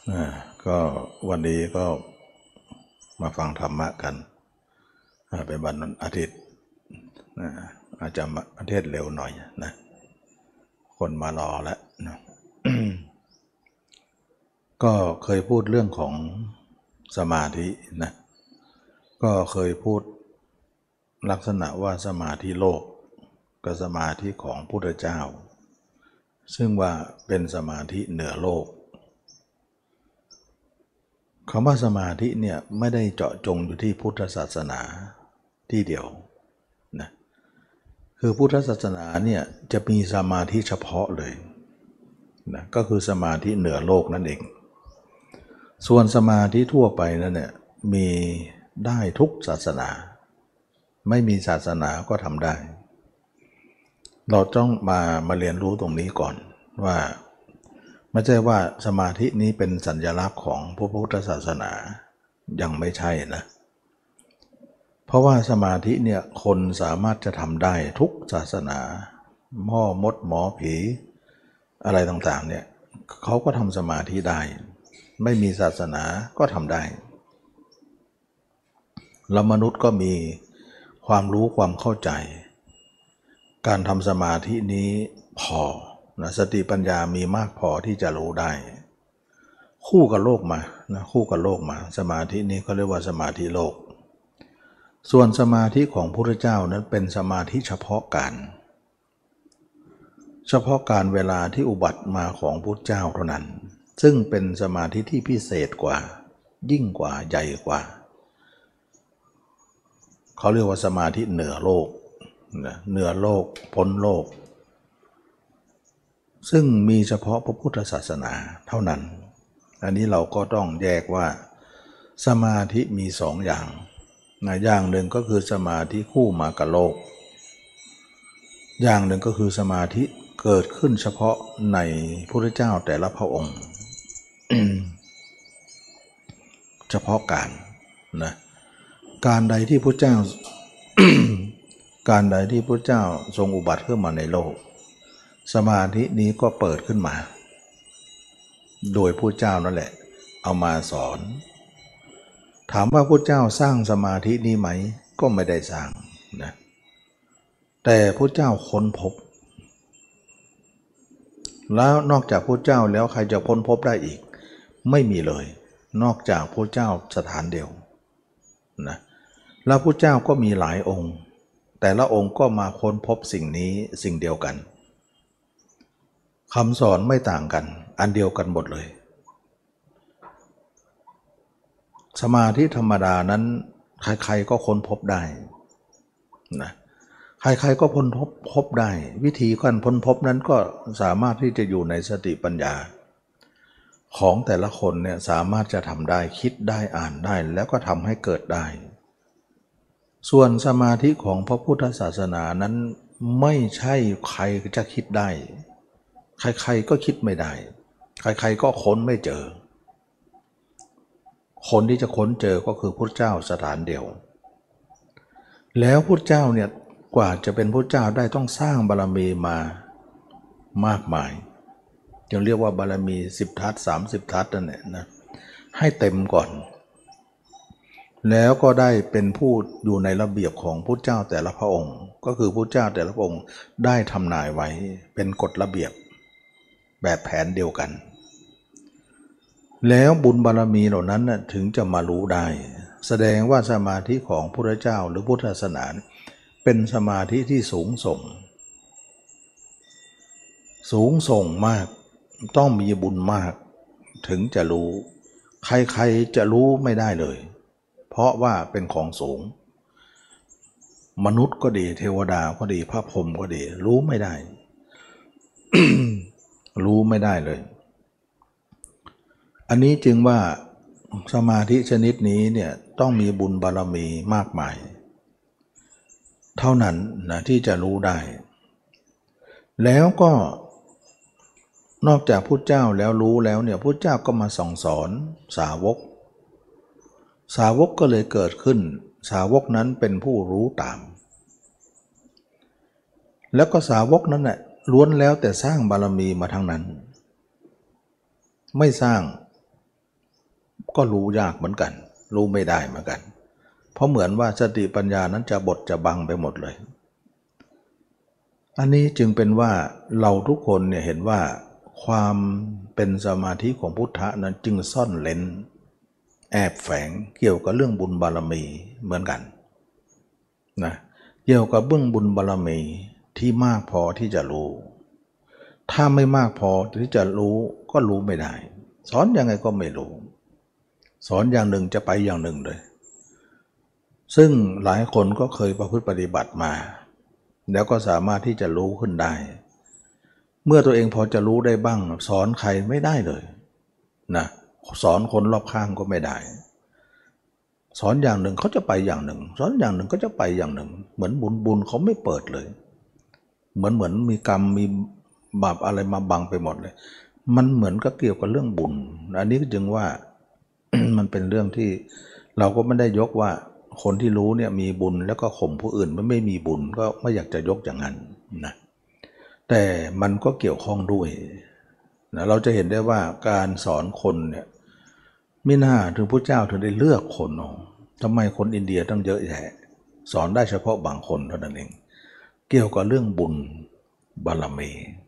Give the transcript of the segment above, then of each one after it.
ก็วันนี้ก็มาฟังธรรมะกันเป็นวันอาทิตย์อาจจะประเทศเร็วหน่อยนะคนมารอแล้วนะก็เคยพูดเรื่องของสมาธินะก็เคยพูดลักษณะว่าสมาธิโลกกับสมาธิของพุทธเจ้าซึ่งว่าเป็นสมาธิเหนือโลกคำว่าสมาธิเนี่ยไม่ได้เจาะจงอยู่ที่พุทธศาสนาที่เดียวนะคือพุทธศาสนาเนี่ยจะมีสมาธิเฉพาะเลยนะก็คือสมาธิเหนือโลกนั่นเองส่วนสมาธิทั่วไปนั่นเนี่ยมีได้ทุกศาสนาไม่มีศาสนาก็ทำได้เราต้องมาเรียนรู้ตรงนี้ก่อนว่าไม่ใช่ว่าสมาธินี้เป็นสัญลักษณ์ของพระพุทธศาสนายังไม่ใช่นะเพราะว่าสมาธิเนี่ยคนสามารถจะทำได้ทุกศาสนาพ่อมดหมอผีอะไรต่างๆเนี่ยเขาก็ทำสมาธิได้ไม่มีศาสนาก็ทำได้แล้วมนุษย์ก็มีความรู้ความเข้าใจการทำสมาธินี้พอนะสติปัญญามีมากพอที่จะรู้ได้คู่กับโลกมานะคู่กับโลกมาสมาธินี้เขาเรียกว่าสมาธิโลกส่วนสมาธิของพระพุทธเจ้านั้นเป็นสมาธิเฉพาะการเวลาที่อุบัติมาของพุทธเจ้าเท่านั้นซึ่งเป็นสมาธิที่พิเศษกว่ายิ่งกว่าใหญ่กว่าเขาเรียกว่าสมาธิเหนือโลกเหนือโลกพ้นโลกซึ่งมีเฉพาะพระพุทธศาสนาเท่านั้นอันนี้เราก็ต้องแยกว่าสมาธิมีสองอย่างอย่างหนึ่งก็คือสมาธิคู่มากับโลกอย่างหนึ่งก็คือสมาธิเกิดขึ้นเฉพาะในพระพุทธเจ้าแต่ละพระองค์ เฉพาะการนะการใดที่พระเจ้า การใดที่พระเจ้าทรงอุบัติขึ้นมาในโลกสมาธินี้ก็เปิดขึ้นมาโดยพระเจ้านั่นแหละเอามาสอนถามว่าพระเจ้าสร้างสมาธินี้ไหมก็ไม่ได้สร้างนะแต่พระเจ้าค้นพบแล้วนอกจากพระเจ้าแล้วใครจะค้นพบได้อีกไม่มีเลยนอกจากพระเจ้าสถานเดียวนะแล้วพระเจ้าก็มีหลายองค์แต่ละองค์ก็มาค้นพบสิ่งนี้สิ่งเดียวกันคำสอนไม่ต่างกันอันเดียวกันหมดเลยสมาธิธรรมดานั้นใครๆก็ค้นพบได้นะใครๆก็พ้นพบได้วิธีการพ้นพบนั้นก็สามารถที่จะอยู่ในสติปัญญาของแต่ละคนเนี่ยสามารถจะทำได้คิดได้อ่านได้แล้วก็ทำให้เกิดได้ส่วนสมาธิของพระพุทธศาสนานั้นไม่ใช่ใครจะคิดได้ใครๆก็คิดไม่ได้ใครๆก็ค้นไม่เจอคนที่จะค้นเจอก็คือพุทธเจ้าสถานเดียวแล้วพุทธเจ้าเนี่ยกว่าจะเป็นพุทธเจ้าได้ต้องสร้างบารมีมามากมายจึงเรียกว่าบารมี10ทัศ30ทัศนั่นแหละนะให้เต็มก่อนแล้วก็ได้เป็นผู้อยู่ในระเบียบของพุทธเจ้าแต่ละพระองค์ก็คือพุทธเจ้าแต่ละพระองค์ได้ทำนายไว้เป็นกฎระเบียบแบบแผนเดียวกันแล้วบุญบารมีเหล่านั้นถึงจะมารู้ได้แสดงว่าสมาธิของพระเจ้าหรือพุทธศาสนาเป็นสมาธิที่สูงส่งมากต้องมีบุญมากถึงจะรู้ใครๆจะรู้ไม่ได้เลยเพราะว่าเป็นของสูงมนุษย์ก็ดีเทวดาก็ดีพระพรหมก็ดีรู้ไม่ได้ รู้ไม่ได้เลยอันนี้จึงว่าสมาธิชนิดนี้เนี่ยต้องมีบุญบารมีมากมายเท่านั้นนะที่จะรู้ได้แล้วก็นอกจากพุทธเจ้าแล้วรู้แล้วเนี่ยพุทธเจ้าก็มาสั่งสอนสาวกก็เลยเกิดขึ้นสาวกนั้นเป็นผู้รู้ตามแล้วก็สาวกนั้นน่ะล้วนแล้วแต่สร้างบารมีมาทั้งนั้นไม่สร้างก็รู้ยากเหมือนกันรู้ไม่ได้เหมือนกันเพราะเหมือนว่าสติปัญญานั้นจะบดจะบังไปหมดเลยอันนี้จึงเป็นว่าเราทุกคนเนี่ยเห็นว่าความเป็นสมาธิของพุทธะนั้นจึงซ่อนเร้นแอบแฝงเกี่ยวกับเรื่องบุญบารมีเหมือนกันนะเกี่ยวกับเบื้องบุญบารมีที่มากพอที่จะรู้ถ้าไม่มากพอที่จะรู้ก็รู้ไม่ได้สอนยังไงก็ไม่รู้สอนอย่างหนึ่งจะไปอย่างหนึ่งเลยซึ่งหลายคนก็เคยประพฤติปฏิบัติมาแล้วก็สามารถที่จะรู้ขึ้นได้เมื่อตัวเองพอจะรู้ได้บ้างสอนใครไม่ได้เลยนะสอนคนรอบข้างก็ไม่ได้สอนอย่างหนึ่งเขาจะไปอย่างหนึ่งสอนอย่างหนึ่งก็จะไปอย่างหนึ่งเหมือนบุญเขาไม่เปิดเลยเหมือนมีกรรมมีบาปอะไรมาบังไปหมดเลยมันเหมือนก็เกี่ยวกับเรื่องบุญอันนี้จึงว่า มันเป็นเรื่องที่เราก็ไม่ได้ยกว่าคนที่รู้เนี่ยมีบุญแล้วก็ข่มผู้อื่นไม่มีบุญก็ไม่อยากจะยกอย่างนั้นนะแต่มันก็เกี่ยวข้องด้วยนะเราจะเห็นได้ว่าการสอนคนเนี่ยไม่น่าถึงพระเจ้าถึงได้เลือกคนทำไมคนอินเดียต้องเยอะแยะสอนได้เฉพาะบางคนเท่านั้นเองเกี่ยวกับเรื่องบุญบารมี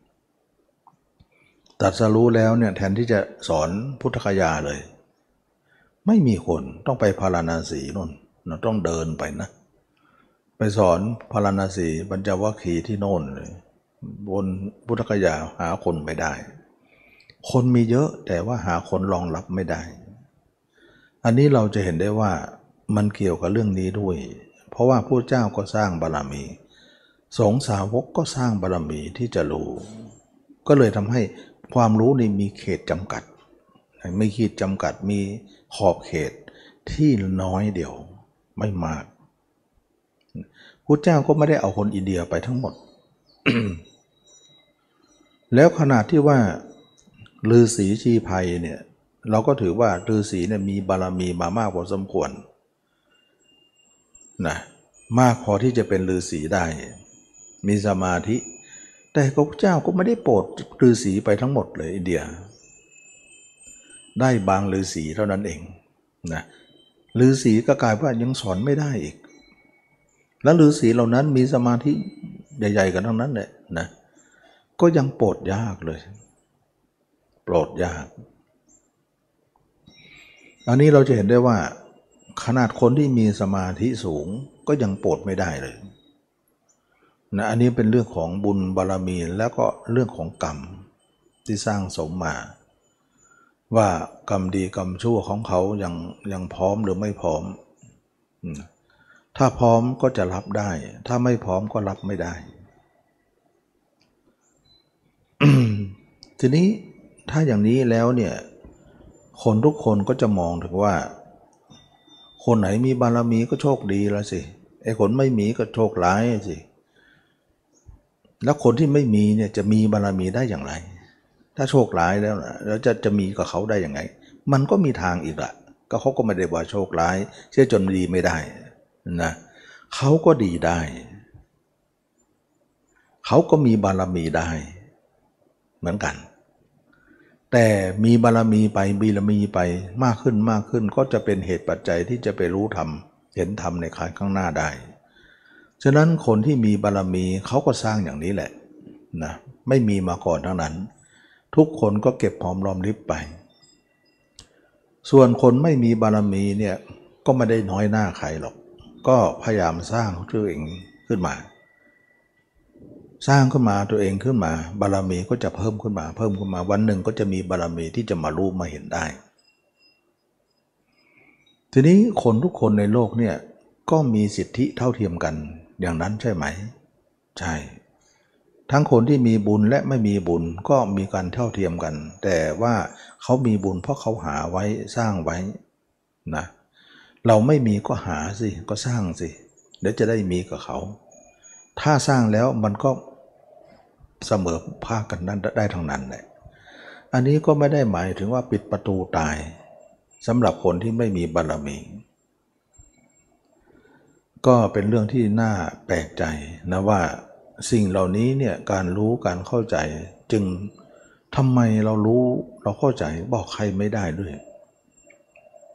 ตรัสรู้แล้วเนี่ยแทนที่จะสอนพุทธคยาเลยไม่มีคนต้องไปพาราณสีนู่นเราต้องเดินไปนะไปสอนพาราณสีปัญจวัคคีย์ที่โน่นเลยบนพุทธคยาหาคนไม่ได้คนมีเยอะแต่ว่าหาคนรองรับไม่ได้อันนี้เราจะเห็นได้ว่ามันเกี่ยวกับเรื่องนี้ด้วยเพราะว่าพระเจ้าก็สร้างบารมีสงฆ์สาวกก็สร้างบารมีที่จะรู้ก็เลยทำให้ความรู้นี่มีเขตจำกัดมีขีดจำกัดมีขอบเขตที่น้อยเดียวไม่มากพุทธเจ้าก็ไม่ได้เอาคนอินเดียไปทั้งหมด แล้วขนาดที่ว่าฤาษีชีไพรเนี่ยเราก็ถือว่าฤาษีเนี่ยมีบารมีมามากพอสมควรนะมากพอที่จะเป็นฤาษีได้มีสมาธิแต่พระเจ้าก็ไม่ได้โปรดฤาษีไปทั้งหมดเลยอินเดียได้บางฤาษีเท่านั้นเองนะฤาษีก็กลายว่ายังสอนไม่ได้อีกแล้วฤาษีเหล่านั้นมีสมาธิใหญ่ๆกันทั้งนั้นแหละนะก็ยังโปรดยากเลยโปรดยากอันนี้เราจะเห็นได้ว่าขนาดคนที่มีสมาธิสูงก็ยังโปรดไม่ได้เลยนะอันนี้เป็นเรื่องของบุญบารมีแล้วก็เรื่องของกรรมที่สร้างสมมาว่ากรรมดีกรรมชั่วของเขายังพร้อมหรือไม่พร้อมถ้าพร้อมก็จะรับได้ถ้าไม่พร้อมก็รับไม่ได้ ทีนี้ถ้าอย่างนี้แล้วเนี่ยคนทุกคนก็จะมองถึงว่าคนไหนมีบารมีก็โชคดีแล้วสิไอ้คนไม่มีก็โชคร้ายสิแล้วคนที่ไม่มีเนี่ยจะมีบารมีได้อย่างไรถ้าโชคร้ายแล้วนะแล้วจะมีกับเขาได้ยังไงมันก็มีทางอีกละก็เขาก็ไม่ได้ว่าโชคร้ายเชื่อจนดีไม่ได้นะเขาก็ดีได้เขาก็มีบารมีได้เหมือนกันแต่มีบารมีไปมากขึ้นก็จะเป็นเหตุปัจจัยที่จะไปรู้ธรรมเห็นธรรมในครั้งข้างหน้าได้ฉะนั้นคนที่มีบารมีเขาก็สร้างอย่างนี้แหละนะไม่มีมาก่อนทั้งนั้นทุกคนก็เก็บหอมรอมริบไปส่วนคนไม่มีบารมีเนี่ยก็ไม่ได้น้อยหน้าใครหรอกก็พยายามสร้างตัวเองขึ้นมาสร้างขึ้นมาตัวเองขึ้นมาบารมีก็จะเพิ่มขึ้นมาวันหนึ่งก็จะมีบารมีที่จะมารู้มาเห็นได้ทีนี้คนทุกคนในโลกเนี่ยก็มีสิทธิเท่าเทียมกันอย่างนั้นใช่ไหมใช่ทั้งคนที่มีบุญและไม่มีบุญก็มีการเท่าเทียมกันแต่ว่าเขามีบุญเพราะเขาหาไว้สร้างไว้นะเราไม่มีก็หาสิก็สร้างสิเดี๋ยวจะได้มีกับเขาถ้าสร้างแล้วมันก็เสมอภาคกันนั้นได้ทั้งนั้นแหละอันนี้ก็ไม่ได้หมายถึงว่าปิดประตูตายสำหรับคนที่ไม่มีบารมีก็เป็นเรื่องที่น่าแปลกใจนะว่าสิ่งเหล่านี้เนี่ยการรู้การเข้าใจจึงทำไมเรารู้เราเข้าใจบอกใครไม่ได้ด้วย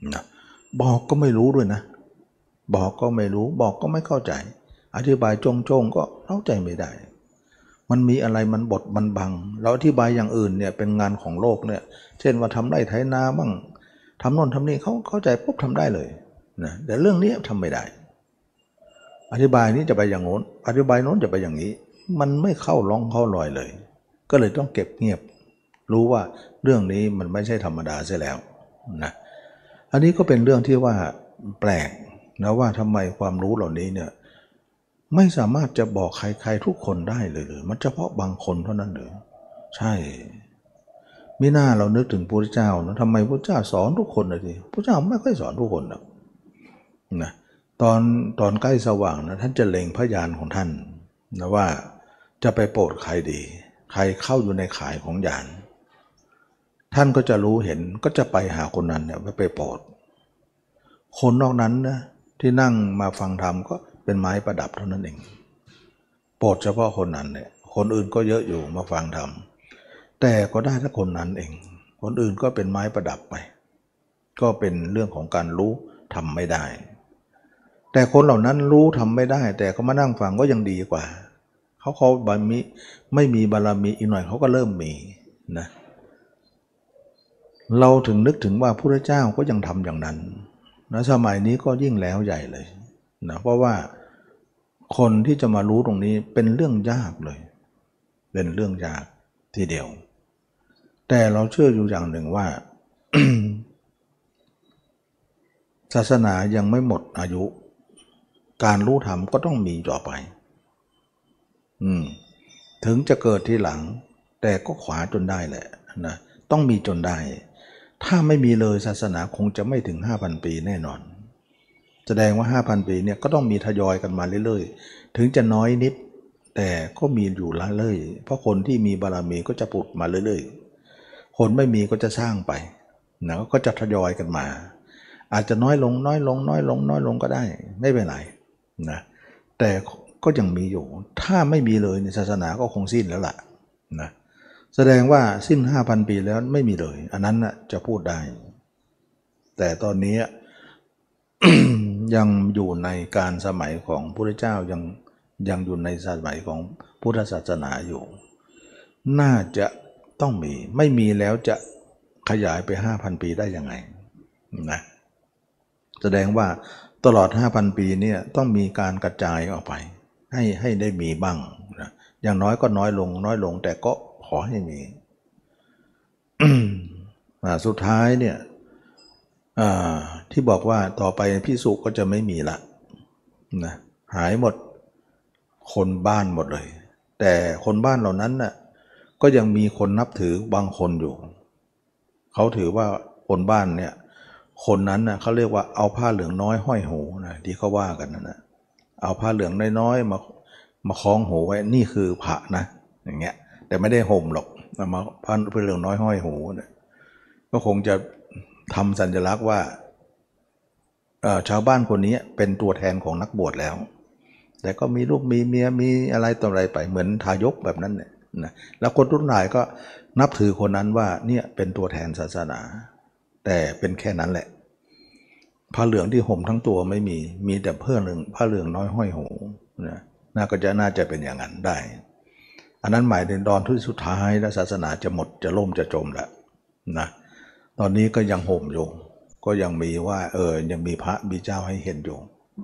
นะบอกก็ไม่รู้ด้วยนะบอกก็ไม่รู้บอกก็ไม่เข้าใจอธิบายจงๆก็เข้าใจไม่ได้มันมีอะไรมันบดมันบังเราอธิบายอย่างอื่นเนี่ยเป็นงานของโลกเนี่ยเช่นว่าทำไร่ไถนาบ้างทำโน่นทำนี่เขาเข้าใจปุ๊บทำได้เลยนะแต่เรื่องนี้ทำไม่ได้อธิบายนี้จะไปอย่างโน้นอธิบายโน้นจะไปอย่างนี้มันไม่เข้าร่องเข้ารอยเลยก็เลยต้องเก็บเงียบรู้ว่าเรื่องนี้มันไม่ใช่ธรรมดาเสียแล้วนะอันนี้ก็เป็นเรื่องที่ว่าแปลกนะว่าทำไมความรู้เหล่านี้เนี่ยไม่สามารถจะบอกใครๆทุกคนได้เลยหรือมันเฉพาะบางคนเท่านั้นหรือใช่มิน่าเรานึกถึงพระพุทธเจ้านะทำไมพระเจ้าสอนทุกคนเลยทีพระเจ้าไม่ค่อยสอนทุกคนนะตอนใกล้สว่างนะท่านจะเล็งพยานของท่านนะว่าจะไปโปรดใครดีใครเข้าอยู่ในข่ายของญาณท่านก็จะรู้เห็นก็จะไปหาคนนั้นเนี่ยไปโปรดคนนอกนั้นนะที่นั่งมาฟังธรรมก็เป็นไม้ประดับเท่านั้นเองโปรดเฉพาะคนนั้นเนี่ยคนอื่นก็เยอะอยู่มาฟังธรรมแต่ก็ได้แค่คนนั้นเองคนอื่นก็เป็นไม้ประดับไปก็เป็นเรื่องของการรู้ทำไม่ได้แต่คนเหล่านั้นรู้ทำไม่ได้แต่เขามานั่งฟังก็ยังดีกว่าเขาบารมีไม่มีบารมีอีกหน่อยเขาก็เริ่มมีนะเราถึงนึกถึงว่าพระพุทธเจ้าก็ยังทำอย่างนั้นนะสมัยนี้ก็ยิ่งแล้วใหญ่เลยนะเพราะว่าคนที่จะมารู้ตรงนี้เป็นเรื่องยากเลยเป็นเรื่องยากทีเดียวแต่เราเชื่ออยู่อย่างหนึ่งว่า ศาสนายังไม่หมดอายุการรู้ธรรมก็ต้องมีต่อไปถึงจะเกิดทีหลังแต่ก็ขวาจนได้แหละนะต้องมีจนได้ถ้าไม่มีเลยศาสนาคงจะไม่ถึง 5,000 ปีแน่นอนแสดงว่า 5,000 ปีเนี่ยก็ต้องมีทยอยกันมาเรื่อยๆถึงจะน้อยนิดแต่ก็มีอยู่ละเลยเพราะคนที่มีบารมีก็จะปุดมาเรื่อยๆคนไม่มีก็จะสร้างไปนะก็จะทยอยกันมาอาจจะน้อยลงน้อยลงน้อยลงน้อยลงก็ได้ไม่เป็นไรนะแต่ก็ยังมีอยู่ถ้าไม่มีเลยศาสนาก็คงสิ้นแล้วล่ะนะแสดงว่าสิ้น 5,000 ปีแล้วไม่มีเลยอันนั้นนะจะพูดได้แต่ตอนนี้ ยังอยู่ในการสมัยของพระพุทธเจ้ายังอยู่ในสมัยของพุทธศาสนาอยู่น่าจะต้องมีไม่มีแล้วจะขยายไป 5,000 ปีได้ยังไงนะแสดงว่าตลอด 5,000 ปีเนี่ยต้องมีการกระจายออกไปให้ได้มีบ้างนะอย่างน้อยก็น้อยลงแต่ก็ขอให้มี สุดท้ายเนี่ยที่บอกว่าต่อไปภิกษุก็จะไม่มีละนะหายหมดคนบ้านหมดเลยแต่คนบ้านเหล่านั้นน่ะก็ยังมีคนนับถือบางคนอยู่เขาถือว่าคนบ้านเนี่ยคนนั้นน่ะเขาเรียกว่าเอาผ้าเหลืองน้อยห้อยหูนะที่เขาว่ากันนั่นนะเอาผ้าเหลืองน้อยๆมาคล้องหูไว้นี่คือพระนะอย่างเงี้ยแต่ไม่ได้ห่มหรอกมาผ้าเหลืองน้อยห้อยหูนะก็คงจะทำสัญลักษณ์ว่าชาวบ้านคนนี้เป็นตัวแทนของนักบวชแล้วแต่ก็มีลูกมีเมียมีอะไรต่ออะไรไปเหมือนทายกแบบนั้นเนี่ยนะแล้วคนรุ่นหลายก็นับถือคนนั้นว่าเนี่ยเป็นตัวแทนศาสนาแต่เป็นแค่นั้นแหละผ้าเหลืองที่ห่มทั้งตัวไม่มีแต่ผ้าเหลืองน้อยห้อยหูนะน่าจะเป็นอย่างนั้นได้อันนั้นหมายถึงตอนที่สุดท้ายแล้วศาสนาจะหมดจะล่มจะจมแล้วนะตอนนี้ก็ยังห่มอยู่ก็ยังมีว่ายังมีพระมีเจ้าให้เห็นอยู่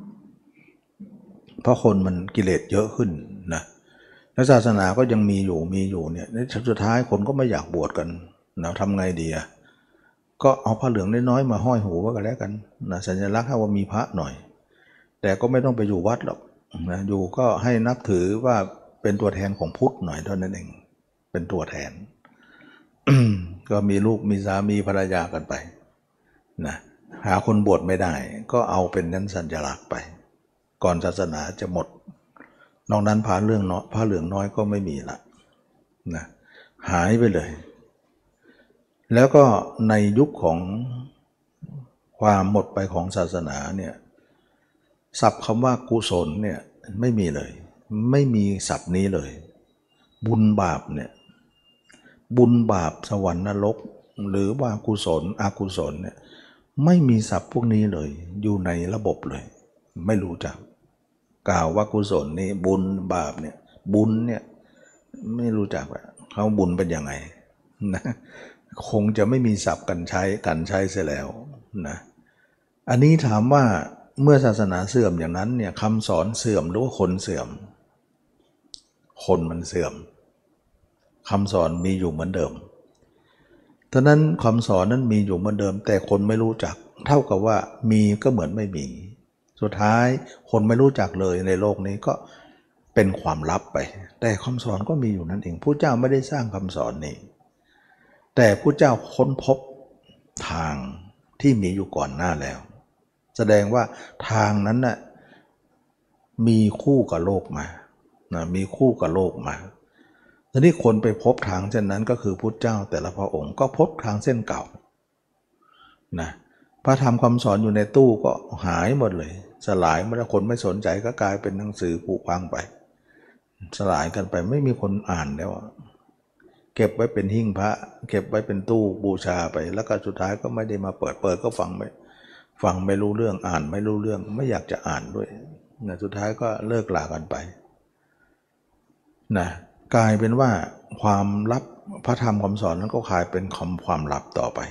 เพราะคนมันกิเลสเยอะขึ้นนะแล้วศาสนาก็ยังมีอยู่เนี่ยในสุดท้ายคนก็ไม่อยากบวชกันนะทำไงดีอ่ะก็เอาผ้าเหลืองน้อยๆมาห้อยหูไว้กันแล้วกันนะสัญลักษณ์ให้ว่ามีพระหน่อยแต่ก็ไม่ต้องไปอยู่วัดหรอกนะอยู่ก็ให้นับถือว่าเป็นตัวแทนของพุทธหน่อยเท่านั้นเองเป็นตัวแทน ก็มีลูกมีสามีภรรยากันไปนะหาคนบวชไม่ได้ก็เอาเป็นนั้นสัญลักษณ์ไปก่อนศาสนาจะหมดนอกนั้นผ้าเหลืองน้อยก็ไม่มีละนะหายไปเลยแล้วก็ในยุคของความหมดไปของศาสนาเนี่ยศัพท์คำว่ากุศลเนี่ยไม่มีเลยไม่มีศัพท์นี้เลยบุญบาปเนี่ยบุญบาปสวรรค์นรกหรือว่ากุศลอกุศลเนี่ยไม่มีศัพท์พวกนี้เลยอยู่ในระบบเลยไม่รู้จักกล่าวว่ากุศลนี่บุญบาปเนี่ยบุญเนี่ยไม่รู้จักว่าเขาบุญเป็นยังไงนะคงจะไม่มีศัพท์กันใช้เสียแล้วนะอันนี้ถามว่าเมื่อศาสนาเสื่อมอย่างนั้นเนี่ยคำสอนเสื่อมหรือว่าคนเสื่อมคนมันเสื่อมคำสอนมีอยู่เหมือนเดิมฉะนั้นคำสอนนั้นมีอยู่เหมือนเดิมแต่คนไม่รู้จักเท่ากับว่ามีก็เหมือนไม่มีสุดท้ายคนไม่รู้จักเลยในโลกนี้ก็เป็นความลับไปแต่คำสอนก็มีอยู่นั่นเองพระเจ้าไม่ได้สร้างคำสอนนี้แต่พระเจ้าค้นพบทางที่มีอยู่ก่อนหน้าแล้วแสดงว่าทางนั้นน่ะมีคู่กับโลกมานะมีคู่กับโลกมาทีนี้คนไปพบทางเช่นนั้นก็คือพุทธเจ้าแต่ละพระองค์ก็พบทางเส้นเก่านะพระธรรมคำสอนอยู่ในตู้ก็หายหมดเลยสลายเมื่อคนไม่สนใจก็กลายเป็นหนังสือผุพังไปสลายกันไปไม่มีคนอ่านแล้วเก็บไว้เป็นหิ้งพระเก็บไว้เป็นตู้บูชาไปแล้วก็สุดท้ายก็ไม่ได้มาเปิดก็ฟังไม่รู้เรื่องอ่านไม่รู้เรื่องไม่อยากจะอ่านด้วยนะสุดท้ายก็เลิกลากันไปนะกลายเป็นว่าความลับพระธรรมคำสอนนั้นก็กลายเป็นความลับต่อไป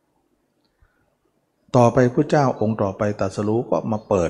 พระเจ้าองค์ต่อไปตรัสรู้ก็มาเปิด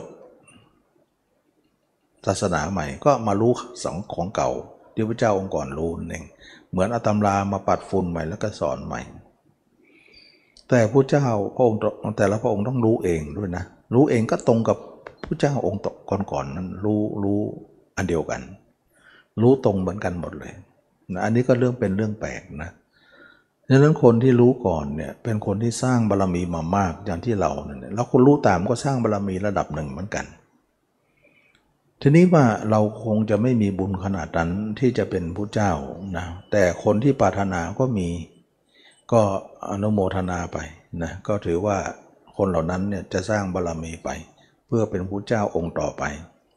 ศาสนาใหม่ก็มารู้ของเก่าที่พระเจ้าองค์ก่อนรู้นั่นเองเหมือนเอาตำรามาปัดฝุ่นใหม่แล้วก็สอนใหม่แต่พระเจ้าพระองค์แต่ละพระองค์ต้องรู้เองด้วยนะรู้เองก็ตรงกับพระเจ้าองค์ก่อนๆนั้นรู้อันเดียวกันรู้ตรงเหมือนกันหมดเลยนะอันนี้ก็เป็นเรื่องแปลกนะดังนั้นคนที่รู้ก่อนเนี่ยเป็นคนที่สร้างบารมีมามากอย่างที่เราเนี่ยแล้วคนรู้ตามก็สร้างบารมีระดับหนึ่งเหมือนกันทีนี้ว่าเราคงจะไม่มีบุญขนาดนั้นที่จะเป็นผู้เจ้านะแต่คนที่ปรารถนาก็มีก็อนุโมทนาไปนะก็ถือว่าคนเหล่านั้นเนี่ยจะสร้างบารมีไปเพื่อเป็นผู้เจ้าองค์ต่อไป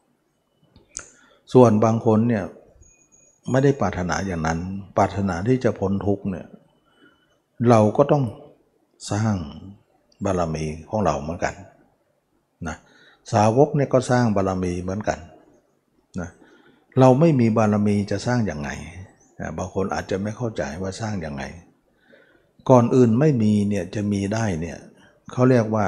ส่วนบางคนเนี่ยไม่ได้ปรารถนาอย่างนั้นปรารถนาที่จะพ้นทุกข์เนี่ยเราก็ต้องสร้างบารมีของเราเหมือนกันนะสาวกเนี่ยก็สร้างบารมีเหมือนกันนะเราไม่มีบารมีจะสร้างอย่างไงนะบางคนอาจจะไม่เข้าใจว่าสร้างอย่างไงก่อนอื่นไม่มีเนี่ยจะมีได้เนี่ยเขาเรียกว่า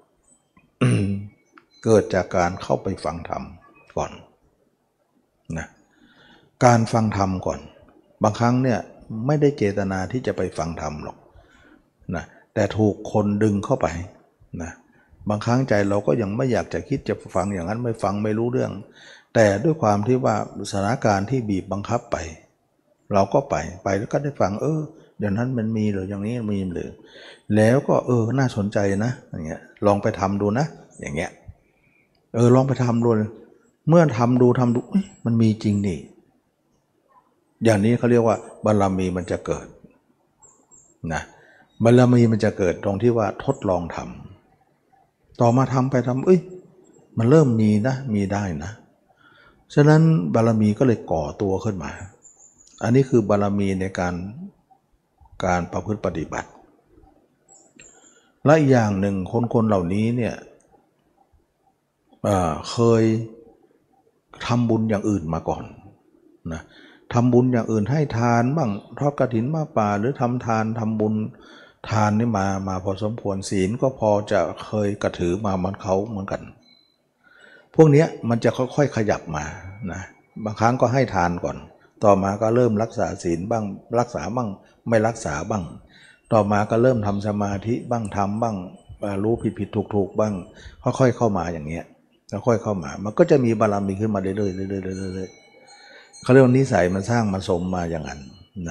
เกิดจากการเข้าไปฟังธรรมก่อนนะการฟังธรรมก่อนบางครั้งเนี่ยไม่ได้เจตนาที่จะไปฟังธรรมหรอกนะแต่ถูกคนดึงเข้าไปนะบางครั้งใจเราก็ยังไม่อยากจะคิดจะฟังอย่างนั้นไม่ฟังไม่รู้เรื่องแต่ด้วยความที่ว่าสถานการณ์ที่บีบบังคับไปเราก็ไปแล้วก็ได้ฟังอย่างนั้นมันมีหรืออย่างนี้มีหรือแล้วก็น่าสนใจนะอย่างเงี้ยลองไปทำดูนะอย่างเงี้ยลองไปทำดูเมื่อทำดูมันมีจริงนี่อย่างนี้เขาเรียกว่าบารมีมันจะเกิดนะบารมีมันจะเกิดตรงที่ว่าทดลองทำต่อมาทำไปมันเริ่มมีนะมีได้นะฉะนั้นบารมีก็เลยก่อตัวขึ้นมาอันนี้คือบารมีในการประพฤติปฏิบัติและอีกอย่างหนึ่งคนเหล่านี้เนี่ยเคยทำบุญอย่างอื่นมาก่อนนะทำบุญอย่างอื่นให้ทานบ้างทอดกฐินมาป่าหรือทำทานทำบุญทานนี่มาพอสมควรศีลก็พอจะเคยกระถือมามันเขาเหมือนกันพวกนี้มันจะค่อยๆขยับมานะบางครั้งก็ให้ทานก่อนต่อมาก็เริ่มรักษาศีลบ้างรักษาบ้างไม่รักษาบ้างต่อมาก็เริ่มทำสมาธิบ้างทำบ้างรู้ผิดถูกบ้างค่อยๆเข้ามาอย่างเงี้ยแล้วค่อยเข้ามามันก็จะมีบารมีขึ้นมาเรื่อยๆเรื่อยๆเขาเรียกว่านิสัยมันสร้างมันสมมาอย่างนั้นนะ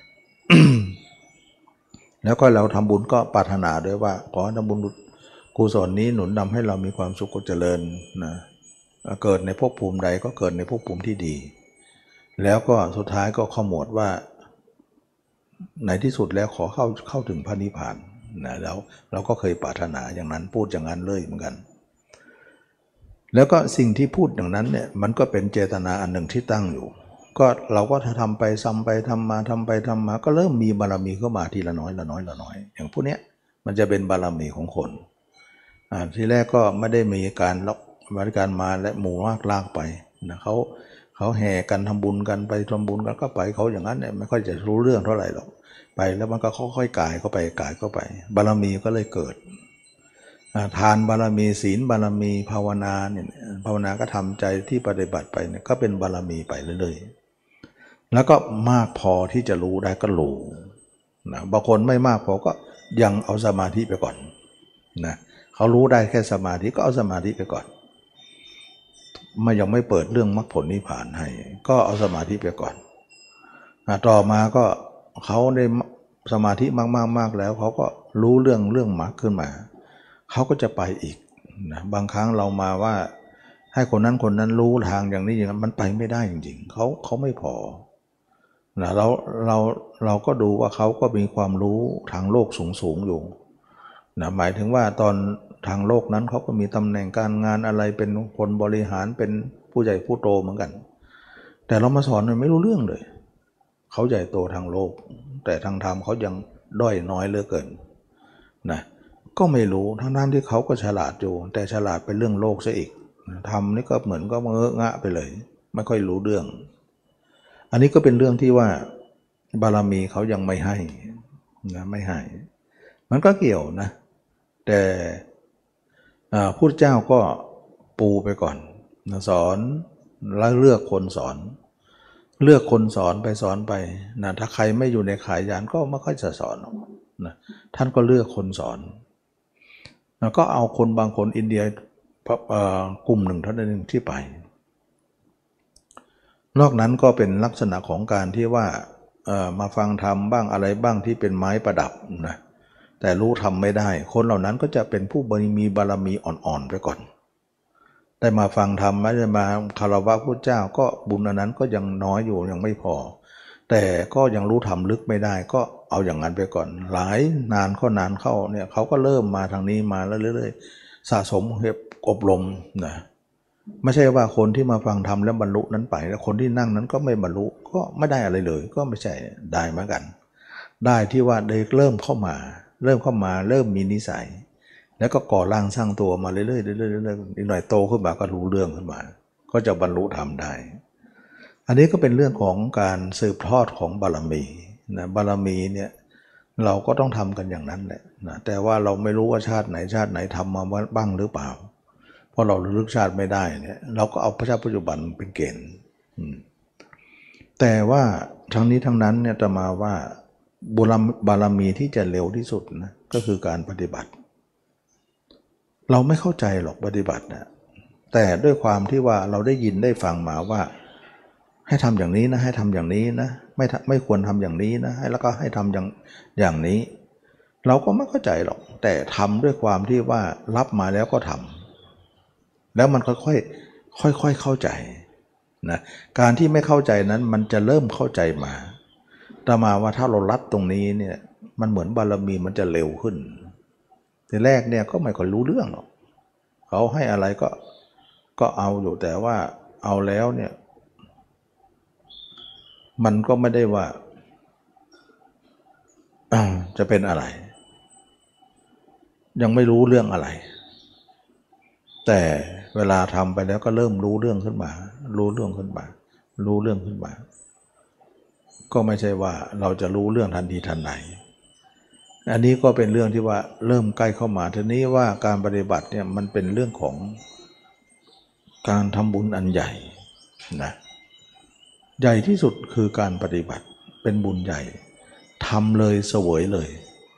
แล้วก็เราทำบุญก็ปรารถนาด้วยว่าขอทำบุญกุศลนี้หนุนนำให้เรามีความสุขเจริญนะเกิดในภพภูมิใดก็เกิดในภพภูมิที่ดีแล้วก็สุดท้ายก็ขมวดว่าในที่สุดแล้วขอเข้าถึงพระนิพพานนะแล้วเราก็เคยปรารถนาอย่างนั้นพูดอย่างนั้นเลยเหมือนกันแล้วก็สิ่งที่พูดอย่างนั้นเนี่ยมันก็เป็นเจตนาอันหนึ่งที่ตั้งอยู่ก็เราก็ทำไปซ้ำไปทำมาก็เริ่มมีบารมีเข้ามาทีละน้อยอย่างพวกเนี้ยมันจะเป็นบารมีของคนที่แรกก็ไม่ได้มีการล็อกบริการมาและหมู่มากลากไปนะเขาแห่กันทำบุญกันไปทำบุญกันก็ไปเขาอย่างนั้นเนี่ยไม่ค่อยจะรู้เรื่องเท่าไหร่หรอกไปแล้วมันก็ค่อยๆกายเข้าไปกายเข้าไปบารมีก็เลยเกิดทานบารมีศีลบารมีภาวนาเนี่ยภาวนาก็ทำใจที่ปฏิบัติไปเนี่ยก็เป็นบารมีไปเรื่อยๆแล้วก็มากพอที่จะรู้ได้ก็รู้นะบางคนไม่มากพอก็ยังเอาสมาธิไปก่อนนะเขารู้ได้แค่สมาธิก็เอาสมาธิไปก่อนยังไม่เปิดเรื่องมรรคผลนิพพานให้ก็เอาสมาธิไปก่อนต่อมาก็เขาได้สมาธิมากๆแล้วเขาก็รู้เรื่องมรรคขึ้นมาเขาก็จะไปอีกนะบางครั้งเรามาว่าให้คนนั้นรู้ทางอย่างนี้อย่างนั้นมันไปไม่ได้จริงๆเขาไม่พอนะเราก็ดูว่าเขาก็มีความรู้ทางโลกสูงอยู่นะหมายถึงว่าตอนทางโลกนั้นเขาก็มีตำแหน่งการงานอะไรเป็นคนบริหารเป็นผู้ใหญ่ผู้โตเหมือนกันแต่เรามาสอนมันไม่รู้เรื่องเลยเขาใหญ่โตทางโลกแต่ทางธรรมเขายังด้อยน้อยเหลือเกินนะก็ไม่รู้ทั้งที่เขาก็ฉลาดอยู่แต่ฉลาดเป็นเรื่องโลกซะอีกธรรมนี่ก็เหมือนก็เงอะงะไปเลยไม่ค่อยรู้เรื่องอันนี้ก็เป็นเรื่องที่ว่าบารมีเขายังไม่ให้นะไม่ให้มันก็เกี่ยวนะแต่พุทธเจ้าก็ปูไปก่อนสอนแล้วเลือกคนสอนไปสอนไปนะถ้าใครไม่อยู่ในขายยานก็ไม่ค่อยจะสอนนะท่านก็เลือกคนสอนแล้วก็เอาคนบางคนอินเดียกลุ่มหนึ่งเท่านั้นที่ไปนอกนั้นก็เป็นลักษณะของการที่ว่ามาฟังธรรมบ้างอะไรบ้างที่เป็นไม้ประดับนะแต่รู้ทำไม่ได้คนเหล่านั้นก็จะเป็นผู้มีบารมีอ่อนๆไปก่อนได้มาฟังธรรมไม่ได้มาคารวะพระเจ้าก็บุญอันนั้นก็ยังน้อยอยู่ยังไม่พอแต่ก็ยังรู้ธรรมลึกไม่ได้ก็เอาอย่างนั้นไปก่อนหลายนานเข้าเนี่ยเขาก็เริ่มมาทางนี้มาแล้วเรื่อยๆสะสมอบรมนะไม่ใช่ว่าคนที่มาฟังธรรมแล้วบรรลุนั้นไปแล้วคนที่นั่งนั้นก็ไม่บรรลุก็ไม่ได้อะไรเลยก็ไม่ใช่ได้เหมือนกันได้ที่ว่าได้เริ่มเข้ามาเริ่มมีนิสัยแล้วก็ก่อร่างสร้างตัวมาเรื่อยๆเรื่อยๆอีกหน่อยโตขึ้นมาก็รู้เรื่องขึ้นมาก็จะบรรลุธรรมได้อันนี้ก็เป็นเรื่องของการสืบทอดของบารมีนะบารมีเนี่ยเราก็ต้องทำกันอย่างนั้นแหละนะแต่ว่าเราไม่รู้ว่าชาติไหนทำมาบ้างหรือเปล่าเพราะเราระลึกชาติไม่ได้เนี่ยเราก็เอาพระชาติปัจจุบันเป็นเกณฑ์แต่ว่าทั้งนี้ทั้งนั้นเนี่ยจะมาว่าบารมีที่จะเร็วที่สุดนะก็คือการปฏิบัติเราไม่เข้าใจหรอกปฏิบัตินะแต่ด้วยความที่ว่าเราได้ยินได้ฟังมาว่าให้ทำอย่างนี้นะให้ทำอย่างนี้นะไม่ควรทำอย่างนี้นะแล้วก็ให้ทำอย่างนี้เราก็ไม่เข้าใจหรอกแต่ทำด้วยความที่ว่ารับมาแล้วก็ทำแล้วมันค่อยเข้าใจนะการที่ไม่เข้าใจนั้นมันจะเริ่มเข้าใจมาแต่มาว่าถ้าเรารับตรงนี้เนี่ยมันเหมือนบารมีมันจะเร็วขึ้นทีแรกเนี่ยก็ไม่ค่อยรู้เรื่องหรอกเขาให้อะไรก็เอาอยู่แต่ว่าเอาแล้วเนี่ยมันก็ไม่ได้ว่าจะเป็นอะไรยังไม่รู้เรื่องอะไรแต่เวลาทำไปแล้วก็เริ่มรู้เรื่องขึ้นมาก็ไม่ใช่ว่าเราจะรู้เรื่องทันทีทันใดอันนี้ก็เป็นเรื่องที่ว่าเริ่มใกล้เข้ามาทีนี้ว่าการปฏิบัติเนี่ยมันเป็นเรื่องของการทำบุญอันใหญ่นะใหญ่ที่สุดคือการปฏิบัติเป็นบุญใหญ่ทำเลยเสวยเลย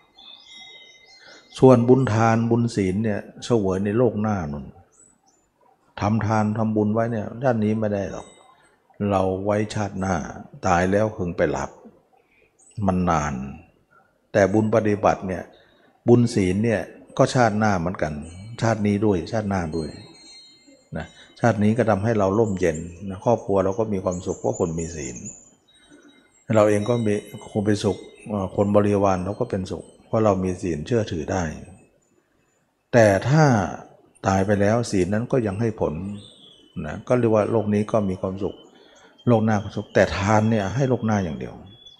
ส่วนบุญทานบุญศีลเนี่ยเสวยในโลกหน้านั่นทำทานทำบุญไว้เนี่ยชาตินี้ไม่ได้หรอกเราไว้ชาติหน้าตายแล้วพึงไปรับมันนานแต่บุญปฏิบัติเนี่ยบุญศีลเนี่ยก็ชาติหน้าเหมือนกันชาตินี้ด้วยชาติหน้าด้วยนะชาตินี้ก็ทำให้เราร่มเย็นนะครอบครัวเราก็มีความสุขเพราะคนมีศีลเราเองก็มีคงเป็นสุขคนบริวารเราก็เป็นสุขเพราะเรามีศีลเชื่อถือได้แต่ถ้าตายไปแล้วศีลนั้นก็ยังให้ผลนะก็เรียกว่าโลกนี้ก็มีความสุขโลกหน้าก็สุขแต่ทานเนี่ยให้โลกหน้าอย่างเดียว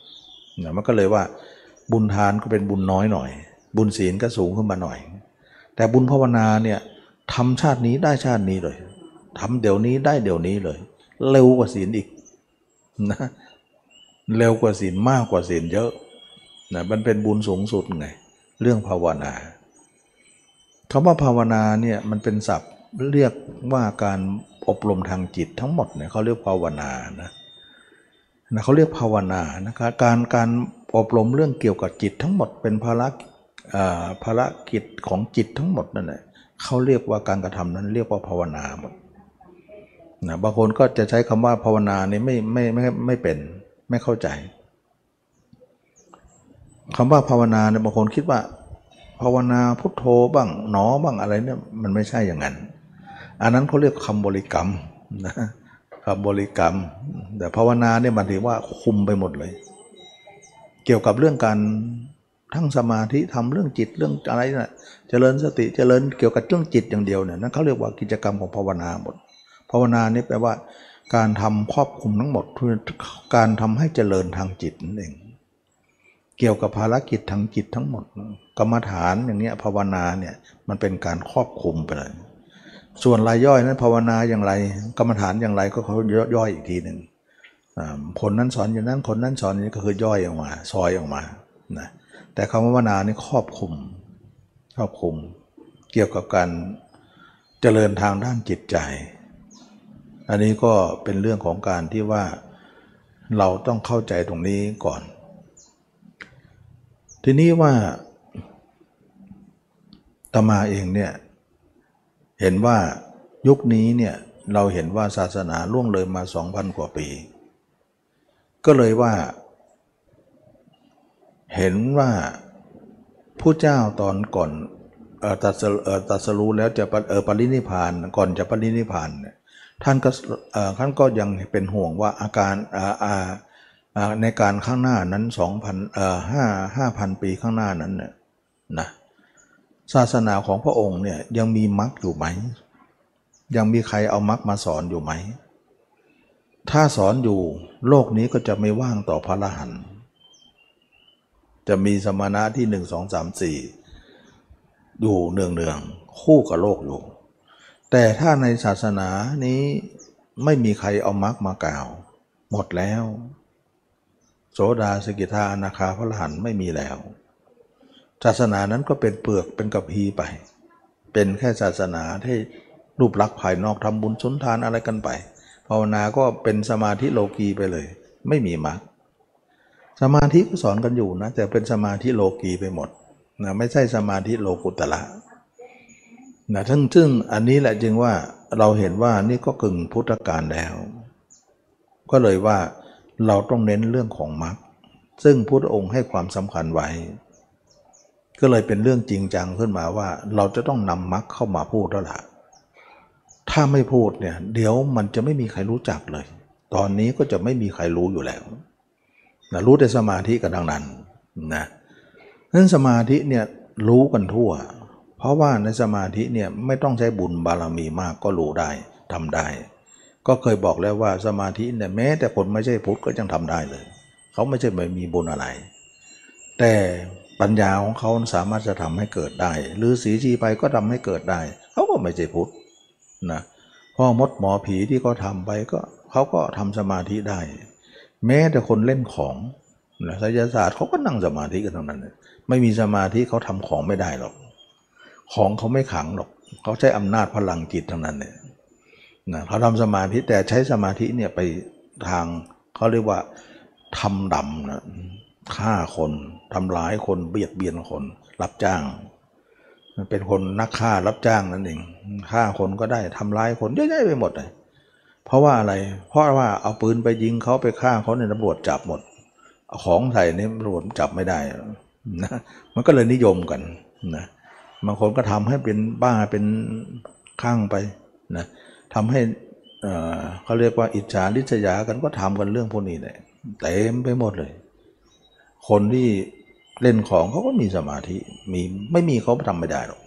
นะมันก็เลยว่าบุญทานก็เป็นบุญน้อยหน่อยบุญศีลก็สูงขึ้นมาหน่อยแต่บุญภาวนาเนี่ยทำชาตินี้ได้ชาตินี้เลยทำเดี๋ยวนี้ได้เดี๋ยวนี้เลยเร็วกว่าศีลอีกนะเร็วกว่าศีลมากกว่าศีลเยอะนะมันเป็นบุญสูงสุดไงเรื่องภาวนาคำว่าภาวนาเนี่ยมันเป็นศัพท์เรียกว่าการอบรมทางจิตทั้งหมดเนี่ยเขาเรียกภาวนานะเขาเรียกภาวนานะครับการอบรมเรื่องเกี่ยวกับจิตทั้งหมดเป็นภารกิจของจิตทั้งหมดนั่นแหละเขาเรียกว่าการกระทำนั้นเรียกว่าภาวนาหมดนะบางคนก็จะใช้คำว่าภาวนานี่ไม่เป็นไม่เข้าใจคำว่าภาวนาเนี่ยบางคนคิดว่าภาวนาพุทโธบ้างหนอบ้างอะไรเนี่ยมันไม่ใช่อย่างนั้นอันนั้นเขาเรียกคำบริกรรมนะคำบริกรรมแต่ภาวนาเนี่ยมันถือว่าคุมไปหมดเลยเกี่ยวกับเรื่องการทั้งสมาธิทำเรื่องจิตเรื่องอะไรนะเจริญสติเจริญเกี่ยวกับเรื่องจิตอย่างเดียวเนี่ยนั่นเขาเรียกว่ากิจกรรมของภาวนาหมดภาวนานี่แปลว่าการทำครอบคลุมทั้งหมดคือการทำให้เจริญทางจิตนั่นเองเกี่ยวกับภารกิจทางจิตทั้งหมดกรรมฐานอย่างเนี้ยภาวนาเนี่ยมันเป็นการครอบคลุมไปเลยส่วนรายย่อยนั้นภาวนาอย่างไรกรรมฐานอย่างไรก็เขาย่อยอีกทีหนึ่งคนนั้นสอนอย่างนั้นคนนั้นสอนอย่างนี้ก็คือย่อยออกมาซอยออกมานะแต่คำว่าภาวนานี่ครอบคลุมเกี่ยวกับการเจริญทางด้านจิตใจอันนี้ก็เป็นเรื่องของการที่ว่าเราต้องเข้าใจตรงนี้ก่อนทีนี้ว่าอาตมาเองเนี่ยเห็นว่ายุคนี้เนี่ยเราเห็นว่าศาสนาล่วงเลยมา 2,000 กว่าปีก็เลยว่าเห็นว่าผู้เจ้าตอนก่อนตรัสรู้แล้วจะปรินิพพานก่อนจะปรินิพพานเนี่ยท่านก็ยังเป็นห่วงว่าอาการในการข้างหน้านั้น 5,000 ปีข้างหน้านั้นเนี่ยนะศาสนาของพระองค์เนี่ยยังมีมรรคอยู่ไหมยังมีใครเอามรรคมาสอนอยู่ไหมถ้าสอนอยู่โลกนี้ก็จะไม่ว่างต่อพระอรหันต์จะมีสมณะที่1 2 3 4อยู่เนืองๆคู่กับโลกอยู่แต่ถ้าในศาสนานี้ไม่มีใครเอามรรคมากล่าวหมดแล้วโสดาสกิทาอนาคาพระอรหันต์ไม่มีแล้วศาสนานั้นก็เป็นเปลือกเป็นกัปพีไปเป็นแค่ศาสนาที่รูปลักษณ์ภายนอกทำบุญสุนทานอะไรกันไปภาวนาก็เป็นสมาธิโลกีไปเลยไม่มีมรรคสมาธิก็สอนกันอยู่นะแต่เป็นสมาธิโลกีไปหมดนะไม่ใช่สมาธิโลกุตระนะซึ่งอันนี้แหละจึงว่าเราเห็นว่านี่ก็กึ่งพุทธกาลแล้วก็เลยว่าเราต้องเน้นเรื่องของมรรคซึ่งพุทธองค์ให้ความสำคัญไว้ก็เลยเป็นเรื่องจริงจังขึ้นมาว่าเราจะต้องนำมรรคเข้ามาพูดแล้วล่ะถ้าไม่พูดเนี่ยเดี๋ยวมันจะไม่มีใครรู้จักเลยตอนนี้ก็จะไม่มีใครรู้อยู่แล้วนะรู้แต่สมาธิกันดังนั้นนะนั้นสมาธิเนี่ยรู้กันทั่วเพราะว่าในสมาธิเนี่ยไม่ต้องใช้บุญบารมีมากก็รู้ได้ทำได้ก็เคยบอกแล้วว่าสมาธิเนี่ยแม้แต่คนไม่ใช่พุทธก็ยังทำได้เลยเขาไม่ใช่ไม่มีบุญอะไรแต่ปัญญาของเขาสามารถจะทำให้เกิดได้หรือสีชีไปก็ทำให้เกิดได้เขาก็ไม่ใช่พุทธนะพ่อมดหมอผีที่เขาทำไปก็เขาก็ทำสมาธิได้แม้แต่คนเล่นของนะไสยศาสตร์เขาก็นั่งสมาธิกันทั้งนั้นไม่มีสมาธิเขาทำของไม่ได้หรอกของเขาไม่ขังหรอกเขาใช้อำนาจพลังจิตทั้งนั้นเนี่ยนะเขาทำสมาธิแต่ใช้สมาธิเนี่ยไปทางเขาเรียกว่าทำดำนะฆ่าคนทำร้ายคนเบียดเบียนคนรับจ้างเป็นคนนักฆ่ารับจ้างนั่นเองฆ่าคนก็ได้ทำร้ายคนเยอะแยะไปหมดเลยเพราะว่าอะไรเพราะว่าเอาปืนไปยิงเขาไปฆ่าเขาเนี่ยตำรวจจับหมดของใส่เนี่ยตำรวจจับไม่ได้นะมันก็เลยนิยมกันนะบางคนก็ทำให้เป็นบ้าเป็นข้างไปนะทำให้เขาเรียกว่าอิจฉาริษยากันก็ทำกันเรื่องพวกนี้เลยเต็มไปหมดเลยคนที่เล่นของเขาก็มีสมาธิมีไม่มีเขาทำไม่ได้หรอก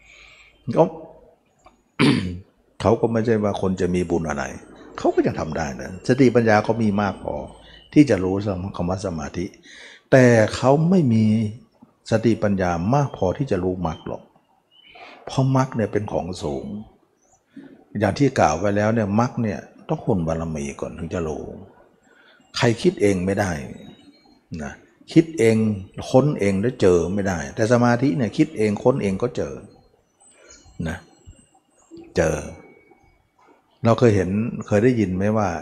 เขาก็ไม่ใช่ว่าคนจะมีบุญอะไรเขาก็ยังทำได้นะสติปัญญาเขามีมากพอที่จะรู้คำว่าสมาธิแต่เขาไม่มีสติปัญญามากพอที่จะรู้มรรคหรอกเพราะมรรคเนี่ยเป็นของสูงอย่างที่กล่าวไปแล้วเนี่ยมรรคเนี่ยต้องคนบารมีก่อนถึงจะรู้ใครคิดเองไม่ได้นะคิดเองค้นเองแล้วเจอไม่ได้แต่สมาธิเนี่ยคิดเองค้นเองก็เจอนะเจอเราเคยเห็นเคยได้ยินไหมว่า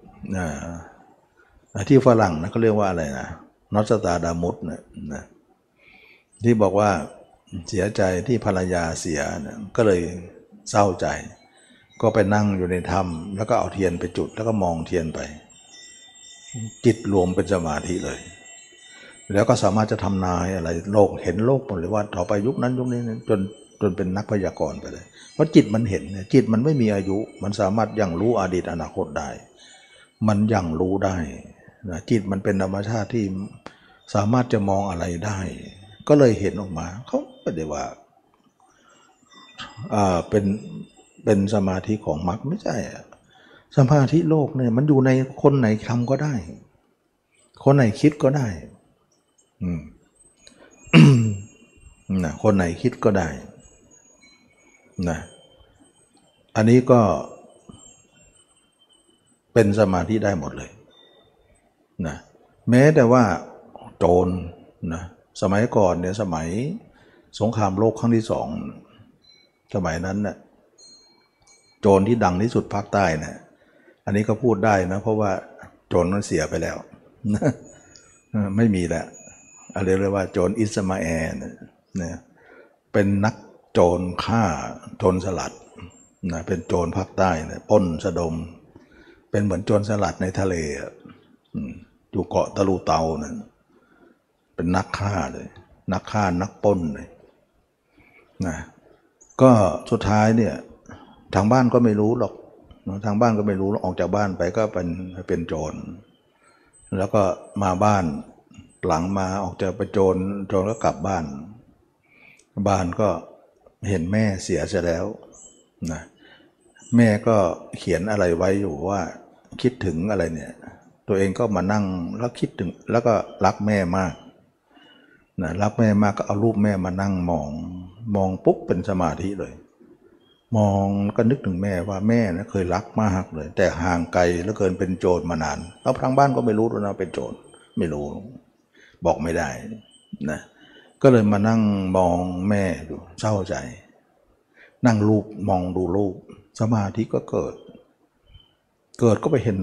ที่ฝรั่งนะเขาเรียกว่าอะไรนะนอสตาดามุสเนี่ยนะที่บอกว่าเสียใจที่ภรรยาเสียเนี่ยก็เลยเศร้าใจก็ไปนั่งอยู่ในถ้ำแล้วก็เอาเทียนไปจุดแล้วก็มองเทียนไปจิตรวมเป็นสมาธิเลยแล้วก็สามารถจะทำนายอะไรโลกเห็นโลกหมดเลยว่าต่อไปยุคนั้นยุคนี้จนเป็นนักพยากรณ์ไปเลยเพราะจิตมันเห็นเนี่ยจิตมันไม่มีอายุมันสามารถยังรู้อดีตอนาคตได้มันยังรู้ได้นะจิตมันเป็นธรรมชาติที่สามารถจะมองอะไรได้ก็เลยเห็นออกมาเขาไม่ได้ว่าเป็นสมาธิของมรรคไม่ใช่สมาธิโลกเนี่ยมันอยู่ในคนไหนทำก็ได้คนไหนคิดก็ได้นะคนไหนคิดก็ได้นะอันนี้ก็เป็นสมาธิได้หมดเลยนะแม้แต่ว่าโจรนะสมัยก่อนเนี่ยสมัยสงครามโลกครั้งที่สองสมัยนั้นน่ะโจรที่ดังที่สุดภาคใต้นะอันนี้ก็พูดได้นะเพราะว่าโจรนั้นเสียไปแล้วนะไม่มีแล้วอะไรเรียกว่าโจรอิสมาแอลนะเป็นนักโจรฆ่าโจรสลัดนะเป็นโจรภาคใต้นะปล้นสะดมเป็นเหมือนโจรสลัดในทะเลอยู่เกาะตะลูเตานะเป็นนักฆ่าเลยนักฆ่านักปล้นเลยนะก็สุดท้ายเนี่ยทางบ้านก็ไม่รู้หรอกทางบ้านก็ไม่รู้ออกจากบ้านไปก็เป็นโจรแล้วก็มาบ้านหลังมาออกจากไปโจรก็กลับบ้านก็เห็นแม่เสียเสียแล้วนะแม่ก็เขียนอะไรไว้อยู่ว่าคิดถึงอะไรเนี่ยตัวเองก็มานั่งแล้วคิดถึงแล้วก็รักแม่มากนะรักแม่มากก็เอารูปแม่มานั่งมองปุ๊บเป็นสมาธิเลยมองก็นึกถึงแม่ว่าแม่นะเคยรักมากเลยแต่ห่างไกลแล้วเกินเป็นโจรมานานแล้วทางบ้านก็ไม่รู้ด้วยนะเป็นโจรไม่รู้บอกไม่ได้นะก็เลยมานั่งมองแม่อยู่เศร้าใจนั่งรูปมองดูรูปสมาธิก็เกิดก็ไปเห็นน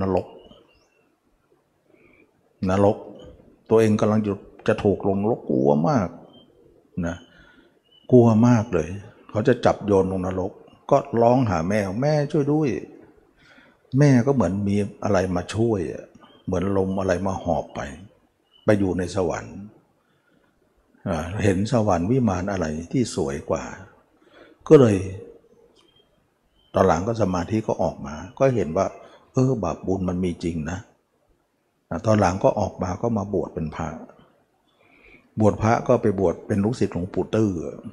รกตัวเองกำลังจะถูกลงนรกกลัวมากนะกลัวมากเลยเขาจะจับโยนลงนรกก็ร้องหาแม่ช่วยด้วยแม่ก็เหมือนมีอะไรมาช่วยเหมือนลมอะไรมาหอบไปอยู่ในสวรรค์เห็นสวรรค์วิมานอะไรที่สวยกว่าก็เลยตอนหลังก็สมาธิก็ออกมาก็เห็นว่าบาปบุญมันมีจริงนะตอนหลังก็ออกมาก็มาบวชเป็นพระก็ไปบวชเป็นลูกศิษย์หลวงปู่ตื้อ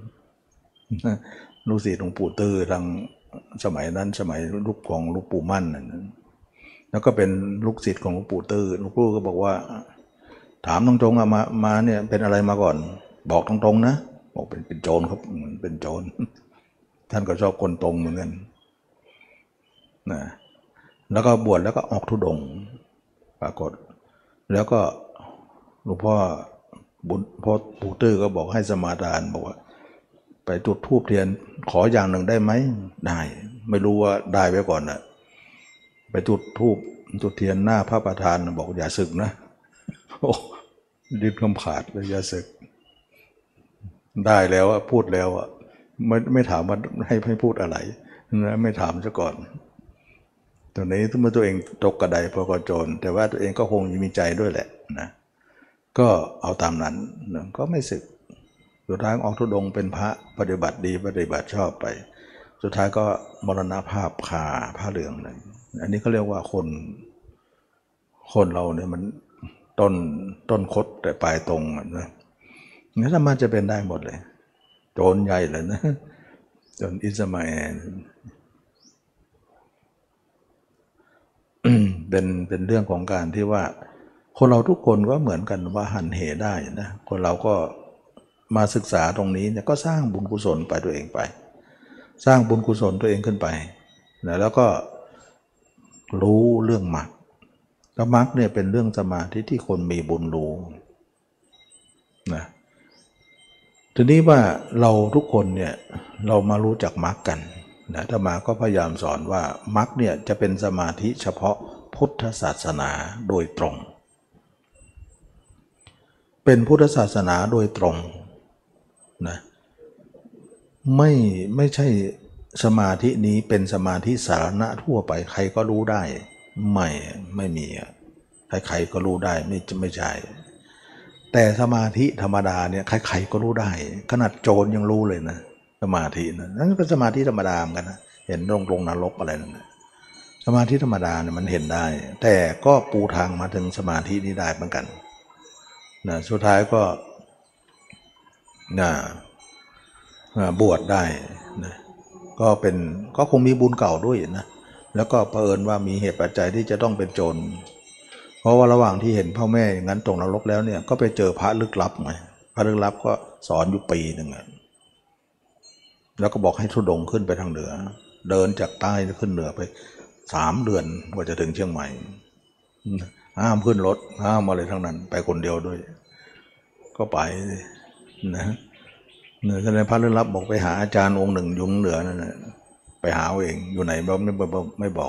ลูกศิษย์หลวงปู่ตื้อทางสมัยนั้นสมัยลูกของหลวงปู่มั่นแล้วก็เป็นลูกศิษย์ของหลวงปู่ตื้อหลวงปู่ก็บอกว่าถามตรงๆมาเนี่ยเป็นอะไรมาก่อนบอกตรงๆนะบอกเป็นโจรครับเป็นโจรท่านก็ชอบคนตรงเหมือนกันนะแล้วก็บวชแล้วก็ออกธุดงค์ปรากฏแล้วก็หลวงพ่อปู่ตื้อก็บอกให้สมาทานบอกว่าไปจุดธูปเทียนขออย่างหนึ่งได้ไหมได้ไม่รู้ว่าได้ไว้ก่อนนะไปจุดธูปจุดเทียนหน้าพระประธานบอกอย่าสึกนะโอ้ดิ้นคำขาดเลยอย่าสึกได้แล้วพูดแล้วไม่ถามว่าให้พูดอะไรนะไม่ถามซะก่อนตอนนี้เมื่อตัวเองตกกระไดพอกระโจนแต่ว่าตัวเองก็คงมีใจด้วยแหละนะก็เอาตามนั้นนะก็ไม่สึกสุดท้ายออกธุดงค์เป็นพระปฏิบัติดีปฏิบัติชอบไปสุดท้ายก็มรณภาพคาผ้าเหลืองเลยอันนี้เขาเรียกว่าคนเราเนี่ยมันต้นคดแต่ปลายตรงนะนี่สามารถจะเป็นได้หมดเลยโจรใหญ่เลยนะโจรอิสมาแอลเป็นเรื่องของการที่ว่าคนเราทุกคนก็เหมือนกันว่าหันเหได้นะคนเราก็มาศึกษาตรงนี้เนี่ยก็สร้างบุญกุศลไปตัวเองไปสร้างบุญกุศลตัวเองขึ้นไปนะแล้วก็รู้เรื่องมรรคแล้วมรรคเนี่ยเป็นเรื่องสมาธิที่คนมีบุญรู้นะทีนี้ว่าเราทุกคนเนี่ยเรามารู้จักมรรคกันนะอาตมาก็พยายามสอนว่ามรรคเนี่ยจะเป็นสมาธิเฉพาะพุทธศาสนาโดยตรงเป็นพุทธศาสนาโดยตรงนะไม่ใช่สมาธินี้เป็นสมาธิสาธารณะทั่วไปใครก็รู้ได้ไม่มีใครๆก็รู้ได้ไม่ใช่แต่สมาธิธรรมดาเนี่ยใครๆก็รู้ได้ขนาดโจรยังรู้เลยนะสมาธินั่นเป็นสมาธิธรรมดาเหมือนกันนะเห็นลงนรกอะไรนั่นนะสมาธิธรรมดาเนี่ยมันเห็นได้แต่ก็ปูทางมาถึงสมาธินี้ได้เหมือนกันนะสุดท้ายก็นะบวชได้นะก็คงมีบุญเก่าด้วยนะแล้วก็เผอิญว่ามีเหตุปัจจัยที่จะต้องเป็นโจรเพราะว่าระหว่างที่เห็นพ่อแม่อย่างนั้นตกนรกแล้วเนี่ยก็ไปเจอพระลึกลับไงพระลึกลับก็สอนอยู่ปีหนึ่งแล้วก็บอกให้ธุดงค์ขึ้นไปทางเหนือเดินจากใต้ขึ้นเหนือไป3 เดือนกว่าจะถึงเชียงใหม่ห้ามขึ้นรถห้ามอะไรทั้งนั้นไปคนเดียวด้วยก็ไปนะท่านในพระลึกลับบอกไปหาอาจารย์องค์หนึ่งยุงเหนือนั่นนะไปหาเองอยู่ไหนไม่บอก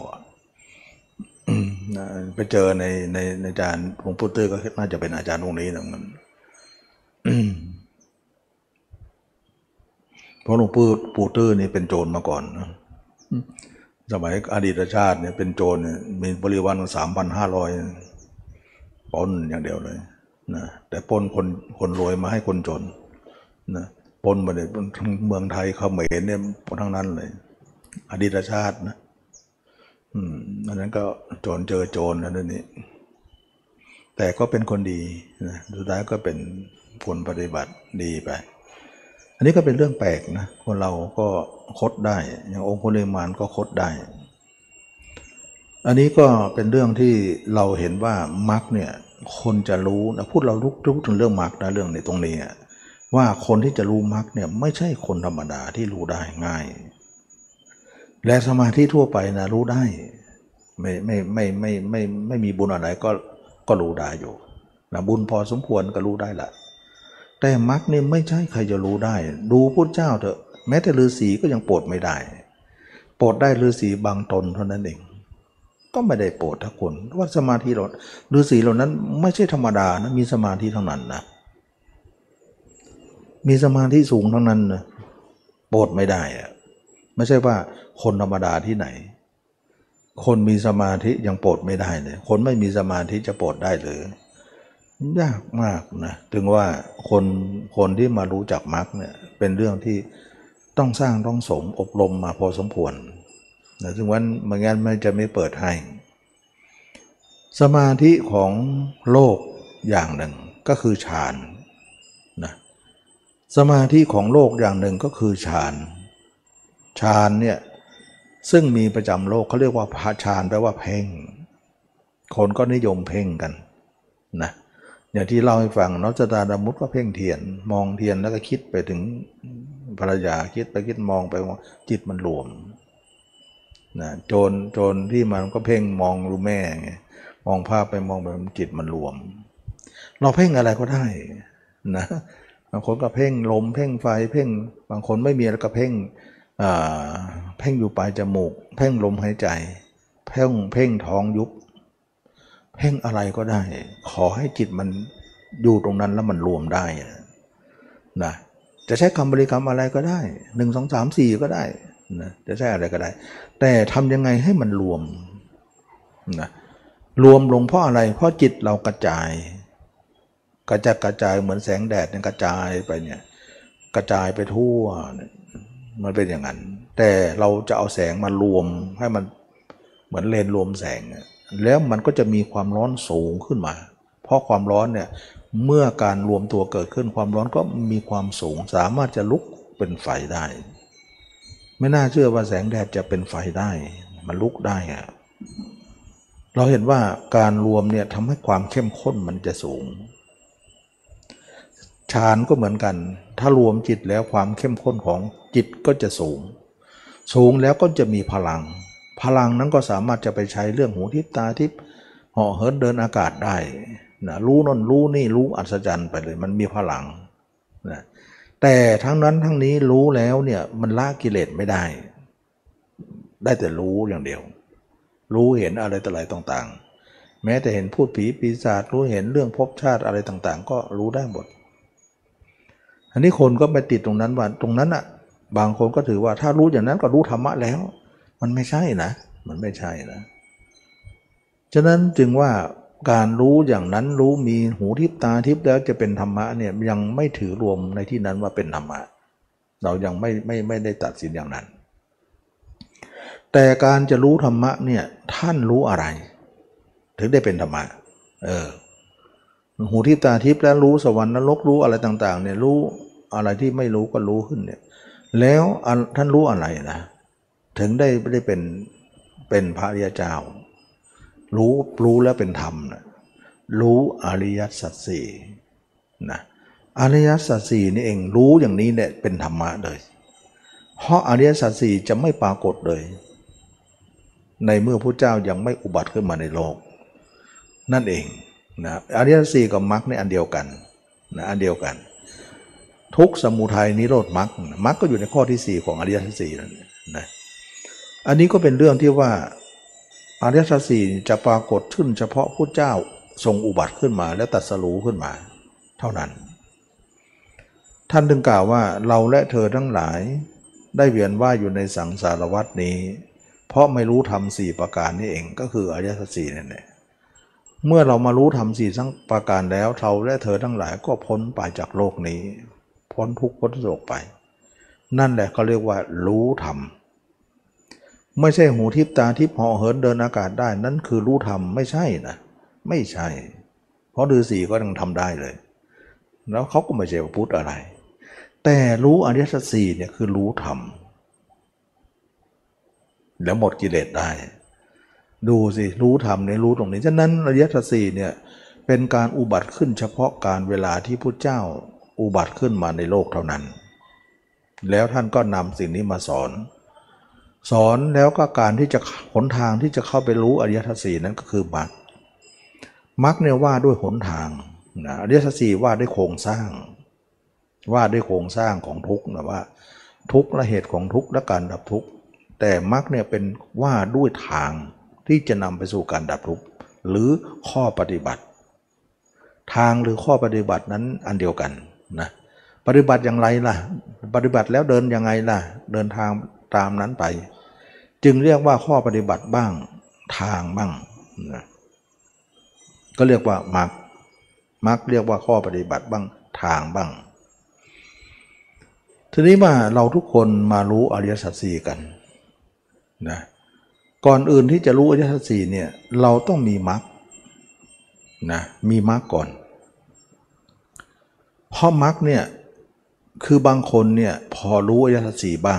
ไปเจอในอาจารย์หลวงปู่ตื้อก็น่าจะเป็นอาจารย์องค์นี้นะมันเพราะหลวงปู่ตื้อนี่เป็นโจรมาก่อนนะสมัยอดีตชาติเนี่ยเป็นโจรเนี่ยมีบริวาร3,500ปล้นอย่างเดียวเลยนะแต่ปล้นคนรวยมาให้คนจนนะปล้นมาเนี่ยทั้งเมืองไทยเขมรเนี่ยทั้งนั้นเลยอดีตชาตินะอันนั้นก็โจรเจอโจรแล้วนี่แต่ก็เป็นคนดีนะสุดท้ายก็เป็นคนปฏิบัติดีไปอันนี้ก็เป็นเรื่องแปลกนะคนเราก็คดได้อย่างองค์คุลิมานก็คดได้อันนี้ก็เป็นเรื่องที่เราเห็นว่ามรรคเนี่ยคนจะรู้นะพูดเราลุกถึงเรื่องมรรคนะเรื่องในตรงนี้ว่าคนที่จะรู้มรรคเนี่ยไม่ใช่คนธรรมดาที่รู้ได้ง่ายและสมาธิทั่วไปนะรู้ได้ไม่มีบุญอะไรก็รู้ได้อยู่นะบุญพอสมควรก็รู้ได้ละแต่มรรคเนี่ยไม่ใช่ใครจะรู้ได้ดูพุทธเจ้าเถอะแม้แต่ฤาษีก็ยังโปรดไม่ได้โปรดได้ฤาษีบางตนเท่านั้นเองก็ไม่ได้โปรดทุกคนว่าสมาธิเราฤาษีเหล่านั้นไม่ใช่ธรรมดานะมีสมาธิทั้งนั้นนะมีสมาธิสูงทั้งนั้นนะโปรดไม่ได้อะไม่ใช่ว่าคนธรรมดาที่ไหนคนมีสมาธิยังโปรดไม่ได้เลยคนไม่มีสมาธิจะโปรดได้หรือยากมากนะถึงว่าคนที่มารู้จักมรรคเนี่ยเป็นเรื่องที่ต้องสร้างต้องสมอบรมมาพอสมควรนะถึงวันเมื่องั้นมันจะไม่เปิดให้สมาธิของโลกอย่างหนึ่งก็คือฌานนะสมาธิของโลกอย่างหนึ่งก็คือฌานเนี่ยซึ่งมีประจำโลกเขาเรียกว่าฌานแปลว่าเพ่งคนก็นิยมเพ่งกันนะอย่างที่เล่าให้ฟังนอกจากตาดมุดก็เพ่งเทียนมองเทียนแล้วก็คิดไปถึงภรรยาคิดไปคิดมองไปจิตมันรวมนะโจรที่มันก็เพ่งมองรูแม่มองภาพไปมองไปจิตมันรวมเราเพ่งอะไรก็ได้นะบางคนก็เพ่งลมเพ่งไฟเพ่งบางคนไม่มีแล้วก็เพ่งอยู่ปลายจมูกเพ่งลมหายใจเพ่งท้องยุบเพ่งอะไรก็ได้ขอให้จิตมันอยู่ตรงนั้นแล้วมันรวมได้นะจะใช้คำบริกรรมอะไรก็ได้1 2 3 4ก็ได้นะจะใช้อะไรก็ได้แต่ทำยังไงให้มันรวมนะรวมลงเพราะอะไรเพราะจิตเรากระจายเหมือนแสงแดดเนี่ยกระจายไปเนี่ยกระจายไปทั่วมันเป็นอย่างนั้นแต่เราจะเอาแสงมารวมให้มันเหมือนเลนรวมแสงแล้วมันก็จะมีความร้อนสูงขึ้นมาเพราะความร้อนเนี่ยเมื่อการรวมตัวเกิดขึ้นความร้อนก็มีความสูงสามารถจะลุกเป็นไฟได้ไม่น่าเชื่อว่าแสงแดดจะเป็นไฟได้มันลุกได้อะเราเห็นว่าการรวมเนี่ยทำให้ความเข้มข้นมันจะสูงฌานก็เหมือนกันถ้ารวมจิตแล้วความเข้มข้นของจิตก็จะสูงสูงแล้วก็จะมีพลังพลังนั้นก็สามารถจะไปใช้เรื่องหูทิพตาทิพเหาะเหินเดินอากาศได้นะรู้นนรู้นี่รู้อัศจรรย์ไปเลยมันมีพลังนะแต่ทั้งนั้นทั้งนี้รู้แล้วเนี่ยมันละกิเลสไม่ได้ได้แต่รู้อย่างเดียวรู้เห็นอะไรต่ออะไรต่างๆแม้แต่เห็นพูดผีปีศาจรู้เห็นเรื่องภพชาติอะไรต่างๆก็รู้ได้หมดอันนี้คนก็ไปติดตรงนั้นว่าตรงนั้นอ่ะบางคนก็ถือว่าถ้ารู้อย่างนั้นก็รู้ธรรมะแล้วมันไม่ใช่นะมันไม่ใช่นะฉะนั้นจึงว่าการรู้อย่างนั้นรู้มีหูทิพตาทิพแล้วจะเป็นธรรมะเนี่ยยังไม่ถือรวมในที่นั้นว่าเป็นธรรมะเรายังไม่ได้ตัดสินอย่างนั้นแต่การจะรู้ธรรมะเนี่ยท่านรู้อะไรถึงได้เป็นธรรมะหูทิพตาทิพแล้วรู้สวรรค์นรกรู้อะไรต่างๆเนี่ยรู้อะไรที่ไม่รู้ก็รู้ขึ้นเนี่ยแล้วท่านรู้อะไรนะถึงได้เป็นพระอริยเจ้ารู้แล้วเป็นธรรมนะรู้อริยสัจสี่นะอริยสัจสี่นี่เองรู้อย่างนี้เนี่ยเป็นธรรมะเลยเพราะอริยสัจสี่จะไม่ปรากฏเลยในเมื่อพระเจ้ายังไม่อุบัติขึ้นมาในโลกนั่นเองนะอริยสัจสี่กับมรรคในอันเดียวกันนะอันเดียวกันทุกข์สมุทัยนิโรธมรรคมรรคก็อยู่ในข้อที่4ของอริยสัจสี่นั่นนะอันนี้ก็เป็นเรื่องที่ว่าอริยสัจสี่จะปรากฏขึ้นเฉพาะพระเจ้าทรงอุบัติขึ้นมาและตรัสรู้ขึ้นมาเท่านั้นท่านถึงกล่าวว่าเราและเธอทั้งหลายได้เวียนว่ายอยู่ในสังสารวัฏนี้เพราะไม่รู้ธรรม4ประการนี้เองก็คืออริยสัจสี่นั่นแหละเมื่อเรามารู้ธรรม4ทั้งประการแล้วเราและเธอทั้งหลายก็พ้นไปจากโลกนี้พ้นทุกข์พ้นโศกไปนั่นแหละเขาเรียกว่ารู้ธรรมไม่ใช่หูทิพตาทิพเหาะเหินเดินอากาศได้นั่นคือรู้ธรรมไม่ใช่นะไม่ใช่เพราะฤาษีก็ยังทำได้เลยแล้วเขาก็ไม่ใช่พุทธอะไรแต่รู้อริยสัจสี่เนี่ยคือรู้ธรรมแล้วหมดกิเลสได้ดูสิรู้ธรรมเนี่ยรู้ตรงนี้ฉะนั้นอริยสัจสี่เนี่ยเป็นการอุบัติขึ้นเฉพาะการเวลาที่พุทธเจ้าอุบัติขึ้นมาในโลกเท่านั้นแล้วท่านก็นำสิ่งนี้มาสอนแล้วก็การที่จะหนทางที่จะเข้าไปรู้อริยสัจสี่นั้นก็คือมรรคมรรคเนี่ยว่าด้วยหนทางนะอริยสัจสี่ว่าด้วยโครงสร้างของทุกข์นะว่าทุกข์และเหตุของทุกข์และการดับทุกข์แต่มรรคเนี่ยเป็นว่าด้วยทางที่จะนำไปสู่การดับทุกข์หรือข้อปฏิบัติทางหรือข้อปฏิบัตินั้นอันเดียวกันนะปฏิบัติอย่างไรล่ะปฏิบัติแล้วเดินยังไงล่ะเดินทางตามนั้นไปจึงเรียกว่าข้อปฏิบัติบ้างทางบ้างนะก็เรียกว่ามรรคเรียกว่าข้อปฏิบัติบ้างทางบ้างทีนี้ว่าเราทุกคนมารู้อริยสัจสี่กันนะก่อนอื่นที่จะรู้อริยสัจสี่เนี่ยเราต้องมีมรรคนะมีมรรคก่อนเพราะมรรคเนี่ยคือบางคนเนี่ยพอรู้อริยสัจสี่บ้าง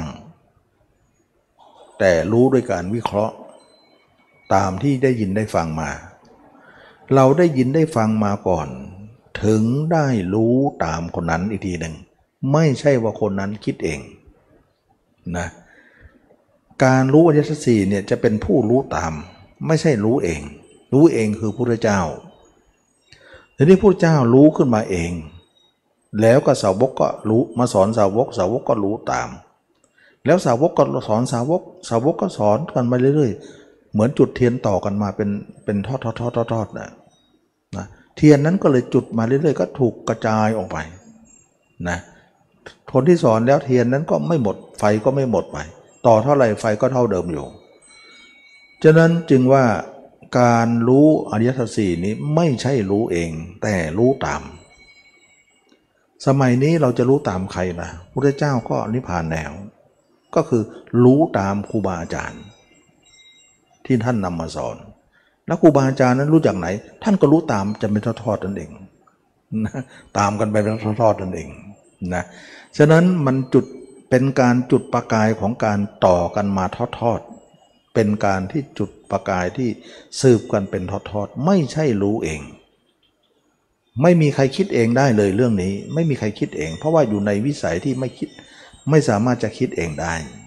แต่รู้ด้วยการวิเคราะห์ตามที่ได้ยินได้ฟังมาเราได้ยินได้ฟังมาก่อนถึงได้รู้ตามคนนั้นอีกทีหนึ่งไม่ใช่ว่าคนนั้นคิดเองนะการรู้อริยสัจสี่เนี่ยจะเป็นผู้รู้ตามไม่ใช่รู้เองคือพระพุทธเจ้าทีนี้พระพุทธเจ้ารู้ขึ้นมาเองแล้วก็สาวกก็รู้มาสอนสาวกก็รู้ตามแล้วสาวกก็สอนสาวกก็สอนกันมาเรื่อยๆเหมือนจุดเทียนต่อกันมาเป็นทอดนะเทียนนั้นก็เลยจุดมาเรื่อยๆก็ถูกกระจายออกไปนะคนที่สอนแล้วเทียนนั้นก็ไม่หมดไฟก็ไม่หมดไปต่อเท่าไหร่ไฟก็เท่าเดิมอยู่ฉะนั้นจึงว่าการรู้อริยสัจสี่นี้ไม่ใช่รู้เองแต่รู้ตามสมัยนี้เราจะรู้ตามใครล่ะพระพุทธเจ้าก็นิพพานแล้วก็คือรู้ตามครูบาอาจารย์ที่ท่านนำมาสอนแล้วครูบาอาจารย์นั้นรู้จากไหนท่านก็รู้ตามจะเป็นทอดๆนั่นเองนะตามกันไปเป็นทอดๆนั่นเองนะฉะนั้นมันเป็นการจุดประกายของการต่อกันมาทอดๆเป็นการที่จุดประกายที่สืบกันเป็นทอดๆไม่ใช่รู้เองไม่มีใครคิดเองได้เลยเรื่องนี้ไม่มีใครคิดเองเพราะว่าอยู่ในวิสัยที่ไม่คิดไม่สามารถจะคิดเองได้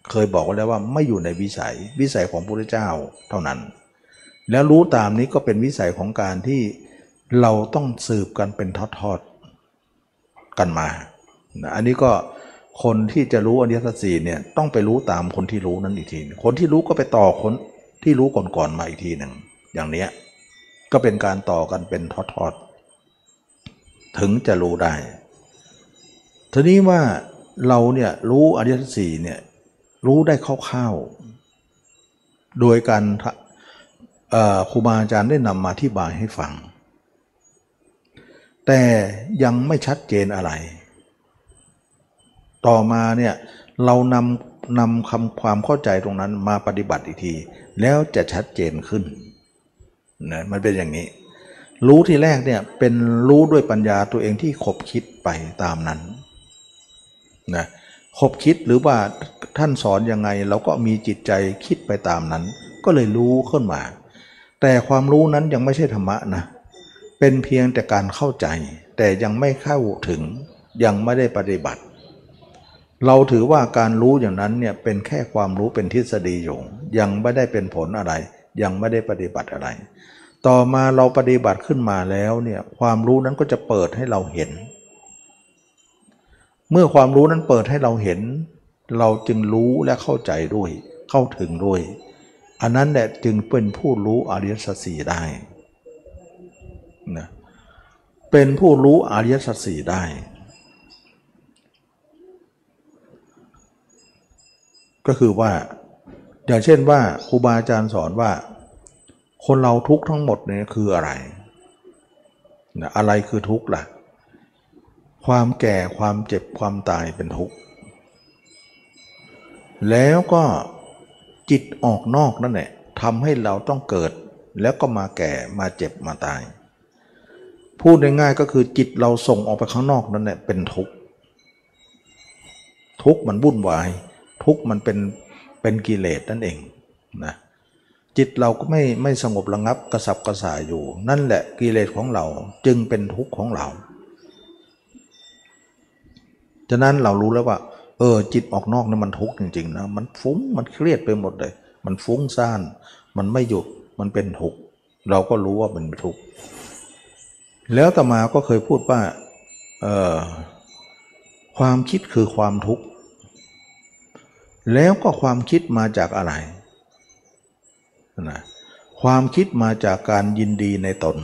เคยบอกไว้แล้วว่าไม่อยู่ในวิสัยของพระพุทธเจ้าเท่านั้นแล้วรู้ตามนี้ก็เป็นวิสัยของการที่เราต้องสืบกันเป็นทอดๆกันมาอันนี้ก็คนที่จะรู้อริยสัจสี่เนี่ยต้องไปรู้ตามคนที่รู้นั้นอีกทีคนที่รู้ก็ไปต่อคนที่รู้ก่อนๆมาอีกทีหนึ่งอย่างเนี้ยก็เป็นการต่อกันเป็นทอดๆถึงจะรู้ได้ทีนี้ว่าเราเนี่ยรู้อริยสัจสี่เนี่ยรู้ได้คร่าวๆโดยการครูบาอาจารย์ได้นำมาอธิบายให้ฟังแต่ยังไม่ชัดเจนอะไรต่อมาเนี่ยเรานำความเข้าใจตรงนั้นมาปฏิบัติอีกทีแล้วจะชัดเจนขึ้นนะมันเป็นอย่างนี้รู้ที่แรกเนี่ยเป็นรู้ด้วยปัญญาตัวเองที่ขบคิดไปตามนั้นนะขบคิดหรือว่าท่านสอนยังไงเราก็มีจิตใจคิดไปตามนั้นก็เลยรู้ขึ้นมาแต่ความรู้นั้นยังไม่ใช่ธรรมะนะเป็นเพียงแต่การเข้าใจแต่ยังไม่เข้าถึงยังไม่ได้ปฏิบัติเราถือว่าการรู้อย่างนั้นเนี่ยเป็นแค่ความรู้เป็นทฤษฎีอยู่ยังไม่ได้เป็นผลอะไรยังไม่ได้ปฏิบัติอะไรต่อมาเราปฏิบัติขึ้นมาแล้วเนี่ยความรู้นั้นก็จะเปิดให้เราเห็นเมื่อความรู้นั้นเปิดให้เราเห็นเราจึงรู้และเข้าใจด้วยเข้าถึงด้วยอันนั้นแหละจึงเป็นผู้รู้อริยสัจสี่ได้นะเป็นผู้รู้อริยสัจสี่ได้ก็คือว่าอย่างเช่นว่าครูบาอาจารย์สอนว่าคนเราทุกข์ทั้งหมดเนี่ยคืออะไรนะอะไรคือทุกข์ล่ะความแก่ความเจ็บความตายเป็นทุกข์แล้วก็จิตออกนอกนั่นแหละทำให้เราต้องเกิดแล้วก็มาแก่มาเจ็บมาตายพูดง่ายๆก็คือจิตเราส่งออกไปข้างนอกนั่นแหละเป็นทุกข์ทุกข์มันวุ่นวายทุกข์มันเป็นกิเลสนั่นเองนะจิตเราก็ไม่สงบระงับกระสับกระส่ายอยู่นั่นแหละกิเลสของเราจึงเป็นทุกข์ของเราฉะนั้นเรารู้แล้วว่าจิตออกนอกนั้นมันทุกข์จริงๆนะมันฟุ้งมันเครียดไปหมดเลยมันฟุ้งซ่านมันไม่หยุดมันเป็นทุกข์เราก็รู้ว่ามันเป็นทุกข์แล้วต่อมาก็เคยพูดว่าความคิดคือความทุกข์แล้วก็ความคิดมาจากอะไรนะความคิดมาจากการยินดีในตน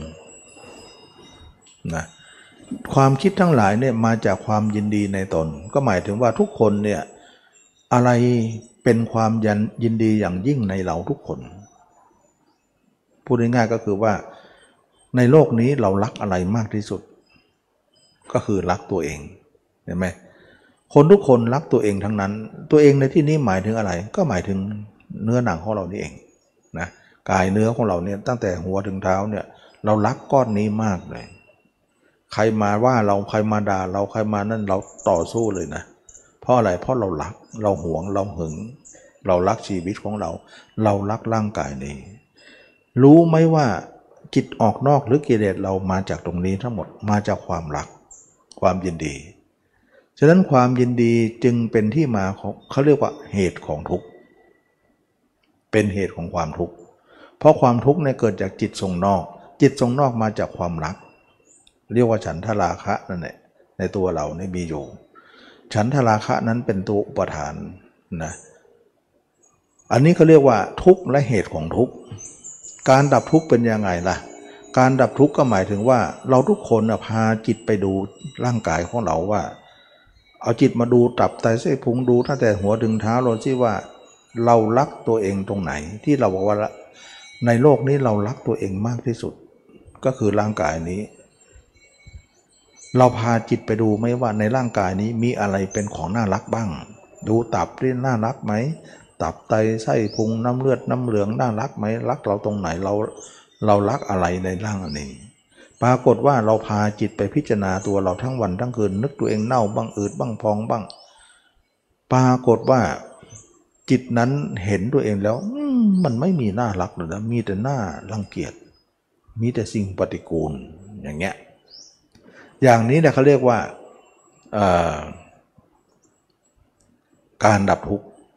นะความคิดทั้งหลายเนี่ยมาจากความยินดีในตนก็หมายถึงว่าทุกคนเนี่ยอะไรเป็นความยินดีอย่างยิ่งในเราทุกคนพูดง่ายๆก็คือว่าในโลกนี้เรารักอะไรมากที่สุดก็คือรักตัวเองเห็นไหมคนทุกคนรักตัวเองทั้งนั้นตัวเองในที่นี้หมายถึงอะไรก็หมายถึงเนื้อหนังของเรานี่เองนะกายเนื้อของเราเนี่ยตั้งแต่หัวถึงเท้าเนี่ยเรารักก้อนนี้มากเลยใครมาว่าเราใครมาด่าเราใครมานั่นเราต่อสู้เลยนะเพราะอะไรเพราะเรารักเราหวงเราหึงเรารักชีวิตของเราเรารักร่างกายนี้รู้ไหมว่าจิตออกนอกหรือกิเลสเรามาจากตรงนี้ทั้งหมดมาจากความรักความยินดีฉะนั้นความยินดีจึงเป็นที่มาของเขาเรียกว่าเหตุของทุกข์เป็นเหตุของความทุกข์เพราะความทุกข์เนี่ยเกิดจากจิตส่งนอกจิตส่งนอกมาจากความรักเรียกว่าฉันทราคะนั่นแหละในตัวเราเนี่ยมีอยู่ฉันทราคะนั้นเป็นตัวอุปทานนะอันนี้เขาเรียกว่าทุกข์และเหตุของทุกข์การดับทุกข์เป็นยังไงล่ะการดับทุกข์ก็หมายถึงว่าเราทุกคนพาจิตไปดูร่างกายของเราว่าเอาจิตมาดูตับไตเส้นพุงดูตั้งแต่หัวถึงเท้าเราสิว่าเรารักตัวเองตรงไหนที่เราบอกว่าในโลกนี้เรารักตัวเองมากที่สุดก็คือร่างกายนี้เราพาจิตไปดูไหมว่าในร่างกายนี้มีอะไรเป็นของน่ารักบ้างดูตับที่น่ารักไหมตับไตไส้พุงน้ำเลือดน้ำเหลืองน่ารักไหมรักเราตรงไหนเรารักอะไรในร่างอันนี้ปรากฏว่าเราพาจิตไปพิจารณาตัวเราทั้งวันทั้งคืนนึกตัวเองเน่าบ้างอืดบ้างพองบ้างปรากฏว่าจิตนั้นเห็นตัวเองแล้วมันไม่มีน่ารักเลยนะมีแต่น่ารังเกียจมีแต่สิ่งปฏิกูลอย่างเงี้ยอย่างนี้เนี่ยเขาเรียกว่าการดับทุกข์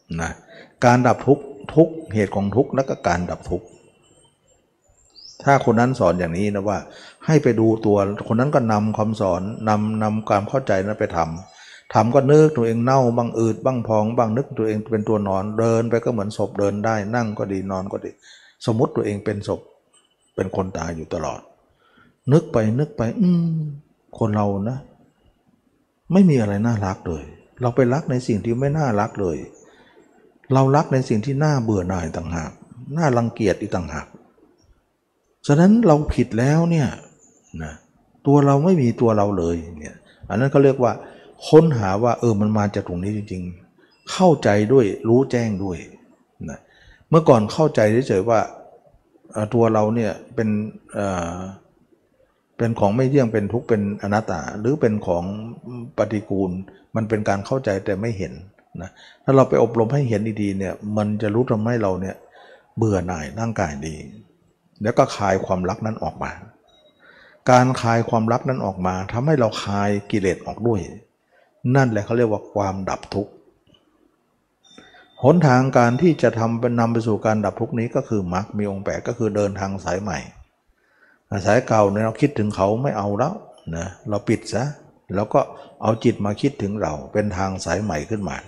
นะการดับทุกข์ทุกเหตุของทุกข์แล้วก็การดับทุกข์ถ้าคนนั้นสอนอย่างนี้นะว่าให้ไปดูตัวคนนั้นก็นำคำสอนนำความเข้าใจนั้นไปทำก็นึกตัวเองเน่าบ้างอืดบ้างพองบ้างนึกตัวเองเป็นตัวนอนเดินไปก็เหมือนศพเดินได้นั่งก็ดีนอนก็ดีสมมุติตัวเองเป็นศพเป็นคนตายอยู่ตลอดนึกไปคนเรานะไม่มีอะไรน่ารักเลยเราไปรักในสิ่งที่ไม่น่ารักเลยเรารักในสิ่งที่น่าเบื่อหน่ายต่างหากน่ารังเกียจอีกต่างหากฉะนั้นเราผิดแล้วเนี่ยนะตัวเราไม่มีตัวเราเลยเนี่ยอันนั้นเขาเรียกว่าค้นหาว่ามันมาจากตรงนี้จริงๆเข้าใจด้วยรู้แจ้งด้วยนะเมื่อก่อนเข้าใจเฉยๆว่าตัวเราเนี่ยเป็นของไม่เที่ยงเป็นทุกข์เป็นอนัตตาหรือเป็นของปฏิกูลมันเป็นการเข้าใจแต่ไม่เห็นนะถ้าเราไปอบรมให้เห็นดีๆเนี่ยมันจะรู้ทำให้เราเนี่ยเบื่อหน่ายร่างกายดีแล้วก็คลายความรักนั้นออกมาการคลายความรักนั้นออกมาทำให้เราคลายกิเลสออกด้วยนั่นแหละเขาเรียกว่าความดับทุกข์หนทางการที่จะนำไปสู่การดับทุกข์นี้ก็คือมรรคมีองค์8ก็คือเดินทางสายใหม่สายเก่าเนี่ยเราคิดถึงเขาไม่เอาแล้วนะเราปิดซะแล้วก็เอาจิตมาคิดถึงเราเป็นทางสายใหม่ขึ้นมา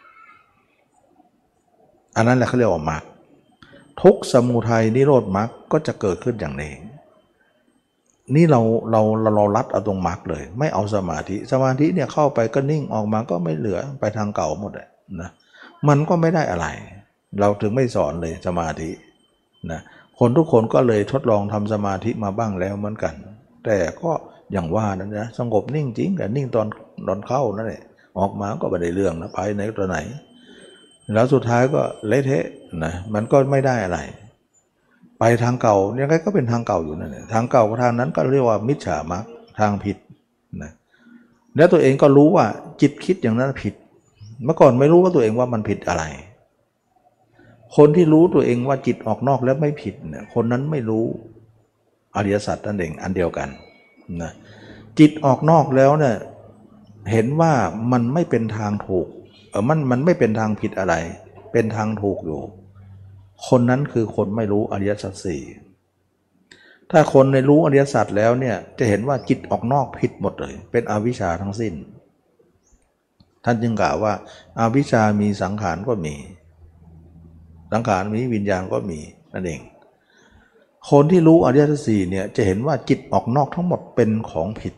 อันนั้นแหละเขาเรียกว่ามรรคทุกข์สมุทัยนิโรธมรรคก็จะเกิดขึ้นอย่างนี้นี่เรารัดเอาตรงมรรคเลยไม่เอาสมาธิเนี่ยเข้าไปก็นิ่งออกมาก็ไม่เหลือไปทางเก่าหมดเลยนะมันก็ไม่ได้อะไรเราถึงไม่สอนเลยสมาธินะคนทุกคนก็เลยทดลองทำสมาธิมาบ้างแล้วเหมือนกันแต่ก็อย่างว่านั่นนะสงบนิ่งจริงแต่นิ่งตอนเข้านั่นแหละออกมาก็ไม่ได้เรื่องนะไปไหนตัวไหนแล้วสุดท้ายก็เละเทะนะมันก็ไม่ได้อะไรไปทางเก่ายังไงก็เป็นทางเก่าอยู่นั่นแหละทางเก่าทางนั้นก็เรียกว่ามิจฉามรรคทางผิดนะแล้วตัวเองก็รู้ว่าจิตคิดอย่างนั้นผิดเมื่อก่อนไม่รู้ว่าตัวเองว่ามันผิดอะไรคนที่รู้ตัวเองว่าจิตออกนอกแล้วไม่ผิดเนี่ยคนนั้นไม่รู้อริยสัจนั่นเองอันเดียวกันนะจิตออกนอกแล้วเนี่ยเห็นว่ามันไม่เป็นทางถูกมันไม่เป็นทางผิดอะไรเป็นทางถูกอยู่คนนั้นคือคนไม่รู้อริยสัจสี่ถ้าคนในรู้อริยสัจแล้วเนี่ยจะเห็นว่าจิตออกนอกผิดหมดเลยเป็นอวิชชาทั้งสิ้นท่านจึงกล่าวว่าอวิชชามีสังขารก็มีสังขารมีวิญญาณก็มีนั่นเองคนที่รู้อริยสัจสี่เนี่ยจะเห็นว่าจิตออกนอกทั้งหมดเป็นของผิด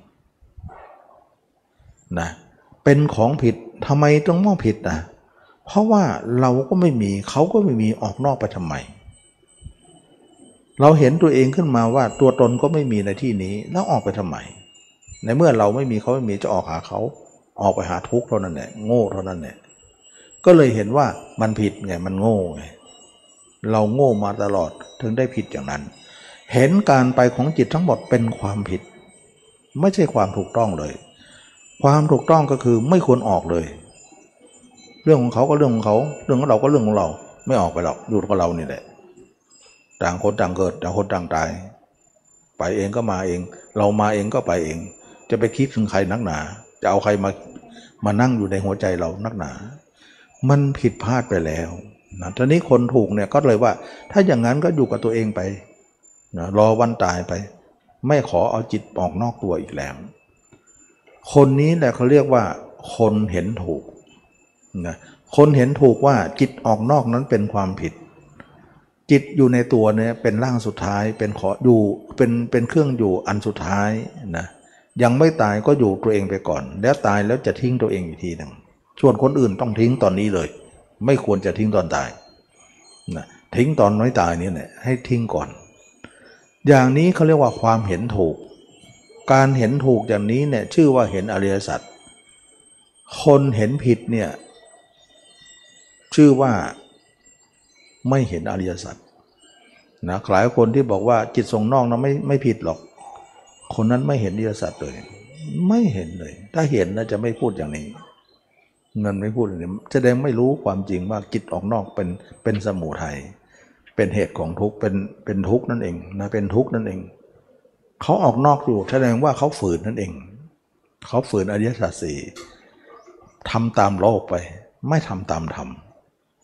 นะเป็นของผิดทำไมต้องมองผิดนะเพราะว่าเราก็ไม่มีเขาก็ไม่มีออกนอกไปทำไมเราเห็นตัวเองขึ้นมาว่าตัวตนก็ไม่มีในที่นี้แล้วออกไปทำไมในเมื่อเราไม่มีเขาไม่มีจะออกหาเขาออกไปหาทุกข์เท่านั้นแหละโง่เท่านั้นแหละก็เลยเห็นว่ามันผิดไงมันโง่ไงเราโง่มาตลอดถึงได้ผิดอย่างนั้นเห็นการไปของจิตทั้งหมดเป็นความผิดไม่ใช่ความถูกต้องเลยความถูกต้องก็คือไม่ควรออกเลยเรื่องของเขาก็เรื่องของเขาเรื่องของเราก็เรื่องของเราไม่ออกไปหรอกอยู่กับเรานี่แหละต่างคนต่างเกิดต่างคนต่างตายไปเองก็มาเองเรามาเองก็ไปเองจะไปคิดถึงใครนักหนาจะเอาใครมานั่งอยู่ในหัวใจเรานักหนามันผิดพลาดไปแล้วนะทีนี้คนถูกเนี่ยก็เลยว่าถ้าอย่างนั้นก็อยู่กับตัวเองไปนะรอวันตายไปไม่ขอเอาจิตออกนอกตัวอีกแล้วคนนี้แหละเขาเรียกว่าคนเห็นถูกนะคนเห็นถูกว่าจิตออกนอกนั้นเป็นความผิดจิตอยู่ในตัวเนี่ยเป็นร่างสุดท้ายเป็นขออยู่เป็นเครื่องอยู่อันสุดท้ายนะยังไม่ตายก็อยู่ตัวเองไปก่อนแล้วตายแล้วจะทิ้งตัวเองอีกทีหนึ่งส่วนคนอื่นต้องทิ้งตอนนี้เลยไม่ควรจะทิ้งตอนตายนะทิ้งตอนน้อยตายนี่แหละให้ทิ้งก่อนอย่างนี้เขาเรียกว่าความเห็นถูกการเห็นถูกอย่างนี้เนี่ยชื่อว่าเห็นอริยสัจคนเห็นผิดเนี่ยชื่อว่าไม่เห็นอริยสัจนะหลายคนที่บอกว่าจิตส่งนอกนะไม่ผิดหรอกคนนั้นไม่เห็นอริยสัจเลยไม่เห็นเลยถ้าเห็นนะจะไม่พูดอย่างนี้มันไม่พูดอย่างนี้แสดงไม่รู้ความจริงว่าจิตออกนอกเป็นสมุทัยเป็นเหตุของทุกข์เป็นทุกข์นั่นเองนะเป็นทุกข์นั่นเองเขาออกนอกอยู่แสดงว่าเขาฝืนนั่นเองเขาฝืนอริยสัจสี่ทำตามโลกไปไม่ทำตามธรรม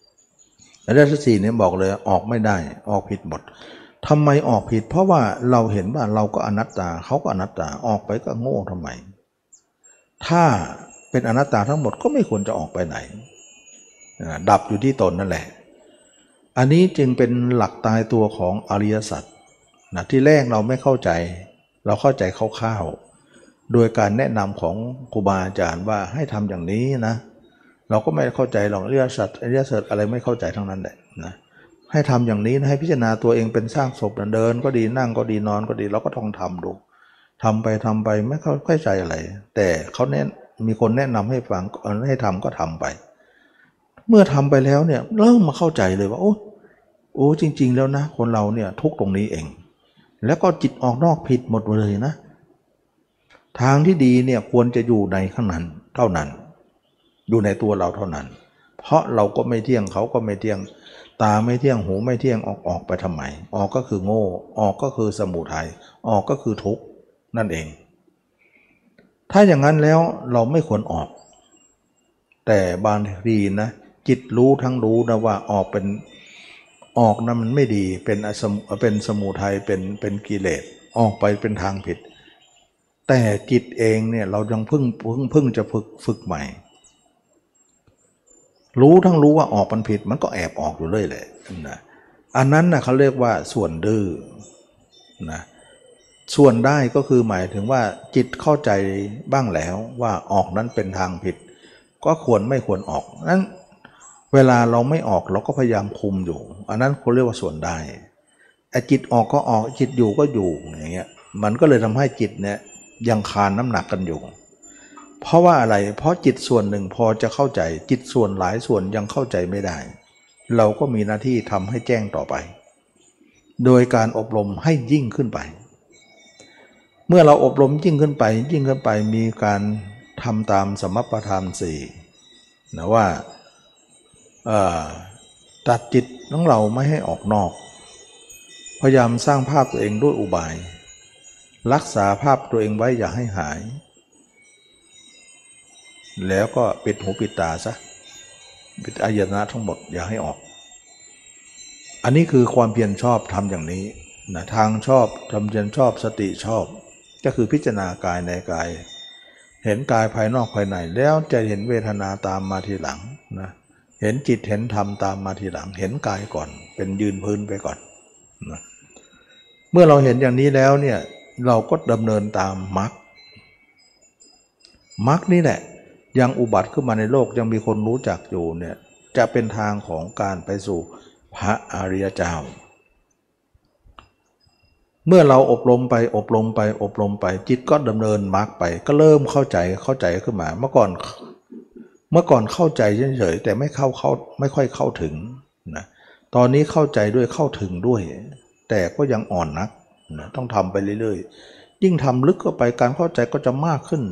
อริยสัจสี่เนี่ยบอกเลยออกไม่ได้ออกผิดหมดทำไมออกผิดเพราะว่าเราเห็นว่าเราก็อนัตตาเขาก็อนัตตาออกไปก็โง่ทำไมถ้าเป็นอนัตตาทั้งหมดก็ไม่ควรจะออกไปไหนดับอยู่ที่ตนนั่นแหละอันนี้จึงเป็นหลักตายตัวของอริยสัจนะที่แรกเราไม่เข้าใจเราเข้าใจคร่าวๆโดยการแนะนำของครูบาอาจารย์ว่าให้ทำอย่างนี้นะเราก็ไม่เข้าใจหรอกอริยสัจอะไรไม่เข้าใจทั้งนั้นแหละนะให้ทำอย่างนี้นะให้พิจารณาตัวเองเป็นสร้างศพเดินก็ดีนั่งก็ดีนอนก็ดีเราก็ต้องทำดูทำไปไม่เข้าใจอะไรแต่เขามีคนแนะนำให้ฟังให้ทำก็ทำไปเมื่อทำไปแล้วเนี่ยเริ่มมาเข้าใจเลยว่าโอ้จริงๆแล้วนะคนเราเนี่ยทุกตรงนี้เองแล้วก็จิตออกนอกผิดหมดเลยนะทางที่ดีเนี่ยควรจะอยู่ในข้างนั้นเท่านั้นอยู่ในตัวเราเท่านั้นเพราะเราก็ไม่เที่ยงเขาก็ไม่เที่ยงตาไม่เที่ยงหูไม่เที่ยงออกไปทำไมออกก็คือโง่ออกก็คือสมุทัยออกก็คือทุกข์นั่นเองถ้าอย่างนั้นแล้วเราไม่ควรออกแต่บางทีนะจิตรู้ทั้งรู้นะว่าออกนะมันไม่ดีเป็นสมุทัยเป็นกิเลสออกไปเป็นทางผิดแต่จิตเองเนี่ยเรายังเพิ่งจะฝึกใหม่รู้ทั้งรู้ว่าออกมันผิดมันก็แอบออกอยู่เรื่อยเลยนะอันนั้นนะเขาเรียกว่าส่วนดื้อนะส่วนได้ก็คือหมายถึงว่าจิตเข้าใจบ้างแล้วว่าออกนั้นเป็นทางผิดก็ไม่ควรออกนั้นเวลาเราไม่ออกเราก็พยายามคุมอยู่อันนั้นเขาเรียกว่าส่วนได้ไอ้จิตออกก็ออกจิตอยู่ก็อยู่อย่างเงี้ยมันก็เลยทำให้จิตเนี่ยยังคานน้ำหนักกันอยู่เพราะว่าอะไรเพราะจิตส่วนหนึ่งพอจะเข้าใจจิตส่วนหลายส่วนยังเข้าใจไม่ได้เราก็มีหน้าที่ทำให้แจ้งต่อไปโดยการอบรมให้ยิ่งขึ้นไปเมื่อเราอบรมยิ่งขึ้นไปมีการทำตามสมัปปทานสี่นะว่าตัดจิตของเราไม่ให้ออกนอกพยายามสร้างภาพตัวเองด้วยอุบายรักษาภาพตัวเองไว้อย่าให้หายแล้วก็ปิดหูปิดตาซะปิดอายตนะทั้งหมดอย่าให้ออกอันนี้คือความเพียรชอบทำอย่างนี้นะทางชอบทำเพียรชอบสติชอบก็คือพิจารณากายในกายเห็นกายภายนอกภายในแล้วจะเห็นเวทนาตามมาทีหลังนะเห็นจิตเห็นธรรมตามมาทีหลังเห็นกายก่อนเป็นยืนพื้นไปก่อนนะเมื่อเราเห็นอย่างนี้แล้วเนี่ยเราก็ดำเนินตามมรรคนี่แหละยังอุบัติขึ้นมาในโลกยังมีคนรู้จักอยู่เนี่ยจะเป็นทางของการไปสู่พระอริยเจ้าเมื่อเราอบรมไปจิตก็ดำเนินมรรคไปก็เริ่มเข้าใจขึ้นมาเมื่อก่อนเข้าใจเฉยๆแต่ไม่ค่อยเข้าถึงนะตอนนี้เข้าใจด้วยเข้าถึงด้วยแต่ก็ยังอ่อนนักนะต้องทำไปเรื่อยๆยิ่งทำลึกเข้าไปการเข้าใจก็จะมากขึ้น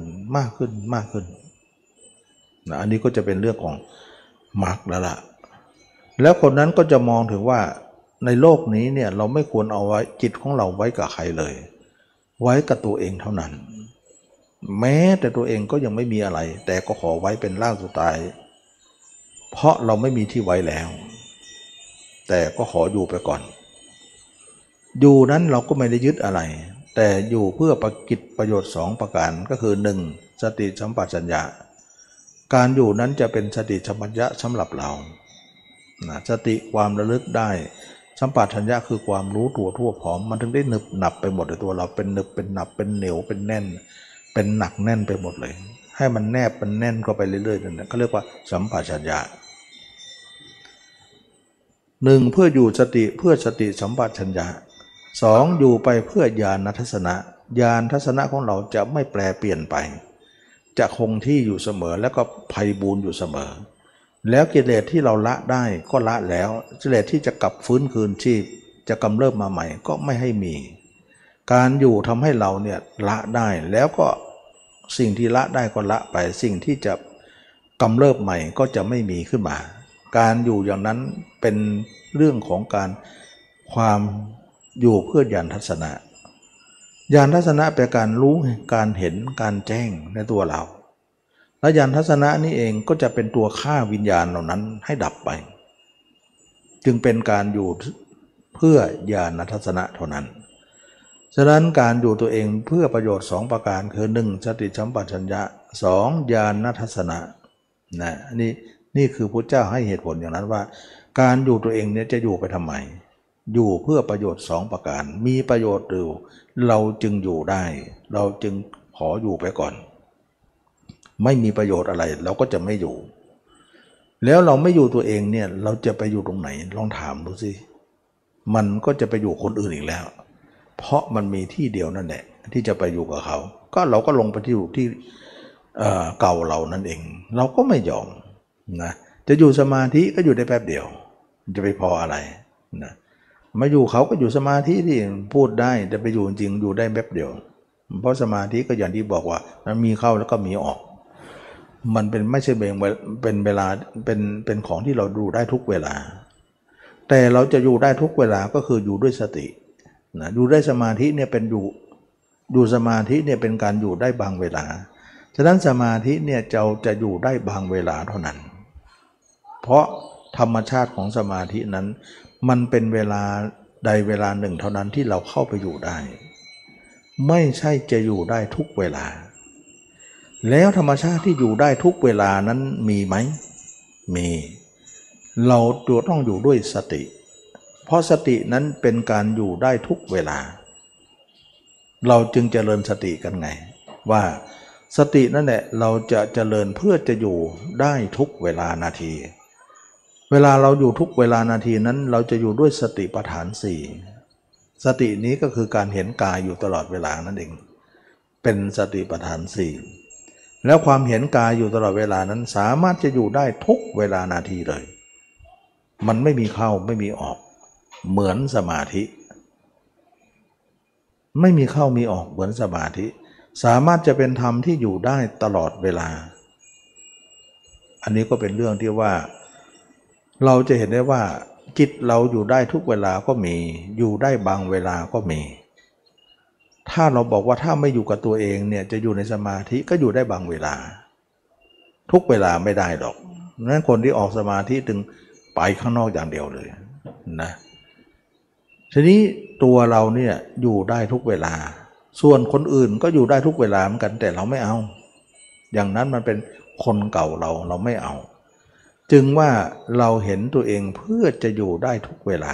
นะอันนี้ก็จะเป็นเรื่องของมรรคแล้วล่ะแล้วคนนั้นก็จะมองถึงว่าในโลกนี้เนี่ยเราไม่ควรเอาไว้จิตของเราไว้กับใครเลยไว้กับตัวเองเท่านั้นแม้แต่ตัวเองก็ยังไม่มีอะไรแต่ก็ขอไว้เป็นร่างสุดท้ายเพราะเราไม่มีที่ไว้แล้วแต่ก็ขออยู่ไปก่อนอยู่นั้นเราก็ไม่ได้ยึดอะไรแต่อยู่เพื่อประโยชน์2ประการก็คือ1สติสัมปชัญญะการอยู่นั้นจะเป็นสติสัมปชัญญะสำหรับเราสติความระลึกได้สัมปชัญญะคือความรู้ตัวทั่วพร้อมมันถึงได้หนึบหนับไปหมดในตัวเราเป็นหนึบเป็นหนับเป็นเหนียวเป็นแน่นเป็นหนักแน่นไปหมดเลยให้มันแนบมันแน่นเข้าไปเรื่อยๆนั่นเขาเรียกว่าสัมปชัญญะ1เพื่ออยู่สติเพื่อสติสัมปชัญญะ2อยู่ไปเพื่อญาณทัศนะญาณทัศนะของเราจะไม่แปรเปลี่ยนไปจะคงที่อยู่เสมอแล้วก็ไพบูรย์อยู่เสมอแล้วกิเลสที่เราละได้ก็ละแล้วกิเลสที่จะกลับฟื้นคืนชีพจะกำเริบมาใหม่ก็ไม่ให้มีการอยู่ทำให้เราเนี่ยละได้แล้วก็สิ่งที่ละได้ก็ละไปสิ่งที่จะกำเริบใหม่ก็จะไม่มีขึ้นมาการอยู่อย่างนั้นเป็นเรื่องของความอยู่เพื่อญาณทัศนะญาณทัศนะเป็นการรู้การเห็นการแจ้งในตัวเราและญาณทัศนะนี่เองก็จะเป็นตัวฆ่าวิญญาณเหล่านั้นให้ดับไปจึงเป็นการอยู่เพื่อญาณทัศนะเท่านั้นฉะนั้นการอยู่ตัวเองเพื่อประโยชน์2ประการคือ1สติสัมปชัญญะ2ญาณทัศนะนะนี่คือพระเจ้าให้เหตุผลอย่างนั้นว่าการอยู่ตัวเองเนี่ยจะอยู่ไปทำไมอยู่เพื่อประโยชน์2ประการมีประโยชน์อยู่เราจึงอยู่ได้เราจึงขออยู่ไปก่อนไม่มีประโยชน์อะไรเราก็จะไม่อยู่แล้วเราไม่อยู่ตัวเองเนี่ยเราจะไปอยู่ตรงไหนลองถามดูสิมันก็จะไปอยู่คนอื่นอีกแล้วเพราะมันมีที่เดียวนั่นแหละที่จะไปอยู่กับเขาก็เราก็ลงไปที่อยู่ที่เก่าเรานั่นเองเราก็ไม่ยอมนะจะอยู่สมาธิก็อยู่ได้แป๊บเดียวจะไปพออะไรนะมาอยู่เขาก็อยู่สมาธิที่พูดได้แต่ไปอยู่จริงอยู่ได้แป๊บเดียวเพราะสมาธิก็อย่างที่บอกว่ามันมีเข้าแล้วก็มีออกมันเป็นไม่ใช่เป็นเวลาเป็นของที่เราดูได้ทุกเวลาแต่เราจะอยู่ได้ทุกเวลาก็คืออยู่ด้วยสตินะอยู่ได้สมาธิเนี่ยเป็นอยู่สมาธิเนี่ยเป็นการอยู่ได้บางเวลาฉะนั้นสมาธิเนี่ยจะอยู่ได้บางเวลาเท่านั้นเพราะธรรมชาติของสมาธินั้นมันเป็นเวลาใดเวลาหนึ่งเท่านั้นที่เราเข้าไปอยู่ได้ไม่ใช่จะอยู่ได้ทุกเวลาแล้วธรรมชาติที่อยู่ได้ทุกเวลานั้นมีไหมมีเราต้องอยู่ด้วยสติเพราะสตินั้นเป็นการอยู่ได้ทุกเวลาเราจึงเจริญสติกันไงว่าสตินั่นแหละเราจะเจริญเพื่อจะอยู่ได้ทุกเวลานาทีเวลาเราอยู่ทุกเวลานาทีนั้นเราจะอยู่ด้วยสติปัฏฐาน4สตินี้ก็คือการเห็นกายอยู่ตลอดเวลานั่นเองเป็นสติปัฏฐาน4แล้วความเห็นกายอยู่ตลอดเวลานั้นสามารถจะอยู่ได้ทุกเวลานาทีเลยมันไม่มีเข้าไม่มีออกเหมือนสมาธิไม่มีเข้ามีออกเหมือนสมาธิสามารถจะเป็นธรรมที่อยู่ได้ตลอดเวลาอันนี้ก็เป็นเรื่องที่ว่าเราจะเห็นได้ว่าจิตเราอยู่ได้ทุกเวลาก็มีอยู่ได้บางเวลาก็มีถ้าเราบอกว่าถ้าไม่อยู่กับตัวเองเนี่ยจะอยู่ในสมาธิก็อยู่ได้บางเวลาทุกเวลาไม่ได้หรอกนั้นคนที่ออกสมาธิถึงไปข้างนอกอย่างเดียวเลยนะทีนี้ตัวเราเนี่ยอยู่ได้ทุกเวลาส่วนคนอื่นก็อยู่ได้ทุกเวลาเหมือนกันแต่เราไม่เอาอย่างนั้นมันเป็นคนเก่าเราไม่เอาจึงว่าเราเห็นตัวเองเพื่อจะอยู่ได้ทุกเวลา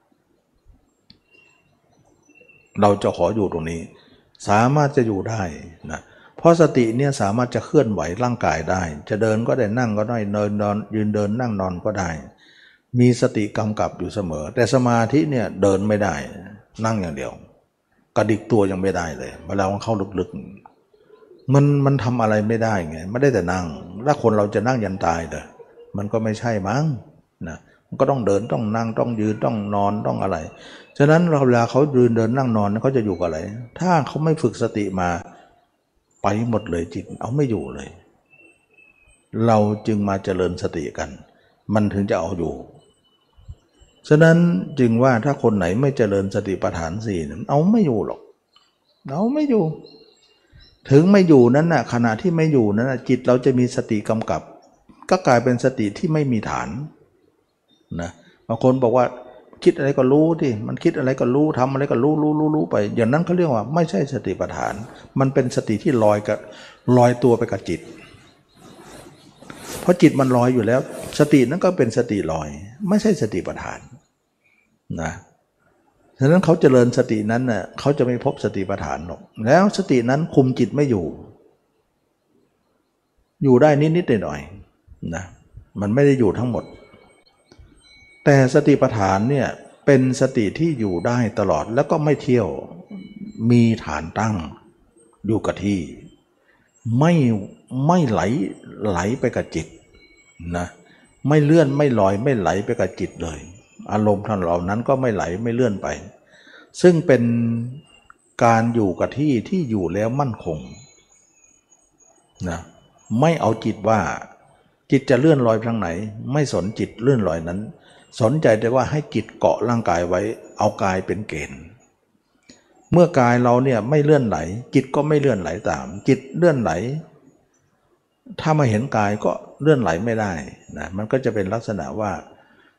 เราจะขออยู่ตรงนี้สามารถจะอยู่ได้นะเพราะสติเนี่ยสามารถจะเคลื่อนไหวร่างกายได้จะเดินก็ได้นั่งก็ได้เดินนอนยืนเดินนั่งนอนก็ได้มีสติกำกับอยู่เสมอแต่สมาธิเนี่ยเดินไม่ได้นั่งอย่างเดียวกระดิกตัวยังไม่ได้เลยเวลาเข้าลึกๆมันทำอะไรไม่ได้ไงไม่ได้แต่นั่งถ้าคนเราจะนั่งยันตายเลยมันก็ไม่ใช่มั้งนะมันก็ต้องเดินต้องนั่งต้องยืนต้องนอนต้องอะไรฉะนั้นเวลาเขายืนเดินนั่งนอนเขาจะอยู่กับอะไรถ้าเขาไม่ฝึกสติมาไปหมดเลยจิตเอาไม่อยู่เลยเราจึงมาเจริญสติกันมันถึงจะเอาอยู่ฉะนั้นจึงว่าถ้าคนไหนไม่เจริญสติปัฏฐาน4นั้นเอาไม่อยู่หรอกเอาไม่อยู่ถึงไม่อยู่นั้นน่ะขณะที่ไม่อยู่นั้นน่ะจิตเราจะมีสติกำกับก็กลายเป็นสติที่ไม่มีฐานนะบางคนบอกว่าคิดอะไรก็รู้ที่มันคิดอะไรก็รู้ทำอะไรก็รู้ไปอย่างนั้นเขาเรียกว่าไม่ใช่สติปัฏฐานมันเป็นสติที่ลอยตัวไปกับจิตเพราะจิตมันลอยอยู่แล้วสตินั้นก็เป็นสติลอยไม่ใช่สติปัฏฐานนะฉะนั้นเขาเจริญสตินั้นน่ะเขาจะไม่พบสติปัฏฐานหรอกแล้วสตินั้นคุมจิตไม่อยู่ได้นิดๆหน่อยๆนะมันไม่ได้อยู่ทั้งหมดแต่สติปัฏฐานเนี่ยเป็นสติที่อยู่ได้ตลอดแล้วก็ไม่เที่ยวมีฐานตั้งอยู่กับที่ไม่ไหลไปกับจิตนะไม่เลื่อนไม่ลอยไม่ไหลไปกับจิตเลยอารมณ์ท่านเหล่านั้นก็ไม่ไหลไม่เลื่อนไปซึ่งเป็นการอยู่กับที่ที่อยู่แล้วมั่นคงนะไม่เอาจิตว่าจิตจะเลื่อนลอยไปทางไหนไม่สนจิตเลื่อนลอยนั้นสนใจแต่ว่าให้จิตเกาะร่างกายไว้เอากายเป็นเกณฑ์เมื่อกายเราเนี่ยไม่เลื่อนไหลจิตก็ไม่เลื่อนไหลตามจิตเลื่อนไหลถ้ามาเห็นกายก็เลื่อนไหลไม่ได้นะมันก็จะเป็นลักษณะว่า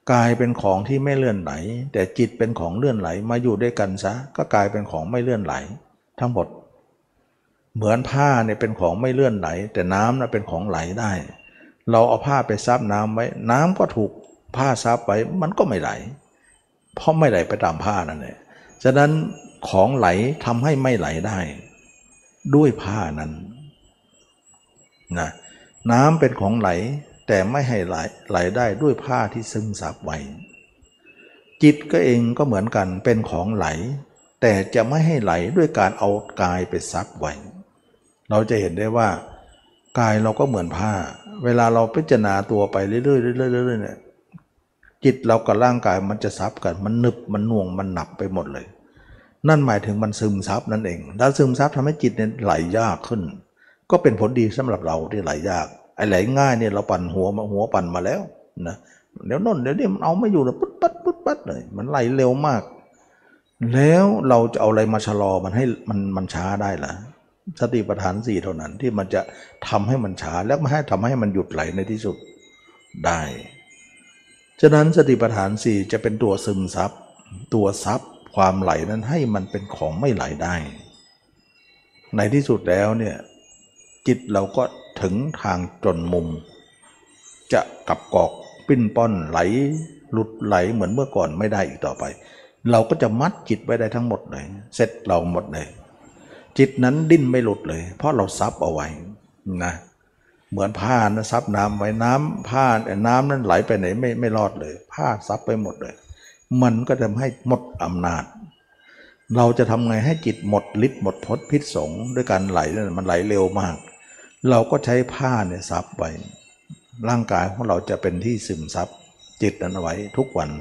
กายเป็นของที่ไม่เลื่อนไหลแต่จิตเป็นของเลื่อนไหลมาอยู่ด้วยกันซะก็กลายเป็นของไม่เลื่อนไหลทั้งหมดเหมือนผ้าเนี่ยเป็นของไม่เลื่อนไหลแต่น้ำน่ะเป็นของไหลได้เราเอาผ้าไปซับน้ำไว้น้ำก็ถูกผ้าซับไว้มันก็ไม่ไหลเพราะไม่ไหลไปตามผ้านั่นเองฉะนั้นของไหลทำให้ไม่ไหลได้ด้วยผ้านั้นนะน้ำเป็นของไหลแต่ไม่ให้ไหลได้ด้วยผ้าที่ซึมซับไว้จิตก็เองก็เหมือนกันเป็นของไหลแต่จะไม่ให้ไหลด้วยการเอากายไปซับไว้เราจะเห็นได้ว่ากายเราก็เหมือนผ้าเวลาเราพิจารณาตัวไปเรื่อยๆเรื่อยๆเนี่ยจิตเรากับร่างกายมันจะซับกันมันหนึบมันหน่วงมันหนับไปหมดเลยนั่นหมายถึงมันซึมซับนั่นเองถ้าซึมซับทำให้จิตเนี่ยไหลยากขึ้นก็เป็นผลดีสำหรับเราที่ไหลยากไอ้ไหลง่ายเนี่ยเราปั่นหัวปั่นมาแล้วนะเดี๋ยวโน่นเดี๋ยวนี้มันเอาไม่อยู่เลยปุ๊บปั๊ดเลยมันไหลเร็วมากแล้วเราจะเอาอะไรมาชะลอมันให้มันช้าได้ล่ะสติปัฏฐาน4เท่านั้นที่มันจะทำให้มันช้าแล้วไม่ให้ทำให้มันหยุดไหลในที่สุดได้ฉะนั้นสติปัฏฐาน4จะเป็นตัวซึมซับตัวซับความไหลนั้นให้มันเป็นของไม่ไหลได้ในที่สุดแล้วเนี่ยจิตเราก็ถึงทางจนมุมจะกลับกอกปิ้นป้อนไหลหลุดไหลเหมือนเมื่อก่อนไม่ได้อีกต่อไปเราก็จะมัดจิตไว้ได้ทั้งหมดเลยเสร็จเราหมดเลยจิตนั้นดิ้นไม่หลุดเลยเพราะเราซับเอาไว้นะเหมือนผ้านะซับน้ำไว้น้ำผ้าน้ำนั้นไหลไปไหนไม่รอดเลยผ้าซับไปหมดเลยมันก็ทำให้หมดอำนาจเราจะทำไงให้จิตหมดฤทธิ์หมดพิษสงด้วยการไหลนั่นมันไหลเร็วมากเราก็ใช้ผ้าเนี่ยซับไว้ร่างกายของเราจะเป็นที่ซึมซับจิตนั้นเอาไว้ทุกวัน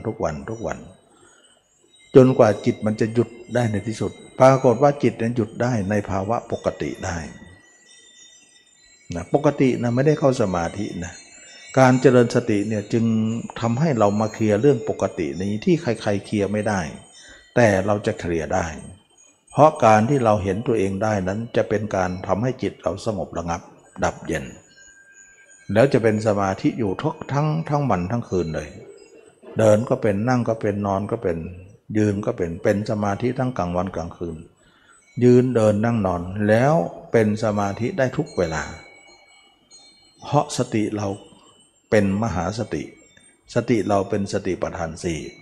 จนกว่าจิตมันจะหยุดได้ในที่สุดปรากฏว่าจิตนั้นหยุดได้ในภาวะปกติได้นะปกตินะไม่ได้เข้าสมาธินะการเจริญสติเนี่ยจึงทำให้เรามาเคลียร์เรื่องปกตินี้ที่ใครๆเคลียร์ไม่ได้แต่เราจะเคลียร์ได้เพราะการที่เราเห็นตัวเองได้นั้นจะเป็นการทำให้จิตเราสงบระงับดับเย็นแล้วจะเป็นสมาธิอยู่ทั้งวันทั้งคืนเลยเดินก็เป็นนั่งก็เป็นนอนก็เป็นยืนก็เป็นสมาธิทั้งกลางวันกลางคืนยืนเดินนั่งนอนแล้วเป็นสมาธิได้ทุกเวลาเพราะสติเราเป็นมหาสติสติเราเป็นสติปัฏฐาน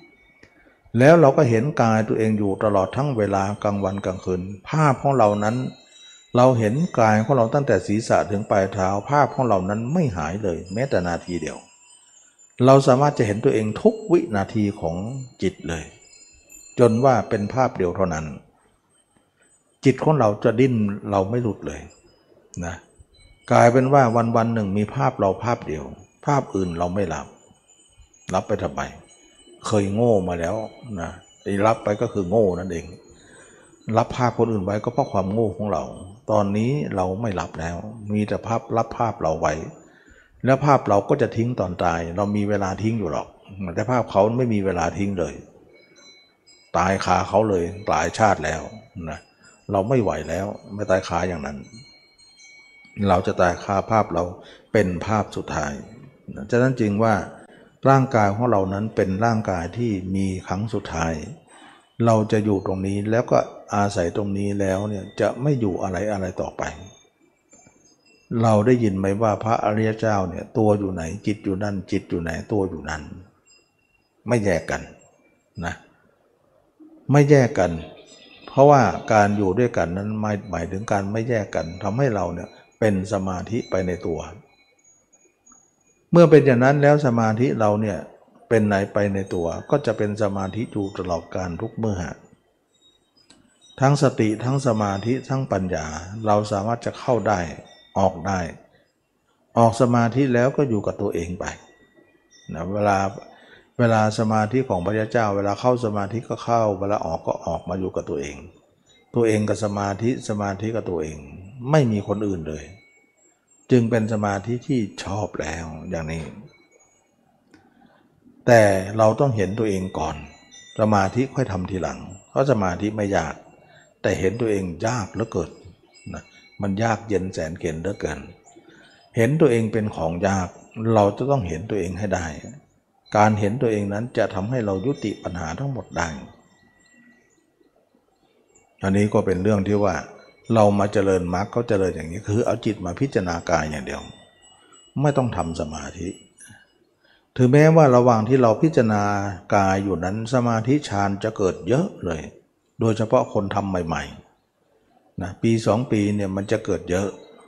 4แล้วเราก็เห็นกายตัวเองอยู่ตลอดทั้งเวลากลางวันกลางคืนภาพของเรานั้นเราเห็นกายของเราตั้งแต่ศีรษะถึงปลายเท้าภาพของเรานั้นไม่หายเลยแม้แต่นาทีเดียวเราสามารถจะเห็นตัวเองทุกวินาทีของจิตเลยจนว่าเป็นภาพเดียวเท่านั้นจิตของเราจะดิ้นเราไม่หลุดเลยนะกลายเป็นว่าวันหนึ่งมีภาพเราภาพเดียวภาพอื่นเราไม่รับไปทำไมเคยโง่มาแล้วนะไอ้รับไปก็คือโง่นั่นเองรับภาพคนอื่นไว้ก็เพราะความโง่ของเราตอนนี้เราไม่รับแล้วมีแต่รับภาพเราไว้แล้วภาพเราก็จะทิ้งตอนตายเรามีเวลาทิ้งอยู่หรอกแต่ภาพเขาไม่มีเวลาทิ้งเลยตายคาเขาเลยหลายชาติแล้วนะเราไม่ไหวแล้วไม่ตายคาอย่างนั้นเราจะตายคาภาพเราเป็นภาพสุดท้ายฉะนั้นจึงว่าร่างกายของเรานั้นเป็นร่างกายที่มีครั้งสุดท้ายเราจะอยู่ตรงนี้แล้วก็อาศัยตรงนี้แล้วเนี่ยจะไม่อยู่อะไรต่อไปเราได้ยินไหมว่าพระอริยเจ้าเนี่ยตัวอยู่ไหนจิตอยู่นั่นจิตอยู่ไหนตัวอยู่นั่นไม่แยกกันนะไม่แยกกันเพราะว่าการอยู่ด้วยกันนั้นหมายถึงการไม่แยกกันทำให้เราเนี่ยเป็นสมาธิไปในตัวเมื่อเป็นอย่างนั้นแล้วสมาธิเราเนี่ยเป็นไหนไปในตัวก็จะเป็นสมาธิอยู่ตลอดการทุกเมื่อทั้งสติทั้งสมาธิทั้งปัญญาเราสามารถจะเข้าได้ออกได้ออกสมาธิแล้วก็อยู่กับตัวเองไปนะเวลาสมาธิของพระพุทธเจ้าเวลาเข้าสมาธิก็เข้าเวลาออกก็ออกมาอยู่กับตัวเองกับสมาธิกับตัวเองไม่มีคนอื่นเลยจึงเป็นสมาธิที่ชอบแล้วอย่างนี้แต่เราต้องเห็นตัวเองก่อนสมาธิค่อยทำทีหลังเพราะสมาธิไม่ยากแต่เห็นตัวเองยากเหลือเกินนะมันยากเย็นแสนเข็ญเหลือเกินเห็นตัวเองเป็นของยากเราจะต้องเห็นตัวเองให้ได้การเห็นตัวเองนั้นจะทำให้เรายุติปัญหาทั้งหมดได้อันนี้ก็เป็นเรื่องที่ว่าเรามาเจริญมรรคเขาเจริญอย่างนี้คือเอาจิตมาพิจารณากายอย่างเดียวไม่ต้องทำสมาธิถึงแม้ว่าระหว่างที่เราพิจารณากายอยู่นั้นสมาธิฌานจะเกิดเยอะเลยโดยเฉพาะคนทำใหม่ๆนะปี2 ปีเนี่ยมันจะเกิดเยอะ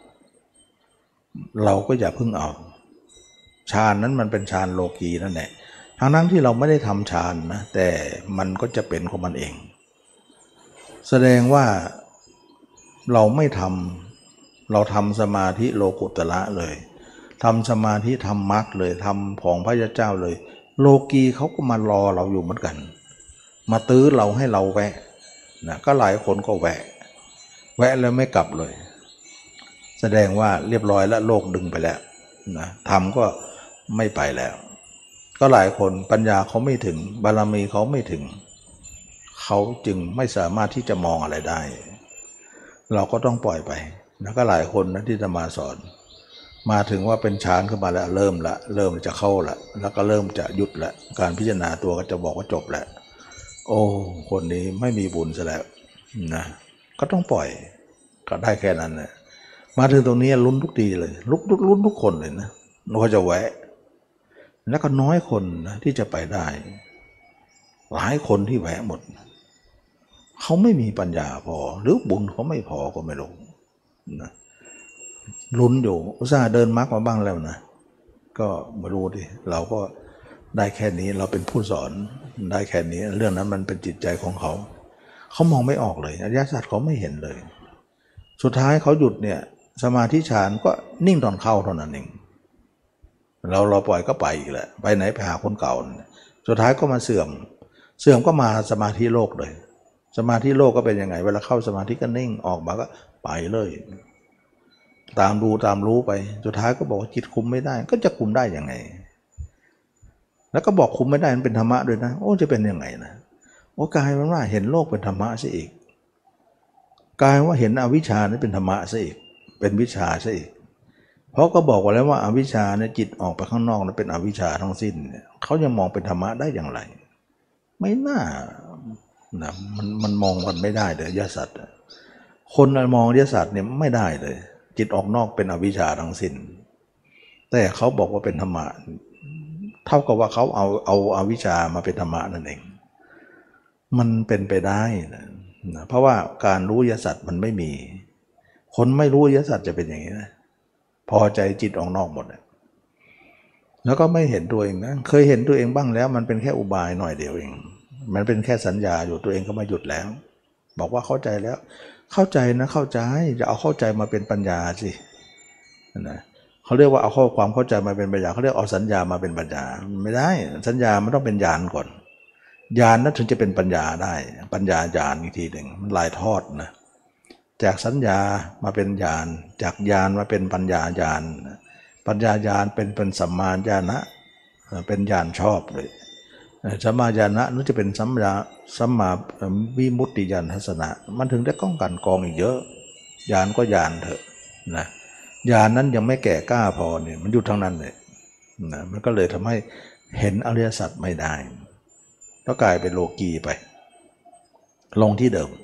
เราก็อย่าพึ่งเอาฌานนั้นมันเป็นฌานโลกีนั่นแหละทั้งที่เราไม่ได้ทำฌานนะแต่มันก็จะเป็นของมันเองแสดงว่าเราไม่ทำเราทำสมาธิโลกุตระเลยทำสมาธิทำมรรคเลยทำของพระเจ้าเลยโลกีเขาก็มารอเราอยู่เหมือนกันมาตื้อเราให้เราแวะนะก็หลายคนก็แวะแล้วไม่กลับเลยแสดงว่าเรียบร้อยแล้วโลกดึงไปแล้วนะธรรมก็ไม่ไปแล้วก็หลายคนปัญญาเขาไม่ถึงบารมีเขาไม่ถึงเขาจึงไม่สามารถที่จะมองอะไรได้เราก็ต้องปล่อยไปแล้วก็หลายคนนะที่จะมาสอนมาถึงว่าเป็นฌานขึ้นมาแล้วเริ่มจะเข้าละแล้วก็เริ่มจะหยุดละการพิจารณาตัวก็จะบอกว่าจบแล้วโอ้คนนี้ไม่มีบุญซะแล้วนะก็ต้องปล่อยก็ได้แค่นั้นนะมาถึงตรงนี้ลุ้นทุกทีเลยลุ้นทุกคนเลยนะเราจะแวะแล้วก็น้อยคนนะที่จะไปได้หลายคนที่แวะหมดเขาไม่มีปัญญาพอหรือบุญเขาไม่พอก็ไม่รู้นะลุ้นอยู่อุตส่าห์เดินมรรคมาบ้างแล้วนะก็ไม่รู้ดิเราก็ได้แค่นี้เราเป็นผู้สอนได้แค่นี้เรื่องนั้นมันเป็นจิตใจของเขามองไม่ออกเลยอริยสัจเขาไม่เห็นเลยสุดท้ายเขาหยุดเนี่ยสมาธิฌานก็นิ่งตอนเข้าเท่านั้นเองเราปล่อยก็ไปอีกแหละไปไหนไปหาคนเก่าสุดท้ายก็มาเสื่อมก็มาสมาธิโลกเลยสมาธิโลกก็เป็นยังไงเวลาเข้าสมาธิก็นิ่งออกมาก็ไปเลยตามรู้ไปสุดท้ายก็บอกว่าจิตคุมไม่ได้ก็จะคุมได้ยังไงแล้วก็บอกคุมไม่ได้มันเป็นธรรมะด้วยนะโอ้จะเป็นยังไงนะโอ้กลายเป็นว่าเห็นโลกเป็นธรรมะซะอีกกลายว่าเห็นอวิชชานี่เป็นธรรมะซะอีกเป็นวิชาซะอีกเพราะก็บอกว่าแล้วว่าอวิชชาเนี่ยจิตออกไปข้างนอกนั้นเป็นอวิชชาทั้งสิ้นเขายังมองเป็นธรรมะได้อย่างไรไม่น่านะมันมองกันไม่ได้เลยอริยสัจคนมองอริยสัจเนี่ยไม่ได้เลยจิตออกนอกเป็นอวิชชาทั้งสิ้นแต่เขาบอกว่าเป็นธรรมะเท่ากับว่าเขาเอาอวิชชามาเป็นธรรมะนั่นเองมันเป็นไปได้นะเพราะว่าการรู้อริยสัจมันไม่มีคนไม่รู้อริยสัจจะเป็นอย่างนี้นะพอใจจิตออกนอกหมดแล้วก็ไม่เห็นตัวเองนะเคยเห็นตัวเองบ้างแล้วมันเป็นแค่อุบายหน่อยเดียวเองมันเป็นแค่สัญญาอยู่ตัวเองก็มาหยุดแล้วบอกว่าเข้าใจแล้วเข้าใจนะเข้าใจจะเอาเข้าใจมาเป็นปัญญาสินะเขาเรียกว่าเอาข้อความเข้าใจมาเป็นปัญญาเขาเรียกเอาสัญญามาเป็นปัญญาไม่ได้สัญญามันต้องเป็นญาณก่อนญาณนั้นถึงจะเป็นปัญญาได้ปัญญาญาณอีกทีหนึ่งมันหลายทอดนะจากสัญญามาเป็นญาณจากญาณมาเป็นปัญญาญาณปัญญาญาณเป็นสัมมาญาณะเป็นญาณชอบเลยสัมมาญาณะนั่นจะเป็นสัมมาวิมุตติญาณทัศนะมันถึงได้ก้องกันกองอีกเยอะญาณก็ญาณเถอะนะญาณนั้นยังไม่แก่กล้าพอเนี่ยมันอยู่ทั้งนั้นเลยนะมันก็เลยทำให้เห็นอริยสัจไม่ได้ก็กลายเป็นโลกีไปลงที่เดิม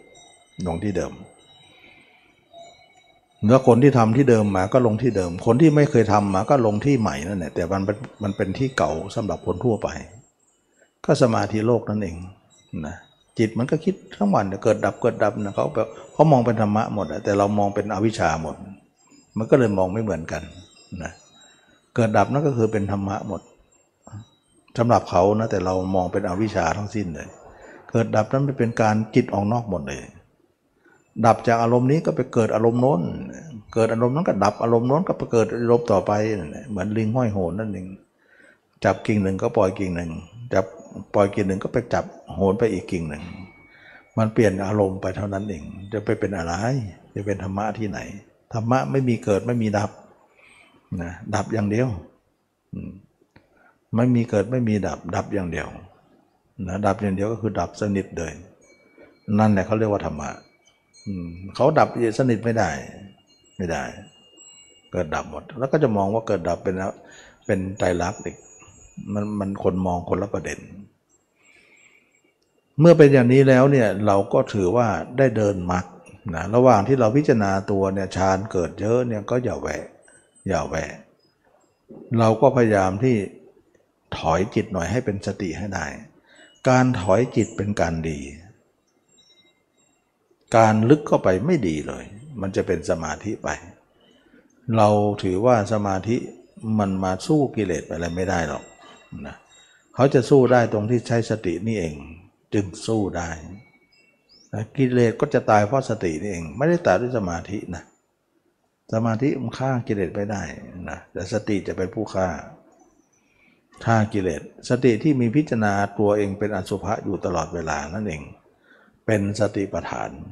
แล้วคนที่ทำที่เดิมมาก็ลงที่เดิมคนที่ไม่เคยทำมาก็ลงที่ใหม่นั่นแหละแต่มันเป็นที่เก่าสำหรับคนทั่วไปก็สมาธิโลกนั่นเองนะจิตมันก็คิดทั้งวันเกิดดับนะเขามองเป็นธรรมะหมดแต่เรามองเป็นอวิชชาหมดมันก็เลยมองไม่เหมือนกันนะเกิดดับนั่นก็คือเป็นธรรมะหมดสำหรับเขานะแต่เรามองเป็นอวิชชาทั้งสิ้นเลยเกิดดับนั้นเป็นการจิตออกนอกหมดเลยดับจากอารมณ์นี้ก็ไปเกิดอารมณ์โน้นเกิดอารมณ์นั้นก็ดับอารมณ์โน้นก็ไปเกิดอารมณ์ต่อไปเหมือนลิงห้อยโหนนั่นเองจับกิ่งหนึ่งก็ปล่อยกิ่งหนึ่งจับปล่อยกิ่งหนึ่งก็ไปจับโหนไปอีกกิ่งหนึ่งมันเปลี่ยนอารมณ์ไปเท่านั้นเองจะไปเป็นอะไรจะเป็นธรรมะที่ไหนธรรมะไม่มีเกิดไม่มีดับนะดับอย่างเดียวไม่มีเกิดไม่มีดับอย่างเดียวนะดับอย่างเดียวก็คือดับสนิทเลยนั่นแหละเขาเรียกว่าธรรมะเขาดับสนิทไม่ได้เกิดดับหมดแล้วก็จะมองว่าเกิดดับเป็นไตรลักษณ์อีกมันคนมองคนละประเด็นเมื่อเป็นอย่างนี้แล้วเนี่ยเราก็ถือว่าได้เดินมรรคนะระหว่างที่เราพิจารณาตัวเนี่ยฌานเกิดเยอะเนี่ยก็อย่าแหวะเราก็พยายามที่ถอยจิตหน่อยให้เป็นสติให้ได้การถอยจิตเป็นการดีการลึกเข้าไปไม่ดีเลยมันจะเป็นสมาธิไปเราถือว่าสมาธิมันมาสู้กิเลสอะไรไม่ได้หรอกนะเขาจะสู้ได้ตรงที่ใช้สตินี่เองจึงสู้ได้นะกิเลสก็จะตายเพราะสตินี่เองไม่ได้ตายด้วยสมาธินะสมาธิมันฆ่ากิเลสไม่ได้นะแต่สติจะเป็นผู้ฆ่ากิเลสสติที่มีพิจารณาตัวเองเป็นอสุภะอยู่ตลอดเวลานั่นเองเป็นสติปัฏฐาน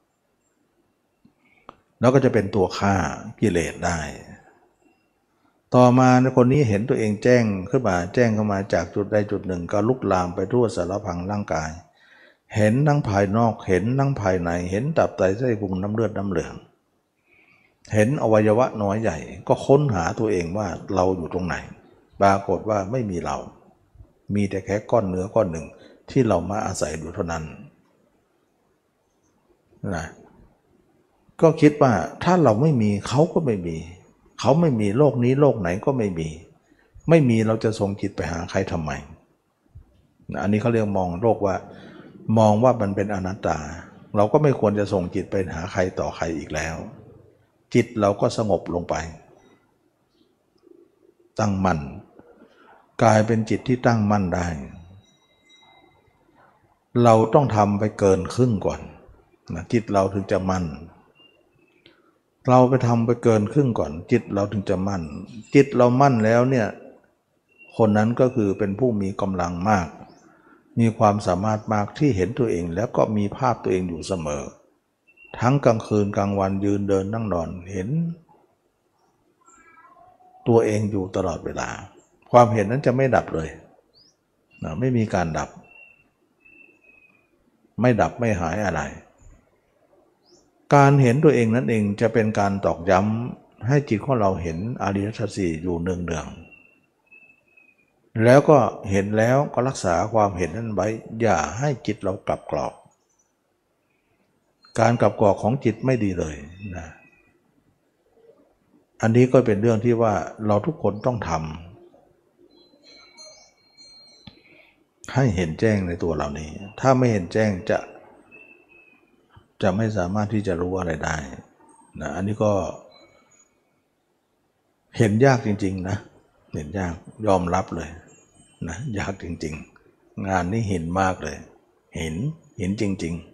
แล้วก็จะเป็นตัวฆ่ากิเลสได้ต่อมาคนนี้เห็นตัวเองแจ้งเข้ามาจากจุดใดจุดหนึ่งก็ลุกลามไปทั่วสารพังร่างกายเห็นทั้งภายนอกเห็นทั้งภายในเห็นตับไตไส้พุงน้ำเลือดน้ำเหลืองเห็นอวัยวะน้อยใหญ่ก็ค้นหาตัวเองว่าเราอยู่ตรงไหนปรากฏว่าไม่มีเรามีแต่แค่ก้อนเนื้อก้อนหนึ่งที่เรามาอาศัยอยู่เท่านั้นนะก็คิดว่าถ้าเราไม่มีเขาก็ไม่มีเขาไม่มีโลกนี้โลกไหนก็ไม่มีเราจะส่งจิตไปหาใครทำไมอันนี้เขาเรียกมองโลกว่ามองว่ามันเป็นอนัตตาเราก็ไม่ควรจะส่งจิตไปหาใครต่อใครอีกแล้วจิตเราก็สงบลงไปตั้งมั่นกลายเป็นจิตที่ตั้งมั่นได้เราต้องทำไปเกินครึ่งก่อนนะจิตเราถึงจะมั่นเราไปทำไปเกินครึ่งก่อนจิตเราถึงจะมั่นจิตเรามั่นแล้วเนี่ยคนนั้นก็คือเป็นผู้มีกำลังมากมีความสามารถมากที่เห็นตัวเองแล้วก็มีภาพตัวเองอยู่เสมอทั้งกลางคืนกลางวันยืนเดินนั่งนอนเห็นตัวเองอยู่ตลอดเวลาความเห็นนั้นจะไม่ดับเลยนะไม่มีการดับไม่ดับไม่หายอะไรการเห็นตัวเองนั่นเองจะเป็นการตอกย้ำให้จิตของเราเห็นอริยสัจสี่อยู่เนืองๆแล้วก็เห็นแล้วก็รักษาความเห็นนั้นไว้อย่าให้จิตเรากลับกรอกการกลับกรอกของจิตไม่ดีเลยนะอันนี้ก็เป็นเรื่องที่ว่าเราทุกคนต้องทำให้เห็นแจ้งในตัวเรานี้ถ้าไม่เห็นแจ้งจะไม่สามารถที่จะรู้อะไรได้นะอันนี้ก็เห็นยากจริงๆนะเห็นยากยอมรับเลยนะยากจริงๆงานนี้เห็นมากเลยเห็นจริง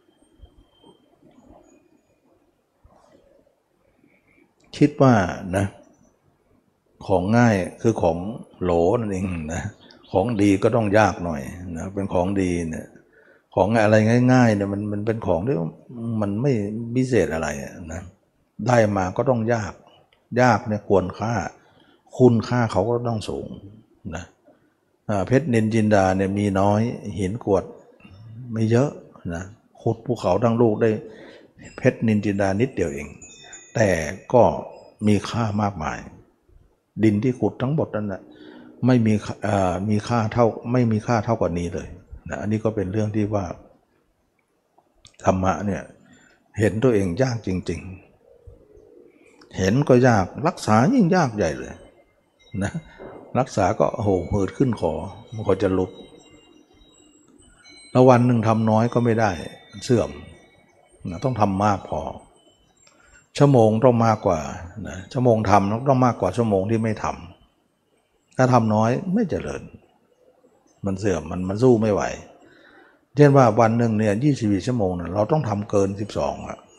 ๆคิดว่านะของง่ายคือของโหลนั่นเองนะของดีก็ต้องยากหน่อยนะเป็นของดีเนี่ยของอะไรง่ายๆเนี่ยมันเป็นของที่มันไม่พิเศษอะไรนะได้มาก็ต้องยากเนี่ยควรค่าคุณค่าเขาก็ต้องสูงนะเพชรนินจินดาเนี่ยมีน้อยหินกรวดไม่เยอะนะขุดภูเขาทั้งลูกได้เพชรนินจินดานิดเดียวเองแต่ก็มีค่ามากมายดินที่ขุดทั้งหมดนั้นนะไม่มีค่าเท่ากว่านี้เลยนะอันนี้ก็เป็นเรื่องที่ว่าธรรมะเนี่ยเห็นตัวเองยากจริงๆเห็นก็ยากรักษายิ่งยากใหญ่เลยนะรักษาก็โหหืดขึ้นมันก็จะลุกแล้ววันหนึ่งทำน้อยก็ไม่ได้เสื่อมนะต้องทำมากพอชั่วโมงต้องมากกว่านะชั่วโมงทำต้องมากกว่าชั่วโมงที่ไม่ทำถ้าทำน้อยไม่เจริญมันเสื่อมมันสู้ไม่ไหวเช่นว่าวันหนึ่งเนี่ย24 ชั่วโมงเนี่ยเราต้องทำเกิน12อะ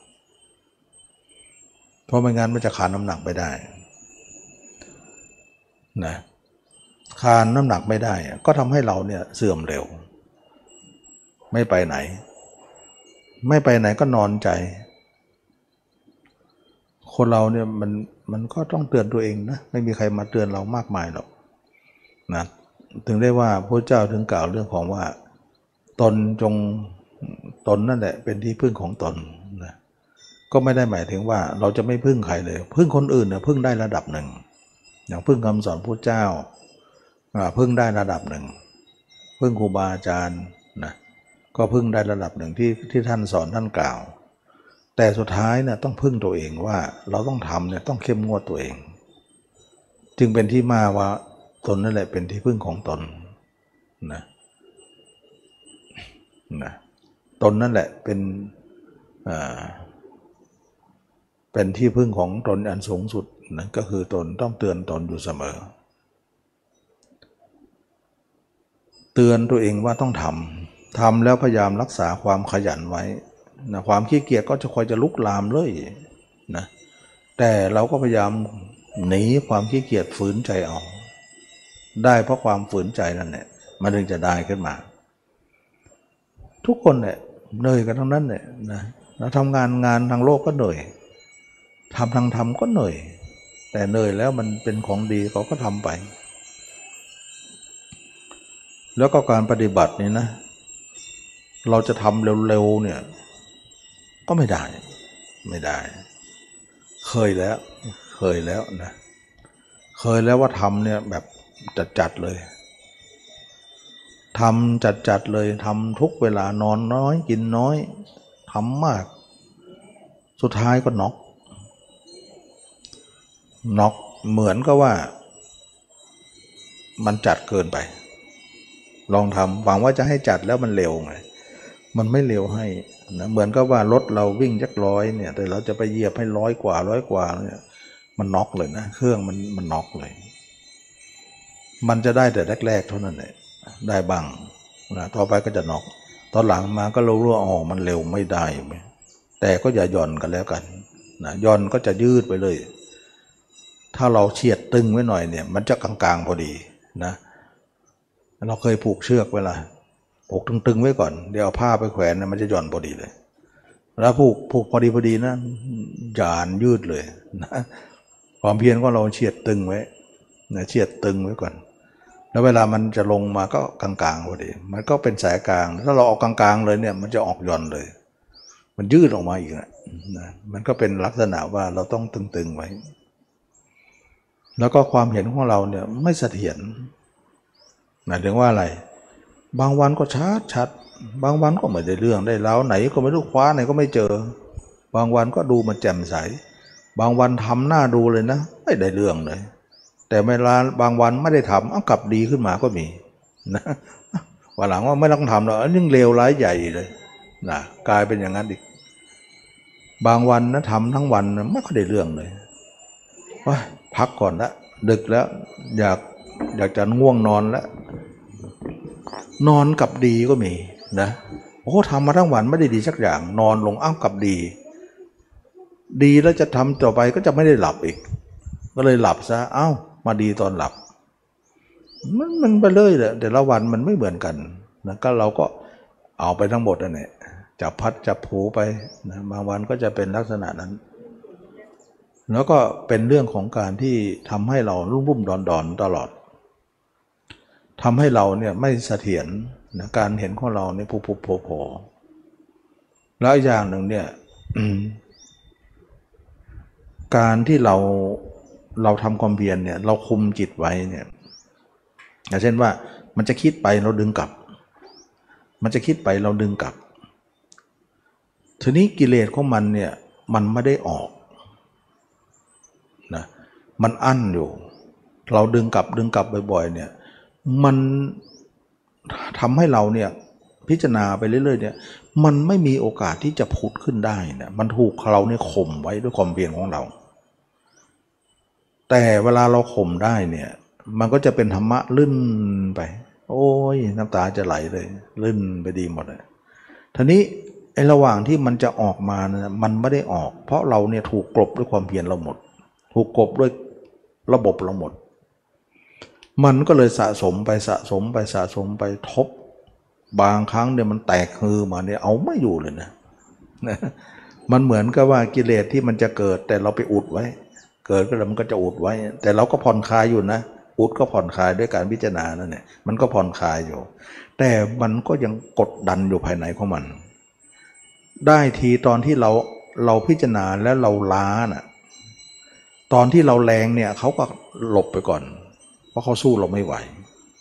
เพราะไม่งั้นมันจะขาดน้ำหนักไม่ได้นะขาดน้ำหนักไม่ได้ก็ทำให้เราเนี่ยเสื่อมเร็วไม่ไปไหนก็นอนใจคนเราเนี่ยมันก็ต้องเตือนตัวเองนะไม่มีใครมาเตือนเรามากมายหรอกนะถึงได้ว่าพระเจ้าถึงกล่าวเรื่องของว่าตนนั่นแหละเป็นที่พึ่งของตนนะก็ไม่ได้หมายถึงว่าเราจะไม่พึ่งใครเลยพึ่งคนอื่นเนี่ยพึ่งได้ระดับหนึ่งอย่างพึ่งคำสอนพระเจ้าพึ่งได้ระดับหนึ่งพึ่งครูบาอาจารย์นะก็พึ่งได้ระดับหนึ่งที่ท่านสอนท่านกล่าวแต่สุดท้ายเนี่ยต้องพึ่งตัวเองว่าเราต้องทำเนี่ยต้องเข้มงวดตัวเองจึงเป็นที่มาว่าตนนั่นแหละเป็นที่พึ่งของตนนะตนนั่นแหละเป็นที่พึ่งของตนอันสูงสุดนั่นก็คือตนต้องเตือนตนอยู่เสมอเตือนตัวเองว่าต้องทำแล้วพยายามรักษาความขยันไว้นะความขี้เกียจก็จะคอยจะลุกลามเลยนะแต่เราก็พยายามหนีความขี้เกียจฝืนใจเอาได้เพราะความฝืนใจนั่นแหละมันถึงจะได้ขึ้นมาทุกคนเนี่ยเหนื่อยกันทั้งนั้นเนี่ยนะเราทำงานทางโลกก็เหนื่อยทางธรรมก็เหนื่อยแต่เหนื่อยแล้วมันเป็นของดีเขาก็ทำไปแล้วก็การปฏิบัตินี่นะเราจะทำเร็วๆเนี่ยก็ไม่ได้เคยแล้วนะเคยแล้วว่าทำเนี่ยแบบจัดเลยทำจัดเลยทำทุกเวลานอนน้อยกินน้อยทำมากสุดท้ายก็น็อกเหมือนก็ว่ามันจัดเกินไปลองทำหวังว่าจะให้จัดแล้วมันเร็วไงมันไม่เร็วให้นะเหมือนกับว่ารถเราวิ่งจัก100เนี่ยแต่เราจะไปเหยียบให้100 กว่าเนี่ยมันน็อกเลยนะเครื่องมันน็อกเลยมันจะได้แต่แรกๆเท่านั้นแหละได้บ้างนะต่อไปก็จะน็อกตอนหลังมาก็รู้ว่ามันเร็วไม่ได้แต่ก็อย่าหย่อนกันแล้วกันนะหย่อนก็จะยืดไปเลยถ้าเราเฉียดตึงไว้หน่อยเนี่ยมันจะกลางๆพอดีนะเราเคยผูกเชือกไว้ละผูกตึงๆไว้ก่อนเดี๋ยวเอาผ้าไปแขวนนะมันจะหย่อนพอดีเลยแล้วผูกพอดีนะหย่านยืดเลยนะความเพียรก็เราเฉียดตึงไว้นะเฉียดตึงไว้ก่อนแล้วเวลามันจะลงมาก็กลางๆพอดีมันก็เป็นสายกลางถ้าเราออกกลางๆเลยเนี่ยมันจะออกหย่อนเลยมันยืดออกมาอีกนะมันก็เป็นลักษณะว่าเราต้องตึงๆไว้แล้วก็ความเห็นของเราเนี่ยไม่เสถียรหมายถึงว่าอะไรบางวันก็ชัดบางวันก็ไม่ได้เรื่องได้แล้วไหนก็ไม่รู้คว้าไหนก็ไม่เจอบางวันก็ดูมันแจ่มใสบางวันทำหน้าดูเลยนะไม่ได้เรื่องเลยแต่เวลาบางวันไม่ได้ทำกลับดีขึ้นมาก็มีนะวันหลังว่าไม่ต้องทำแล้วยิ่งเลวร้ายใหญ่เลยนะกลายเป็นอย่างนั้นอีกบางวันนะทำทั้งวันไม่ค่อยได้เรื่องเลยว่าพักก่อนละดึกแล้วอยากจะง่วงนอนแล้วนอนกับดีก็มีนะทำมาทั้งวันไม่ได้ดีสักอย่างนอนลงกับดีแล้วจะทำต่อไปก็จะไม่ได้หลับอีกก็เลยหลับซะมาดีตอนหลับมันไปเลยแต่ละวันมันไม่เหมือนกันนะก็เราก็เอาไปทั้งหมดนั่นแหละจับพัดจับผูไปนะบางวันก็จะเป็นลักษณะนั้นแล้วก็เป็นเรื่องของการที่ทำให้เรารุ่มดอนตลอดทำให้เราเนี่ยไม่เสถียรนะการเห็นของเราเนี่ยผุโผแล้วอย่างหนึ่งเนี่ยการที่เราทำความเพียรเนี่ยเราคุมจิตไว้เนี่ยอย่างเช่นว่ามันจะคิดไปเราดึงกลับมันจะคิดไปเราดึงกลับทีนี้กิเลสของมันเนี่ยมันไม่ได้ออกนะมันอั้นอยู่เราดึงกลับบ่อยๆเนี่ยมันทำให้เราเนี่ยพิจารณาไปเรื่อยๆเนี่ยมันไม่มีโอกาสที่จะผุดขึ้นได้นะมันถูกเราเนี่ยข่มไว้ด้วยความเพียรของเราแต่เวลาเราข่มได้เนี่ยมันก็จะเป็นธรรมะลื่นไปโอ้ยน้ำตาจะไหลเลยลื่นไปดีหมดเลยทีนี้ไอ้ระหว่างที่มันจะออกมาเนี่ยมันไม่ได้ออกเพราะเราเนี่ยถูกกลบด้วยความเพียรเราหมดถูกกลบด้วยระบบเราหมดมันก็เลยสะสมไปทบบางครั้งเนี่ยมันแตกฮือมาเนี่ยเอาไม่อยู่เลยนะมันเหมือนกับว่ากิเลสที่มันจะเกิดแต่เราไปอุดไว้เกิดก็แล้วมันก็จะอุดไว้แต่เราก็ผ่อนคลายอยู่นะอุดก็ผ่อนคลายด้วยการพิจารณานั่นแหละมันก็ผ่อนคลายอยู่แต่มันก็ยังกดดันอยู่ภายในของมันได้ทีตอนที่เราพิจารณาแล้วเราล้าน่ะตอนที่เราแรงเนี่ยเขาก็หลบไปก่อนเพราะเขาสู้เราไม่ไหว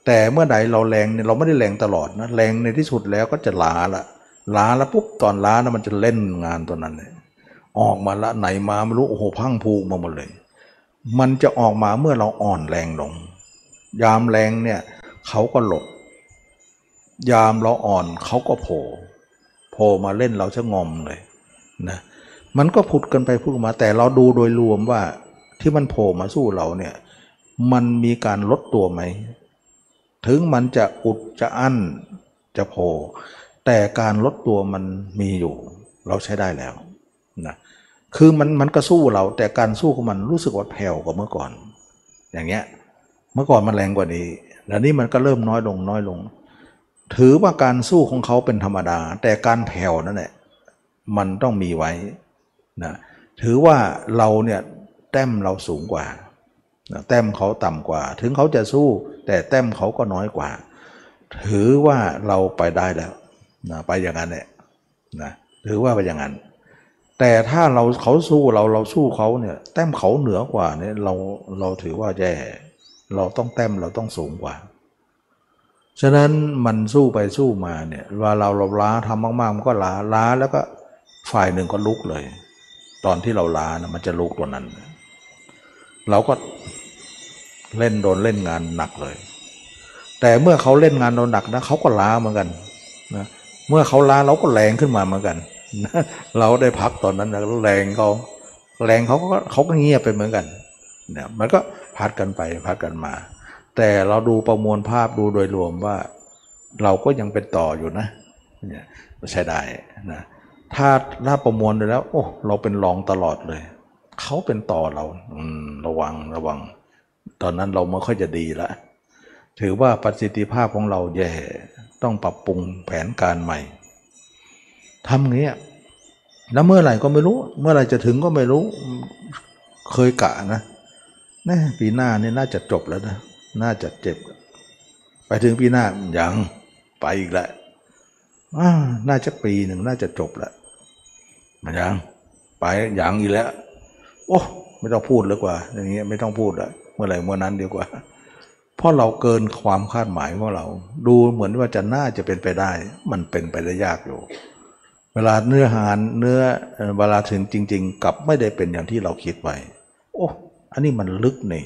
แต่เมื่อใดเราแรงเนี่ยเราไม่ได้แรงตลอดนะแรงในที่สุดแล้วก็จะล้าละล้าแล้วปุ๊บตอนล้านะมันจะเล่นงานตัวนั้นเลยออกมาละไหนมาไม่รู้โอ้โหพังพูมาหมดเลยมันจะออกมาเมื่อเราอ่อนแรงลงยามแรงเนี่ยเขาก็หลบยามเราอ่อนเขาก็โผล่มาเล่นเราจะงอมเลยนะมันก็ผุดกันไปพูดมาแต่เราดูโดยรวมว่าที่มันโผล่มาสู้เราเนี่ยมันมีการลดตัวไหมถึงมันจะอุดจะอั้นจะโผล่แต่การลดตัวมันมีอยู่เราใช้ได้แล้วนะคือมันก็สู้เราแต่การสู้ของมันรู้สึกว่าแผ่วกว่าเมื่อก่อนอย่างเงี้ยเมื่อก่อนมันแรงกว่านี้แล้วนี่มันก็เริ่มน้อยลงน้อยลงถือว่าการสู้ของเขาเป็นธรรมดาแต่การแผ่วนั่นแหละมันต้องมีไว้นะถือว่าเราเนี่ยแต้มเราสูงกว่าแต้มเขาต่ำกว่าถึงเขาจะสู้แต่แต้มเขาก็น้อยกว่าถือว่าเราไปได้แล้วนะไปอย่างนั้นแหละนะถือว่าไปอย่างนั้นแต่ถ้าเขาสู้เราสู้เขาเนี่ยแต้มเขาเหนือกว่าเนี่ยเราถือว่าแย่เราต้องแต้มเราต้องสูงกว่าฉะนั้นมันสู้ไปสู้มาเนี่ยว่าเราล้าทำมากๆมันก็ล้าแล้วก็ฝ่ายหนึ่งก็ลุกเลยตอนที่เราล้านะมันจะลุกตัวนั้นเราก็โดนเล่นงานหนักเลยแต่เมื่อเขาเล่นงานเราหนักนะเขาก็ล้าเหมือนกันนะเมื่อเขาล้าเราก็แรงขึ้นมาเหมือนกันนะเราได้พักตอนนั้นนะแรงเขาก็เงียบไปเหมือนกันเนี่ยมันก็พัดกันไปพัดกันมาแต่เราดูประมวลภาพดูโดยรวมว่าเราก็ยังเป็นต่ออยู่นะเนี่ยใช้ได้นะถ้าประมวลดูแล้วโอ้เราเป็นรองตลอดเลยเขาเป็นต่อเราระวังตอนนั้นเราไม่ค่อยจะดีแล้วถือว่าประสิทธิภาพของเราแย่ต้องปรับปรุงแผนการใหม่ทำอย่างนี้แล้วเมื่อไหร่ก็ไม่รู้เมื่อไหร่จะถึงก็ไม่รู้เคยกะนะปีหน้านี่น่าจะจบแล้วนะน่าจะเจ็บไปถึงปีหน้ายังไปอีกแล้วน่าจะปีหนึ่งน่าจะจบแล้วมันยังไปยังอีกแล้วโอ้ไม่ต้องพูดเลยกว่าอย่างเงี้ยไม่ต้องพูดแล้วเมื่อไหร่เมื่อนั้นดีกว่าเพราะเราเกินความคาดหมายของเราดูเหมือนว่าจะน่าจะเป็นไปได้มันเป็นไปได้ยากอยู่เวลาเวลาถึงจริงๆกลับไม่ได้เป็นอย่างที่เราคิดไว้โอ้อันนี้มันลึกนี่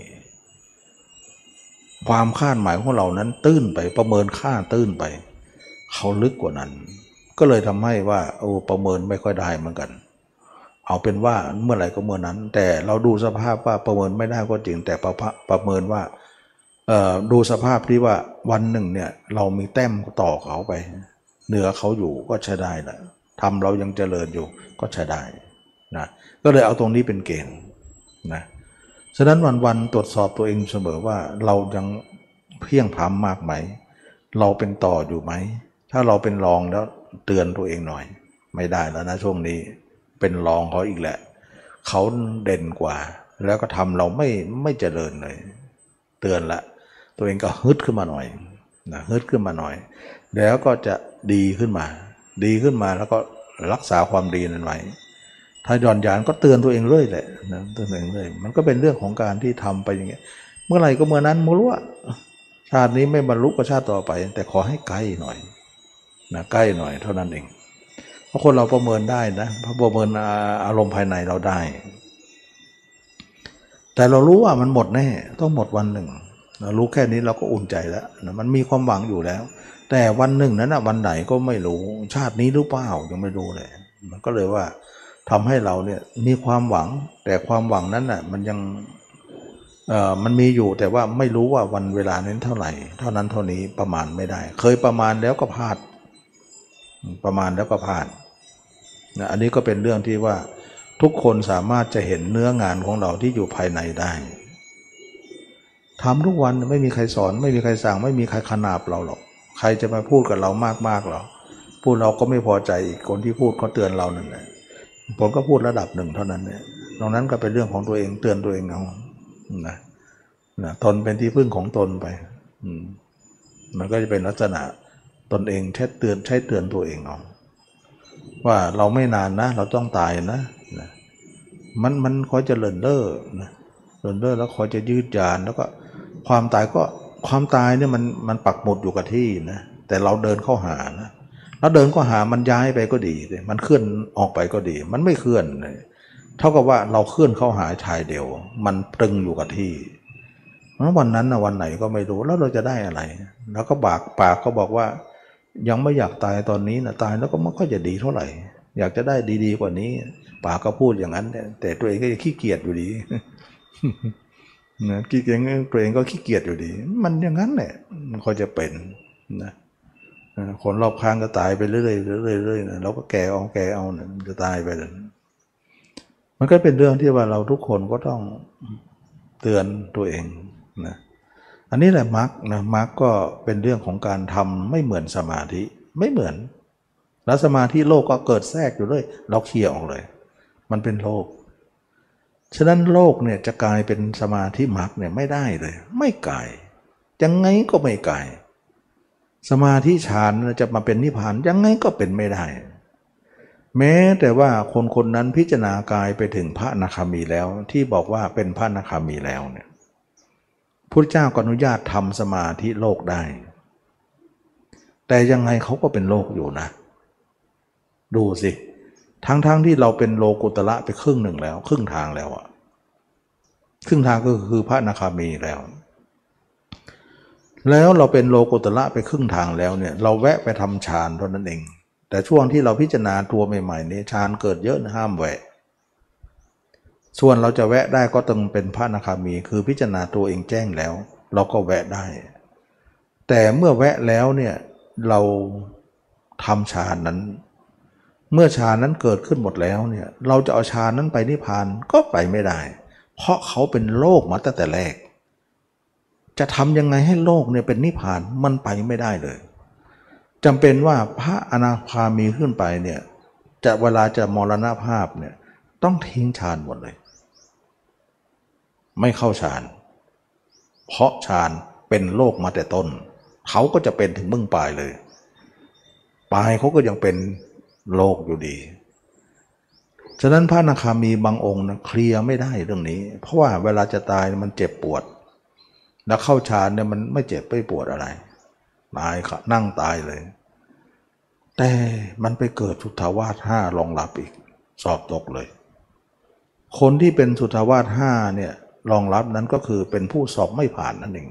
ความคาดหมายของเรานั้นตื้นไปประเมินค่าตื้นไปเขาลึกกว่านั้นก็เลยทำให้ว่าประเมินไม่ค่อยได้เหมือนกันเอาเป็นว่าเมื่อไหร่ก็เมื่อนั้นแต่เราดูสภาพว่าประเมินไม่ได้ก็จริงแต่ประเมินว่าดูสภาพที่ว่าวันหนึ่งเนี่ยเรามีแต้มต่อเขาไปเหนือเขาอยู่ก็ใช้ได้แหละทำเรายังเจริญอยู่ก็ใช้ได้นะก็เลยเอาตรงนี้เป็นเกณฑ์นะฉะนั้นวันๆตรวจสอบตัวเองเสมอว่าเรายังเพียงพร้ำมากไหมเราเป็นต่ออยู่ไหมถ้าเราเป็นรองแล้วเตือนตัวเองหน่อยไม่ได้แล้วนะช่วงนี้เป็นรองเขาอีกแหละเขาเด่นกว่าแล้วก็ทำเราไม่เจริญเลยเตือนละตัวเองก็ฮึดขึ้นมาหน่อยนะฮึดขึ้นมาหน่อยแล้วก็จะดีขึ้นมาแล้วก็รักษาความดีนั้นไว้ถ้าหย่อนยานก็เตือนตัวเองเรื่อยแหละนะเตือนตัวเองเรื่อยมันก็เป็นเรื่องของการที่ทำไปอย่างเงี้ยเมื่อไหร่ก็เมื่อนั้นไม่รู้ว่าชาตินี้ไม่บรรลุก็ชาติต่อไปแต่ขอให้ใกล้หน่อยนะใกล้หน่อยเท่านั้นเองเพราะคนเราประเมินได้นะเพราะประเมินอารมณ์ภายในเราได้แต่เรารู้ว่ามันหมดแน่ต้องหมดวันหนึ่งเรารู้แค่นี้เราก็อุ่นใจแล้วนะมันมีความหวังอยู่แล้วแต่วันหนึ่งนั้นนะวันไหนก็ไม่รู้ชาตินี้หรือเปล่ายังไม่รู้เลยมันก็เลยว่าทำให้เราเนี่ยมีความหวังแต่ความหวังนั้นน่ะมันยังมันมีอยู่แต่ว่าไม่รู้ว่าวันเวลานั้นเท่าไหร่เท่านั้นเท่านี้ประมาณไม่ได้เคยประมาณแล้วก็พลาดนะอันนี้ก็เป็นเรื่องที่ว่าทุกคนสามารถจะเห็นเนื้องานของเราที่อยู่ภายในได้ทำทุกวันไม่มีใครสอนไม่มีใครสั่งไม่มีใครขนาบเราหรอกใครจะมาพูดกับเรามากๆหรอพูดเราก็ไม่พอใจอีกคนที่พูดเขาเตือนเรานั่นแหละผมก็พูดระดับหนึ่งเท่านั้นเนี่ยตรงนั้นก็เป็นเรื่องของตัวเองเตือนตัวเองเอานะตนเป็นที่พึ่งของตนไปมันก็จะเป็นลักษณะตนเองใช้เตือนตัวเองเอาว่าเราไม่นานนะเราต้องตายนะมันคอยจะเลินเล่อนะเลินเล่อแล้วคอยจะยืดยานแล้วก็ความตายก็ความตายเนี่ยมันปักหมุดอยู่กับที่นะแต่เราเดินเข้าหานะแล้วเดินเข้าหามันย้ายไปก็ดีมันเคลื่อนออกไปก็ดีมันไม่เคลื่อนเลยเท่ากับว่าเราเคลื่อนเข้าหาชายเดียวมันตรึงอยู่กับที่แล้ววันนั้นนะวันไหนก็ไม่รู้แล้วเราจะได้อะไรแล้วก็ปากก็บอกว่ายังไม่อยากตายตอนนี้นะตายแล้วก็ไม่ค่อยจะดีเท่าไหร่อยากจะได้ดีๆกว่านี้ปากก็พูดอย่างนั้นแต่ตัวเองก็ขี้เกียจอยู่ดีนะขี้เกียจตัวเองก็ขี้เกียจอยู่ดีมันอย่างนั้นแหละมันก็จะเป็นนะคนรอบข้างก็ตายไปเรื่อยๆเรื่อยๆนะเราก็แก่เอาเนี่ยจะตายไปเลยมันก็เป็นเรื่องที่ว่าเราทุกคนก็ต้องเตือนตัวเองนะอันนี้แหละมรรคนะมรรคก็เป็นเรื่องของการทำไม่เหมือนสมาธิไม่เหมือนแล้วสมาธิโลกก็เกิดแทรกอยู่เลยเราเคลียร์ออกเลยมันเป็นโลกฉะนั้นโลกเนี่ยจะกลายเป็นสมาธิมรรคเนี่ยไม่ได้เลยไม่กลายยังไงก็ไม่กลายสมาธิฌานจะมาเป็นนิพพานยังไงก็เป็นไม่ได้แม้แต่ว่าคนคนนั้นพิจารณากายไปถึงพระอนาคามีแล้วที่บอกว่าเป็นพระอนาคามีแล้วเนี่ยพุทธเจ้าก็อนุญาตทำสมาธิโลกได้แต่ยังไงเขาก็เป็นโลกอยู่นะดูสิทั้งที่เราเป็นโลกุตระไปครึ่งหนึ่งแล้วครึ่งทางแล้วอะครึ่งทางก็คือพระอนาคามีแล้วเราเป็นโลกุตระไปครึ่งทางแล้วเนี่ยเราแวะไปทำฌานเท่านั้นเองแต่ช่วงที่เราพิจารณาตัวใหม่ๆนี้ฌานเกิดเยอะนะห้ามแวะส่วนเราจะแวะได้ก็ต้องเป็นพระอนาคามีคือพิจารณาตัวเองแจ้งแล้วเราก็แวะได้แต่เมื่อแวะแล้วเนี่ยเราทำฌานนั้นเมื่อฌานนั้นเกิดขึ้นหมดแล้วเนี่ยเราจะเอาฌานนั้นไปนิพพานก็ไปไม่ได้เพราะเขาเป็นโลกมาตั้งแต่แรกจะทำยังไงให้โลกเนี่ยเป็นนิพพานมันไปไม่ได้เลยจำเป็นว่าพระอนาคามีขึ้นไปเนี่ยจะเวลาจะมรณภาพเนี่ยต้องทิ้งฌานหมดเลยไม่เข้าฌานเพราะฌานเป็นโลกมาแต่ต้นเขาก็จะเป็นถึงเบื้องปลายเลยปลายเขาก็ยังเป็นโลกอยู่ดีฉะนั้นพระอนาคามีบางองค์นะเคลียร์ไม่ได้เรื่องนี้เพราะว่าเวลาจะตายมันเจ็บปวดแล้วเข้าฌานเนี่ยมันไม่เจ็บไม่ปวดอะไรตายค่ะนั่งตายเลยแต่มันไปเกิดสุทธาวาส5รองรับอีกสอบตกเลยคนที่เป็นสุทธาวาส5เนี่ยรองรับนั้นก็คือเป็นผู้สอบไม่ผ่านนั่นเอง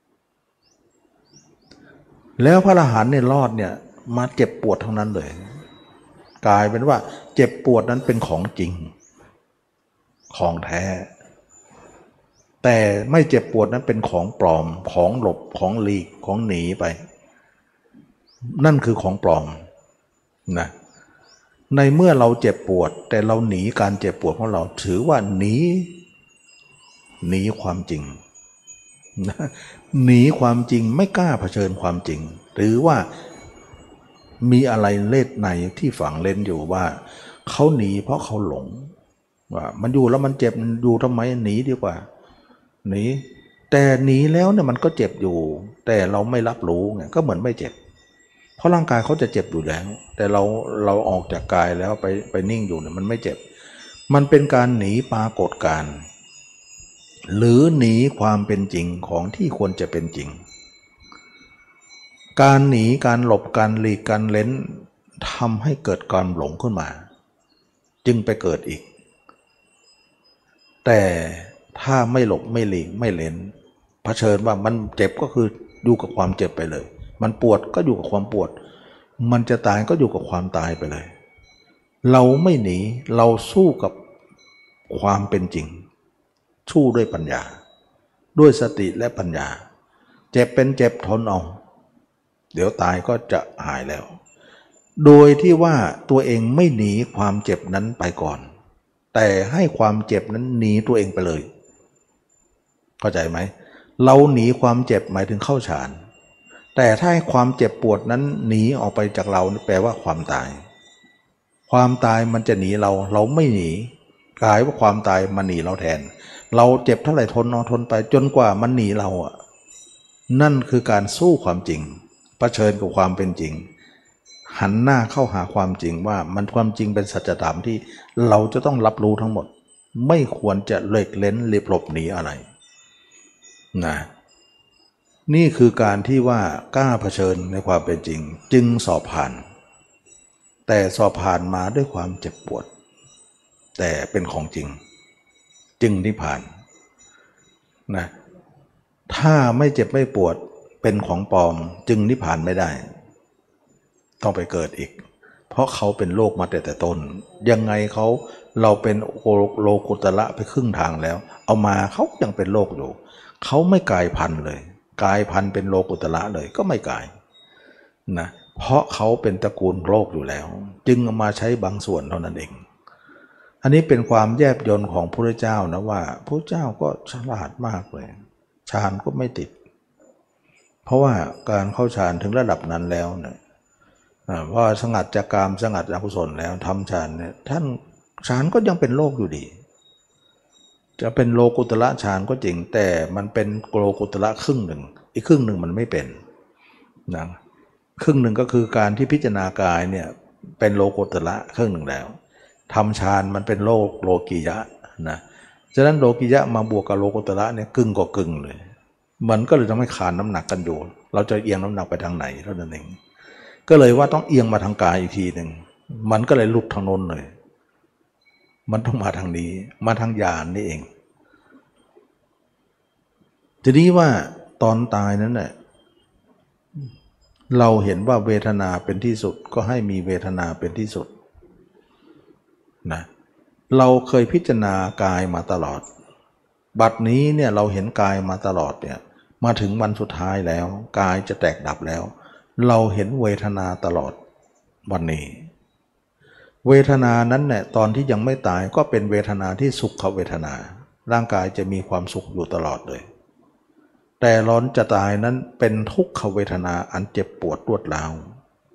แล้วพระอรหันต์เนี่ยรอดเนี่ยมาเจ็บปวดทั้งนั้นเลยกลายเป็นว่าเจ็บปวดนั้นเป็นของจริงของแท้แต่ไม่เจ็บปวดนั้นเป็นของปลอมของหลบของหลีกของหนีไปนั่นคือของปลอมนะในเมื่อเราเจ็บปวดแต่เราหนีการเจ็บปวดของเราถือว่าหนีความจริงนะหนีความจริงไม่กล้าเผชิญความจริงหรือว่ามีอะไรเล่นในที่ฝังเล่นอยู่ว่าเขาหนีเพราะเขาหลงว่ามันอยู่แล้วมันเจ็บอยู่ทำไมหนีดีกว่าหนีแต่หนีแล้วเนี่ยมันก็เจ็บอยู่แต่เราไม่รับรู้ไงก็เหมือนไม่เจ็บเพราะร่างกายเขาจะเจ็บอยู่แล้วแต่เราออกจากกายแล้วไปนิ่งอยู่เนี่ยมันไม่เจ็บมันเป็นการหนีปรากฏการณ์หรือหนีความเป็นจริงของที่ควรจะเป็นจริงการหนีการหลบการหลีกการเล้นทำให้เกิดความหลงขึ้นมาจึงไปเกิดอีกแต่ถ้าไม่หลบไม่หลีกไม่เล้นเผชิญว่ามันเจ็บก็คืออยู่กับความเจ็บไปเลยมันปวดก็อยู่กับความปวดมันจะตายก็อยู่กับความตายไปเลยเราไม่หนีเราสู้กับความเป็นจริงสู้ด้วยปัญญาด้วยสติและปัญญาเจ็บเป็นเจ็บทนเอาเดี๋ยวตายก็จะหายแล้วโดยที่ว่าตัวเองไม่หนีความเจ็บนั้นไปก่อนแต่ให้ความเจ็บนั้นหนีตัวเองไปเลยเข้าใจไหมเราหนีความเจ็บหมายถึงเข้าฌานแต่ถ้าให้ความเจ็บปวดนั้นหนีออกไปจากเราแปลว่าความตายความตายมันจะหนีเราไม่หนีกลายว่าความตายมาหนีเราแทนเราเจ็บเท่าไหร่ทนเอาทนไปจนกว่ามันหนีเราอ่ะนั่นคือการสู้ความจริงเผชิญกับความเป็นจริงหันหน้าเข้าหาความจริงว่ามันความจริงเป็นสัจธรรมที่เราจะต้องรับรู้ทั้งหมดไม่ควรจะเลิกเล้นหลบหนีอะไรนะนี่คือการที่ว่ากล้าเผชิญในความเป็นจริงจึงสอบผ่านแต่สอบผ่านมาด้วยความเจ็บปวดแต่เป็นของจริงจึงนิพพานนะถ้าไม่เจ็บไม่ปวดเป็นของปลอมจึงนิพพานไม่ได้ต้องไปเกิดอีกเพราะเขาเป็นโลกมาแต่ต้นยังไงเราเป็นโลกุตระไปครึ่งทางแล้วเอามาเขายังเป็นโลกอยู่เขาไม่กลายพันธุ์เลยกลายพันธุ์เป็นโลกุตระเลยก็ไม่กลายนะเพราะเขาเป็นตระกูลโลกอยู่แล้วจึงเอามาใช้บางส่วนเท่านั้นเองอันนี้เป็นความแยบยลของพระเจ้านะว่าพระเจ้าก็ฉลาดมากเลยฌานก็ไม่ติดเพราะว่าการเข้าฌานถึงระดับนั้นแล้วเนี่ยเพราะสงัดจากกามสงัดอกุศลแล้วทำฌานเนี่ยท่านฌานก็ยังเป็นโลกอยู่ดีจะเป็นโลกุตระฌานก็จริงแต่มันเป็นโลกุตระครึ่งหนึ่งอีกครึ่งหนึ่งมันไม่เป็นนะครึ่งหนึ่งก็คือการที่พิจารณากายเนี่ยเป็นโลกุตระครึ่งหนึ่งแล้วทำฌานมันเป็นโลกียะนะฉะนั้นโลกียะมาบวกกับโลกุตระเนี่ยกึ่งกว่ากึ่งเลยมันก็เลยทำให้ขานน้ำหนักกันอยู่เราจะเอียงน้ำหนักไปทางไหนเท่านั้นเองก็เลยว่าต้องเอียงมาทางกายอีกทีหนึ่งมันก็เลยหลุดทางโน้นเลยมันต้องมาทางนี้มาทางญาณนี่เองทีนี้ว่าตอนตายนั้นเนี่ยเราเห็นว่าเวทนาเป็นที่สุดก็ให้มีเวทนาเป็นที่สุดนะเราเคยพิจารณากายมาตลอดบัดนี้เนี่ยเราเห็นกายมาตลอดเนี่ยมาถึงวันสุดท้ายแล้วกายจะแตกดับแล้วเราเห็นเวทนาตลอดวันนี้เวทนานั้นเนี่ยตอนที่ยังไม่ตายก็เป็นเวทนาที่สุขเวทนาร่างกายจะมีความสุขอยู่ตลอดเลยแต่ร้อนจะตายนั้นเป็นทุกขเวทนาอันเจ็บปวดรวดร้าว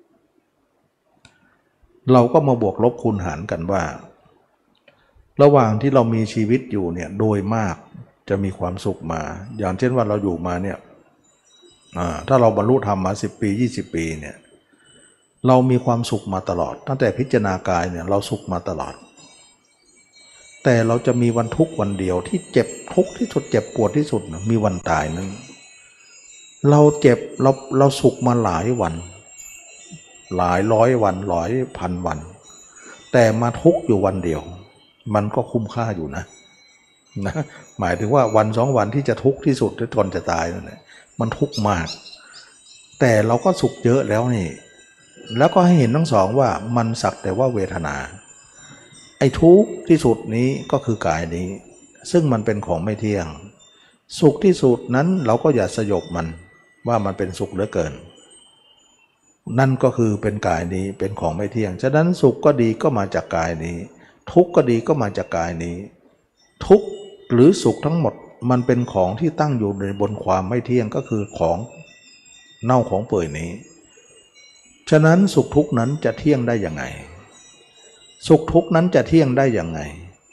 เราก็มาบวกลบคูณหารกันว่าระหว่างที่เรามีชีวิตอยู่เนี่ยโดยมากจะมีความสุขมาอย่างเช่นว่าเราอยู่มาเนี่ยถ้าเราบรรลุธรรมมา10 ปี20 ปีเนี่ยเรามีความสุขมาตลอดตั้งแต่พิจารณากายเนี่ยเราสุขมาตลอดแต่เราจะมีวันทุกข์วันเดียวที่เจ็บทุกข์ที่สุดเจ็บปวดที่สุดมีวันตายนั้นเราเจ็บเราสุขมาหลายวันหลายร้อยวันหลายพันวันแต่มาทุกข์อยู่วันเดียวมันก็คุ้มค่าอยู่นะหมายถึงว่าวัน2 วันที่จะทุกข์ที่สุดก่อนจะตายนั่นแหละมันทุกข์มากแต่เราก็สุขเยอะแล้วนี่แล้วก็ให้เห็นทั้งสองว่ามันสักแต่ว่าเวทนาไอ้ทุกข์ที่สุดนี้ก็คือกายนี้ซึ่งมันเป็นของไม่เที่ยงสุขที่สุดนั้นเราก็อย่าสยบมันว่ามันเป็นสุขเหลือเกินนั่นก็คือเป็นกายนี้เป็นของไม่เที่ยงฉะนั้นสุขก็ดีก็มาจากกายนี้ทุกข์ก็ดีก็มาจากกายนี้ทุกข์หรือสุขทั้งหมดมันเป็นของที่ตั้งอยู่ในบนความไม่เที่ยงก็คือของเน่าของเปื่อยนี้ฉะนั้นสุขทุกข์นั้นจะเที่ยงได้ยังไงสุขทุกข์นั้นจะเที่ยงได้ยังไง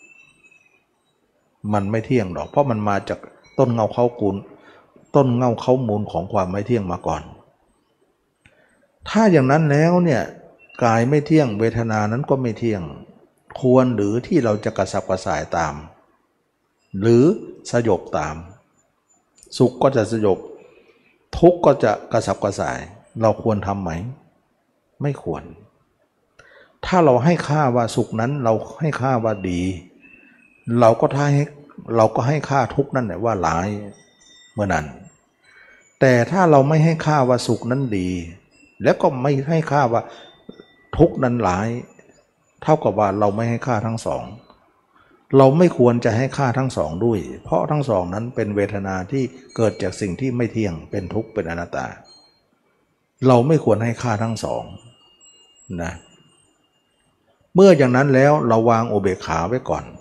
มันไม่เที่ยงหรอกเพราะมันมาจากต้นเงาเข้ากูลต้นเงาเข้ามูลของความไม่เที่ยงมาก่อนถ้าอย่างนั้นแล้วเนี่ยกายไม่เที่ยงเวทนานั้นก็ไม่เที่ยงควรหรือที่เราจะกระสับกระส่ายตามหรือสยบตามสุขก็จะสยบทุกข์ก็จะกระสับกระส่ายเราควรทำไหมไม่ควรถ้าเราให้ค่าว่าสุขนั้นเราให้ค่าว่าดีเราก็ให้ค่าทุกข์นั่นแหละว่าร้ายเมื่อนั้นแต่ถ้าเราไม่ให้ค่าว่าสุขนั้นดีแล้วก็ไม่ให้ค่าว่าทุกข์นั้นร้ายเท่ากับว่าเราไม่ให้ค่าทั้งสองเราไม่ควรจะให้ค่าทั้งสองด้วยเพราะทั้งสองนั้นเป็นเวทนาที่เกิดจากสิ่งที่ไม่เที่ยงเป็นทุกข์เป็นอนัตตาเราไม่ควรให้ค่าทั้งสองนะเมื่ออย่างนั้นแล้วเราวางอุเบกขาไว้ก่อน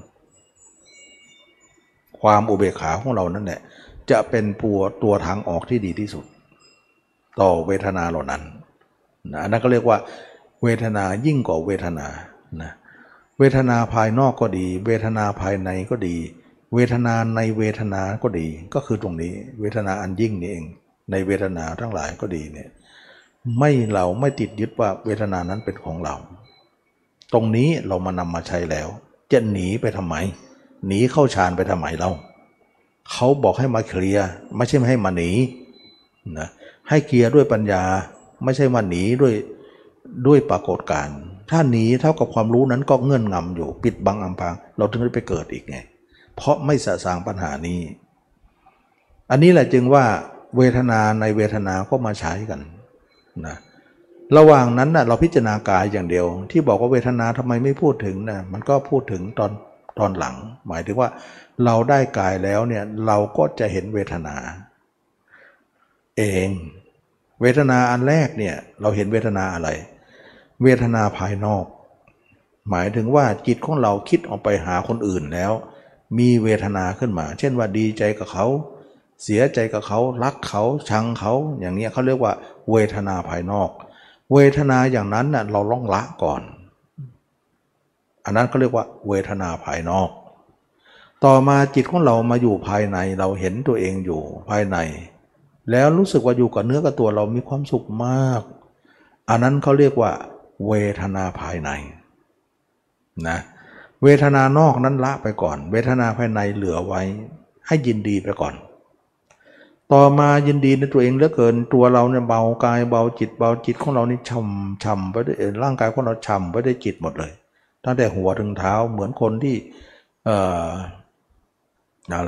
ความอุเบกขาของเรานั่นแหละจะเป็นตัวทางออกที่ดีที่สุดต่อเวทนาเหล่านั้นนะนั่นก็เรียกว่าเวทนายิ่งกว่าเวทนานะเวทนาภายนอกก็ดีเวทนาภายในก็ดีเวทนาในเวทนาก็ดีก็คือตรงนี้เวทนาอันยิ่งนี่เองในเวทนาทั้งหลายก็ดีเนี่ยเราไม่ติดยึดว่าเวทนานั้นเป็นของเราตรงนี้เรามานำมาใช้แล้วจะหนีไปทำไมหนีเข้าฌานไปทำไมเราเขาบอกให้มาเคลียร์ไม่ใช่ให้มาหนีนะให้เคลียร์ด้วยปัญญาไม่ใช่ว่าหนีด้วยปรากฏการณ์ถ้าหนีเท่ากับความรู้นั้นก็เงื่อนงำอยู่ปิดบังอำพรางเราถึงได้ไปเกิดอีกไงเพราะไม่สะสางปัญหานี้อันนี้แหละจึงว่าเวทนาในเวทนาก็มาใช้กันนะระหว่างนั้นนะเราพิจารณากายอย่างเดียวที่บอกว่าเวทนาทำไมไม่พูดถึงนะมันก็พูดถึงตอนหลังหมายถึงว่าเราได้กายแล้วเนี่ยเราก็จะเห็นเวทนาเองเวทนาอันแรกเนี่ยเราเห็นเวทนาอะไรเวทนาภายนอกหมายถึงว่าจิตของเราคิดออกไปหาคนอื่นแล้วมีเวทนาขึ้นมาเช่นว่าดีใจกับเขาเสียใจกับเขารักเขาชังเขาอย่างนี้เขาเรียกว่าเวทนาภายนอกเวทนาอย่างนั้นน่ะเราต้องละก่อนอันนั้นเขาเรียกว่าเวทนาภายนอกต่อมาจิตของเรามาอยู่ภายในเราเห็นตัวเองอยู่ภายในแล้วรู้สึกว่าอยู่กับเนื้อกับตัวเรามีความสุขมากอันนั้นเขาเรียกว่าเวทนาภายในนะเวทนานอกนั้นละไปก่อนเวทนาภายในเหลือไว้ให้ยินดีไปก่อนต่อมายินดีในตัวเองเหลือเกินตัวเราเนี่ยเบากายเบาจิตของเรานี่ช่ำไปด้วยร่างกายของเราช่ำไปด้วยจิตหมดเลยตั้งแต่หัวถึงเท้าเหมือนคนที่อะไร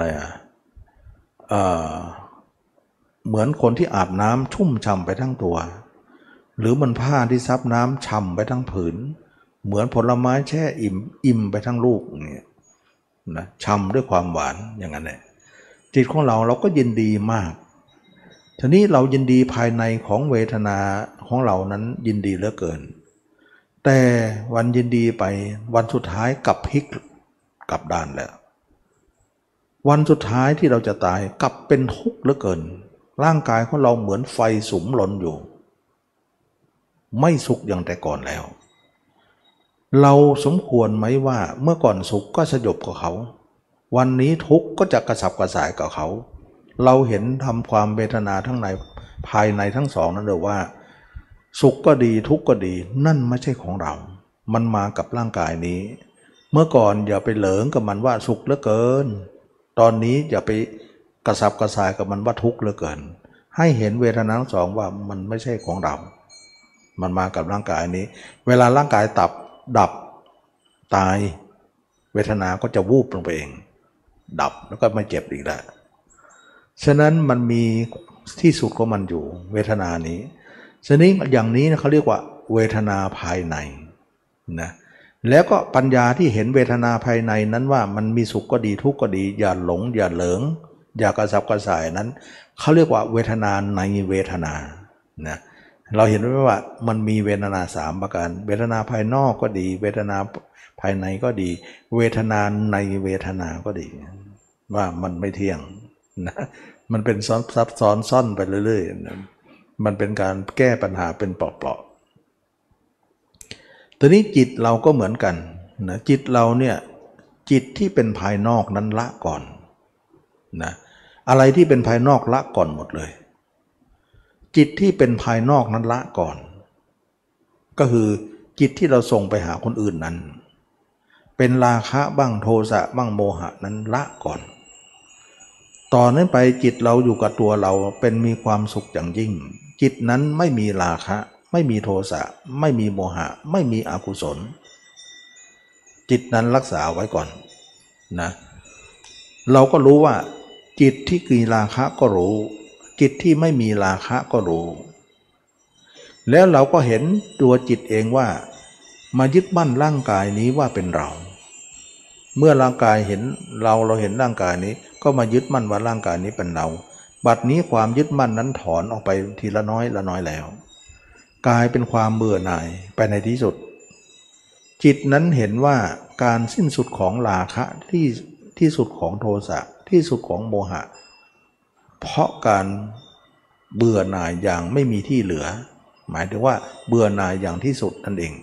เหมือนคนที่อาบน้ำชุ่มฉ่ำไปทั้งตัวหรือมันผ้าที่ซับน้ำฉ่ำไปทั้งผืนเหมือนผลไม้แช่อิ่มไปทั้งลูกเนี่ยนะฉ่ำด้วยความหวานอย่างนั้นแหละจิตของเราก็ยินดีมากทีนี้เรายินดีภายในของเวทนาของเรานั้นยินดีเหลือเกินแต่วันยินดีไปวันสุดท้ายกลับพลิกกลับด้านแล้ววันสุดท้ายที่เราจะตายกลับเป็นทุกข์เหลือเกินร่างกายของเราเหมือนไฟสุมหลนอยู่ไม่สุขอย่างแต่ก่อนแล้วเราสมควรไหมว่าเมื่อก่อนสุขก็สยบกับเขาวันนี้ทุกข์ก็จะกระสับกระส่ายกับเขาเราเห็นทำความเวทนาทั้งในภายในทั้งสองนั้นเลยว่าสุขก็ดีทุกข์ก็ดีนั่นไม่ใช่ของเรามันมากับร่างกายนี้เมื่อก่อนอย่าไปเหลิงกับมันว่าสุขเหลือเกินตอนนี้อย่าไปกระสับกระส่ายกับมันว่าทุกข์เหลือเกินให้เห็นเวทนาทั้งสองว่ามันไม่ใช่ของเรามันมากับร่างกายนี้เวลาร่างกายดับตายเวทนาก็จะวูบลงไปเองดับแล้วก็ไม่เจ็บอีกแล้วฉะนั้นมันมีที่สุดของมันอยู่เวทนานี้ฉะนั้นอย่างนี้เขาเรียกว่าเวทนาภายในนะแล้วก็ปัญญาที่เห็นเวทนาภายในนั้นว่ามันมีสุขก็ดีทุกข์ก็ดีอย่าหลงอย่าเหลิงอย่ากระสับกระส่ายนั้นเขาเรียกว่าเวทนาในเวทนานะเราเห็นไหมว่ามันมีเวทนา3ประการเวทนาภายนอกก็ดีเวทนาภายในก็ดีเวทนาในเวทนาก็ดีว่ามันไม่เที่ยงนะมันเป็นซับซ้อนซ่อนไปเรื่อยๆนะมันเป็นการแก้ปัญหาเป็นเปราะๆทีนี้จิตเราก็เหมือนกันนะจิตเราเนี่ยจิตที่เป็นภายนอกนั้นละก่อนนะอะไรที่เป็นภายนอกละก่อนหมดเลยจิตที่เป็นภายนอกนั้นละก่อนก็คือจิตที่เราส่งไปหาคนอื่นนั้นเป็นราคะบ้างโทสะบ้างโมหะนั้นละก่อนต่อนนั้นไปจิตเราอยู่กับตัวเราเป็นมีความสุขอย่างยิ่งจิตนั้นไม่มีราคะไม่มีโทสะไม่มีโมหะไม่มีอกุศลจิตนั้นรักษาไว้ก่อนนะเราก็รู้ว่าจิตที่มีราคะก็รู้จิตที่ไม่มีราคะก็รู้แล้วเราก็เห็นตัวจิตเองว่ามายึดมั่นร่างกายนี้ว่าเป็นเราเมื่อร่างกายเห็นเราเห็นร่างกายนี้ก็มายึดมั่นว่าร่างกายนี้เป็นเราบัดนี้ความยึดมั่นนั้นถอนออกไปทีละน้อยละน้อยแล้วกลายเป็นความเบื่อหน่ายไปในที่สุดจิตนั้นเห็นว่าการสิ้นสุดของราคะที่สุดของโทสะที่สุดของโมหะเพราะการเบื่อหน่ายอย่างไม่มีที่เหลือหมายถึงว่าเบื่อหน่ายอย่างที่สุดนั่นเอง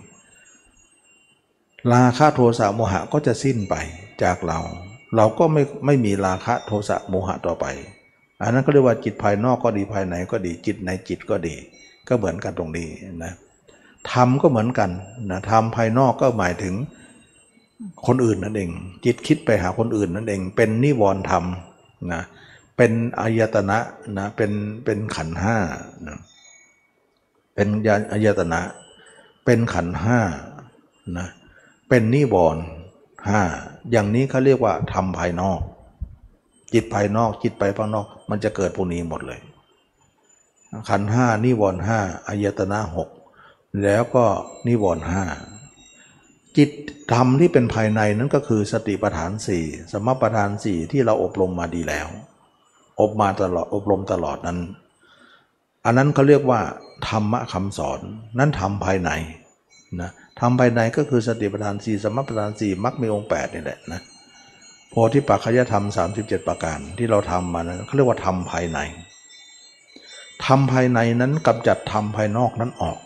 ราคะโทสะโมหะก็จะสิ้นไปจากเราก็ไม่มีราคะโทสะโมหะต่อไปอันนั้นก็เรียกว่าจิตภายนอกก็ดีภายในก็ดีจิตในจิตก็ดีก็เหมือนกันตรงนี้นะธรรมก็เหมือนกันนะธรรมภายนอกก็หมายถึงคนอื่นนั่นเองจิตคิดไปหาคนอื่นนั่นเองเป็นนิวรณ์ธรรมนะเป็นอายตนะนะเป็นขันธ์ห้านะเป็นอายตนะเป็นขันธ์ห้านะเป็นนิวรณ์ห้าอย่างนี้เขาเรียกว่าธรรมภายนอกจิตภายนอกจิตไปข้างนอกมันจะเกิดพวกนี้หมดเลยขันธ์ห้านิวรณ์ห้าอายตนะหกแล้วก็นิวรณ์ห้าจิตธรรมที่เป็นภายในนั้นก็คือสติปัฏฐานสี่สมปัฏฐานสี่ที่เราอบรมมาดีแล้วอบรมตลอดนั้นอันนั้นเขาเรียกว่าธรรมะคำสอนนั้นธรรมภายในนะธรรมภายในก็คือสติปัฏฐานสี่สมปัฏฐานสี่มรรคมีองค์8นี่แหละนะโพธิปัจจยธรรม37ประการที่เราทำมานั้นเขาเรียกว่าธรรมภายในธรรมภายในนั้นกำจัดธรรมภายนอกนั้นออก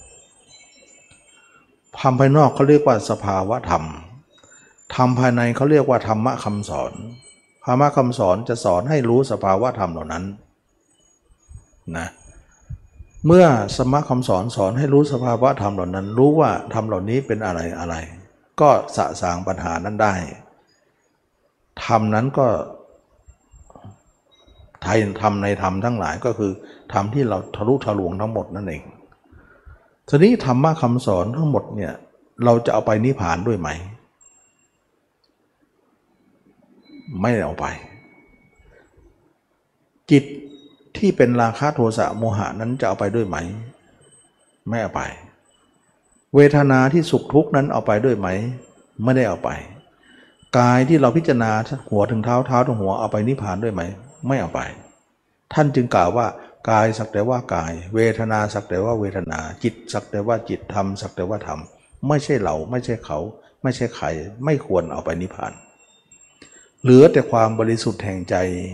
ธรรมภายนอกเขาเรียกว่าสภาวะธรรมธรรมภายในเขาเรียกว่าธรรมะคำสอนธรรมะคำสอนจะสอนให้รู้สภาวะธรรมเหล่านั้นนะเมื่อสมะคำสอนสอนให้รู้สภาวะธรรมเหล่านั้นรู้ว่าธรรมเหล่านี้เป็นอะไรก็สะสางปัญหานั้นได้ธรรมนั้นก็ธรรมในธรรมทั้งหลายก็คือธรรมที่เราทะลุทะลวงทั้งหมดนั่นเองทีนี้ธรรมะคำสอนทั้งหมดเนี่ยเราจะเอาไปนิพพานด้วยไหมไม่เอาไปจิตที่เป็นราคะโทสะโมหะนั้นจะเอาไปด้วยไหมไม่เอาไปเวทนาที่สุขทุกข์นั้นเอาไปด้วยไหมไม่ได้เอาไปกายที่เราพิจารณาหัวถึงเท้าเท้าถึงหัวเอาไปนิพพานด้วยไหมไม่เอาไปท่านจึงกล่าวว่ากายสักแต่ว่ากายเวทนาสักแต่ว่าเวทนาจิตสักแต่ว่าจิตธรรมสักแต่ว่าธรรมไม่ใช่เราไม่ใช่เขาไม่ใช่ใครไม่ควรเอาไปนิพพานเหลือแต่ความบริสุทธิ์แห่งใจ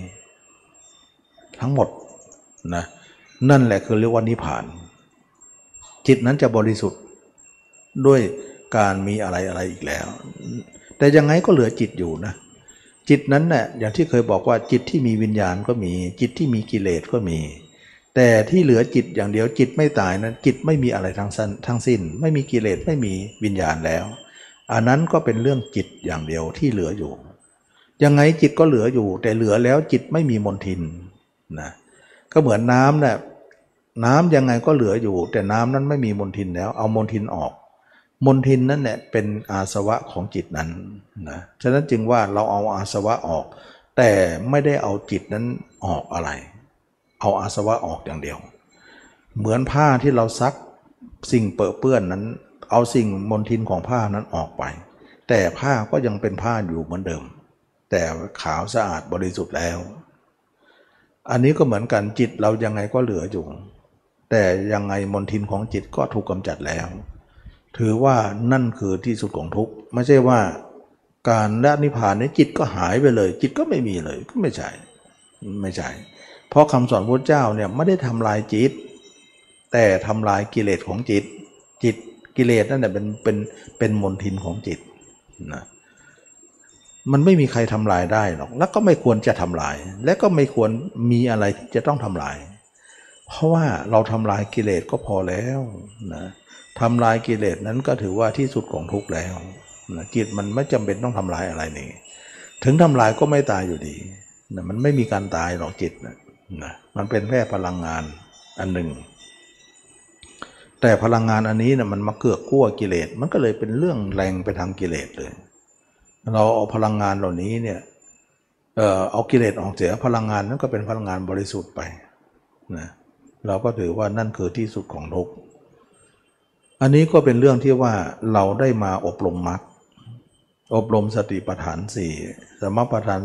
ทั้งหมดนะนั่นแหละคือเรียกว่านิพพานจิตนั้นจะบริสุทธิ์ด้วยการมีอะไรอีกแล้วแต่ยังไงก็เหลือจิตอยู่นะจิตนั้นเนี่ยอย่างที่เคยบอกว่าจิตที่มีวิญญาณก็มีจิตที่มีกิเลสก็มีแต่ที่เหลือจิตอย่างเดียวจิตไม่ตายนั้นจิตไม่มีอะไรทั้งสิ้นไม่มีกิเลสไม่มีวิญญาณแล้วอันนั้นก็เป็นเรื่องจิตอย่างเดียวที่เหลืออยู่ยังไงจิตก็เหลืออยู่แต่เหลือแล้วจิตไม่มีมลทินนะก็เหมือนน้ำเนี่ยน้ำยังไงก็เหลืออยู่แต่น้ำนั้นไม่มีมลทินแล้วเอามลทินออกมลทินนั่นแหละเป็นอาสวะของจิตนั้นนะฉะนั้นจึงว่าเราเอาอาสวะออกแต่ไม่ได้เอาจิตนั้นออกอะไรเอาอาสวะออกอย่างเดียวเหมือนผ้าที่เราซักสิ่งเปื้อนนั้นเอาสิ่งมลทินของผ้านั้นออกไปแต่ผ้าก็ยังเป็นผ้าอยู่เหมือนเดิมแต่ขาวสะอาดบริสุทธิ์แล้วอันนี้ก็เหมือนกันจิตเรายังไงก็เหลืออยู่แต่ยังไงมลทินของจิตก็ถูกกำจัดแล้วถือว่านั่นคือที่สุดของทุกข์ไม่ใช่ว่าการละนิพพานนี้จิตก็หายไปเลยจิตก็ไม่มีเลยก็ไม่ใช่เพราะคำสอนพระเจ้าเนี่ยไม่ได้ทำลายจิตแต่ทำลายกิเลสของจิตกิเลสนั่นแหละเป็นมลทินของจิตนะมันไม่มีใครทำลายได้หรอกแล้วก็ไม่ควรจะทำลายและก็ไม่ควรมีอะไรที่จะต้องทำลายเพราะว่าเราทำลายกิเลสก็พอแล้วนะทำลายกิเลสนั้นก็ถือว่าที่สุดของทุกข์แล้วนะจิตมันไม่จำเป็นต้องทำลายอะไรนี่ถึงทำลายก็ไม่ตายอยู่ดีนะมันไม่มีการตายหรอกจิตนะมันเป็นแค่พลังงานอันหนึ่งแต่พลังงานอันนี้นะมันมาเกือกกั้วกิเลสมันก็เลยเป็นเรื่องแรงไปทางกิเลสเลยเราเอาพลังงานเหล่านี้เนี่ยเอากิเลสออกเสียพลังงานนั้นก็เป็นพลังงานบริสุทธิ์ไปนะเราก็ถือว่านั่นคือที่สุดของทุกข์อันนี้ก็เป็นเรื่องที่ว่าเราได้มาอบรมมรรคอบรมสติปัฏฐาน4สมปัฏฐาน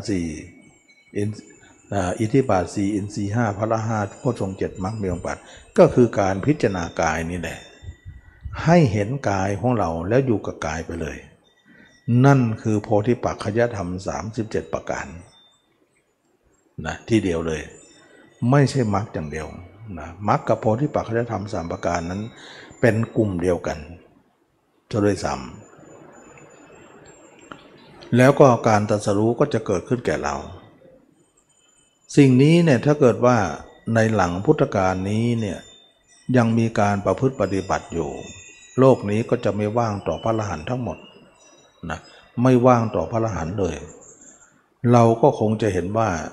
4อิทธิบาท4อินทรีย์5พละ5โพชฌงค์7มรรคมีองค์8ก็คือการพิจารณากายนี่แหละให้เห็นกายของเราแล้วอยู่กับกายไปเลยนั่นคือโพธิปัจจยธรรม37ประการนะที่เดียวเลยไม่ใช่มรรคอย่างเดียวนะมรรคกับโพธิปัจจยธรรม3ประการนั้นเป็นกลุ่มเดียวกันจะด้วยซ้ำแล้วก็การตรัสรู้ก็จะเกิดขึ้นแก่เราสิ่งนี้เนี่ยถ้าเกิดว่าในหลังพุทธกาลนี้เนี่ยยังมีการประพฤติปฏิบัติอยู่โลกนี้ก็จะไม่ว่างต่อพระอรหันต์ทั้งหมดนะไม่ว่างต่อพระอรหันต์เลยเราก็คงจะเห็นว่า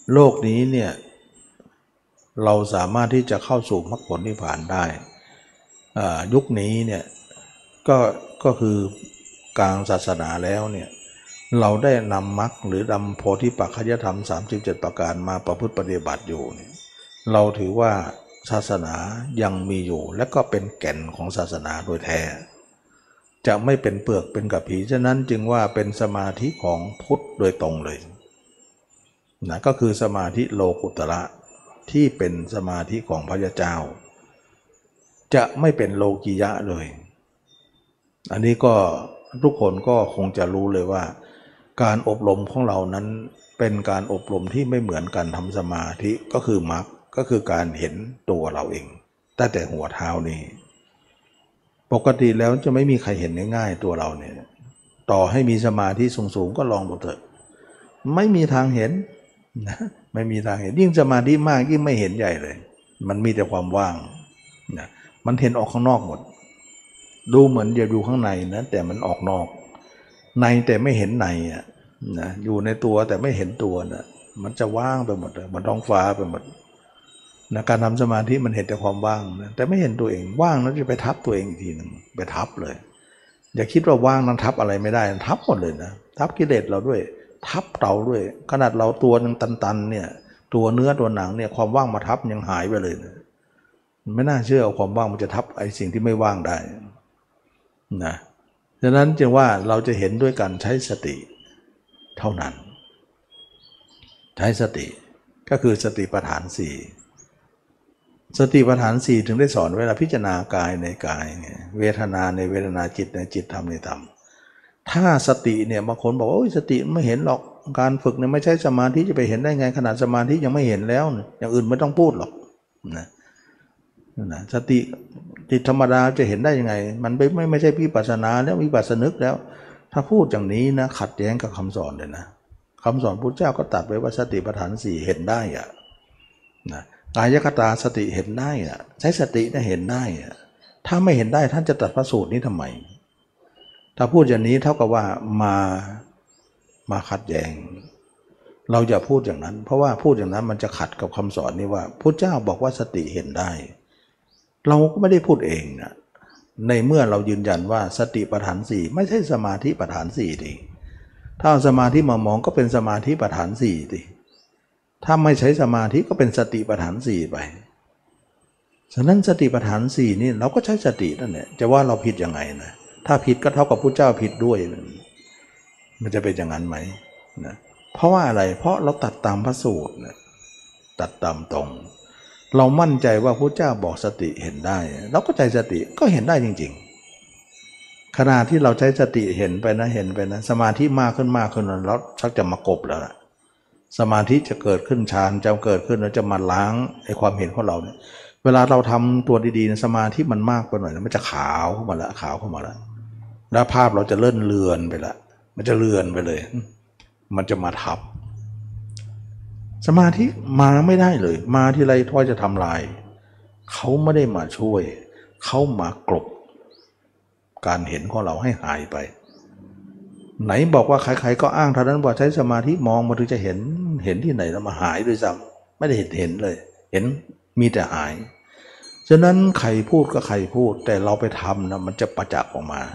โลกนี้เนี่ยเราสามารถที่จะเข้าสู่มรรคผลนิพพานได้ยุคนี้เนี่ยก็คือกลางศาสนาแล้วเนี่ยเราได้นำมรรคหรือนำโพธิปัจจยธรรม37ประการมาประพฤติปฏิบัติอยู่เนี่ยเราถือว่าศาสนายังมีอยู่และก็เป็นแก่นของศาสนาโดยแท้จะไม่เป็นเปลือกเป็นกระพีฉะนั้นจึงว่าเป็นสมาธิของพุทธโดยตรงเลยนะก็คือสมาธิโลกุตระที่เป็นสมาธิของพระเจ้าจะไม่เป็นโลกิยะเลยอันนี้ก็ทุกคนก็คงจะรู้เลยว่าการอบรมของเรานั้นเป็นการอบรมที่ไม่เหมือนการทำสมาธิก็คือมรรคก็คือการเห็นตัวเราเองตั้งแต่หัวเท้านี้ปกติแล้วจะไม่มีใครเห็นง่ายๆตัวเราเนี่ยต่อให้มีสมาธิสูงๆก็ลองดูเถอะไม่มีทางเห็นนะไม่มีทางเห็นยิ่งสมาธิมากยิ่งไม่เห็นใหญ่เลยมันมีแต่ความว่างนะมันเห็นออกข้างนอกหมดดูเหมือนจะดูข้างในนะแต่มันออกนอกในแต่ไม่เห็นในนะอยู่ในตัวแต่ไม่เห็นตัวนะมันจะว่างไปหมดเลยมันท้องฟ้าไปหมดนะการทำสมาธิมันเห็นแต่ความว่างนะแต่ไม่เห็นตัวเองว่างแล้วจะไปทับตัวเองอีกทีหนึ่งไปทับเลยอย่าคิดว่าว่างนั้นทับอะไรไม่ได้ทับหมดเลยนะทับกิเลสเราด้วยทับเราด้วยขนาดเราตัวนึงตันๆเนี่ยตัวเนื้อตัวหนังเนี่ยความว่างมาทับยังหายไปเลยนะไม่น่าเชื่อความว่างมันจะทับไอ้สิ่งที่ไม่ว่างได้นะฉะนั้นจึงว่าเราจะเห็นด้วยการใช้สติเท่านั้นใช้สติก็คือสติปัฏฐานสี่สติปัฏฐานสี่ถึงได้สอนเวลาพิจารณากายในกายเวทนาในเวทนาจิตในจิตธรรมในธรรมถ้าสติเนี่ยบางคนบอกว่าโอ้ยสติไม่เห็นหรอกการฝึกเนี่ยไม่ใช่สมาธิจะไปเห็นได้ไงขนาดสมาธิยังไม่เห็นแล้วอย่างอื่นไม่ต้องพูดหรอกนะสติจิตธรรมดาจะเห็นได้ยังไงมันไม่ใช่วิปัสสนาแล้ววิปัสสนึกแล้วถ้าพูดอย่างนี้นะขัดแย้งกับคำสอนเลยนะคำสอนพุทธเจ้าก็ตรัสไว้ว่าสติปัฏฐานสี่เห็นได้นะกายคตาสติเห็นได้ใช้สติได้เห็นได้ถ้าไม่เห็นได้ท่านจะตรัสพระสูตรนี้ทำไมถ้าพูดอย่างนี้เท่ากับว่ามาขัดแย้งเราอย่าพูดอย่างนั้นเพราะว่าพูดอย่างนั้นมันจะขัดกับคำสอนนี้ว่าพุทธเจ้าบอกว่าสติเห็นได้เราก็ไม่ได้พูดเองนะในเมื่อเรายืนยันว่าสติปัฏฐานสี่ไม่ใช่สมาธิปัฏฐานสี่ดิถ้าเอาสมาธิมามองก็เป็นสมาธิปัฏฐานสี่ดิถ้าไม่ใช้สมาธิก็เป็นสติปัฏฐานสี่ไปฉะนั้นสติปัฏฐานสี่นี่เราก็ใช้สตินั่นแหละจะว่าเราผิดยังไงนะถ้าผิดก็เท่ากับพุทธเจ้าผิดด้วยมันจะเป็นอย่างนั้นไหมนะเพราะว่าอะไรเพราะเราตัดตามพระสูตรนะตัดตามตรงเรามั่นใจว่าพระเจ้าบอกสติเห็นได้เราก็ใจสติก็เห็นได้จริงๆขณะที่เราใช้สติเห็นไปนะสมาธิมากขึ้นแล้วชักจะมากบแล้วนะสมาธิจะเกิดขึ้นฌานจะเกิดขึ้นแล้วจะมาล้างไอ้ความเห็นของเราเนี่ยเวลาเราทำตัวดีๆสมาธิมันมากไปหน่อยมันจะขาวเข้ามาแล้วภาพเราจะเลื่อนไปละมันจะเลื่อนไปเลยมันจะมาทับสมาธิมาไม่ได้เลยมาที่ไรท้อยจะทำลายเขาไม่ได้มาช่วยเขามากลบการเห็นของเราให้หายไปไหนบอกว่าใครๆก็อ้างเท่านั้นว่าใช้สมาธิมองมาถึงจะเห็นที่ไหนแล้วมาหายด้วยซ้ำไม่ได้เห็นเลยเห็นมีแต่หายฉะนั้นใครพูดก็ใครพูดแต่เราไปทำนะมันจะประจักษ์ออกมา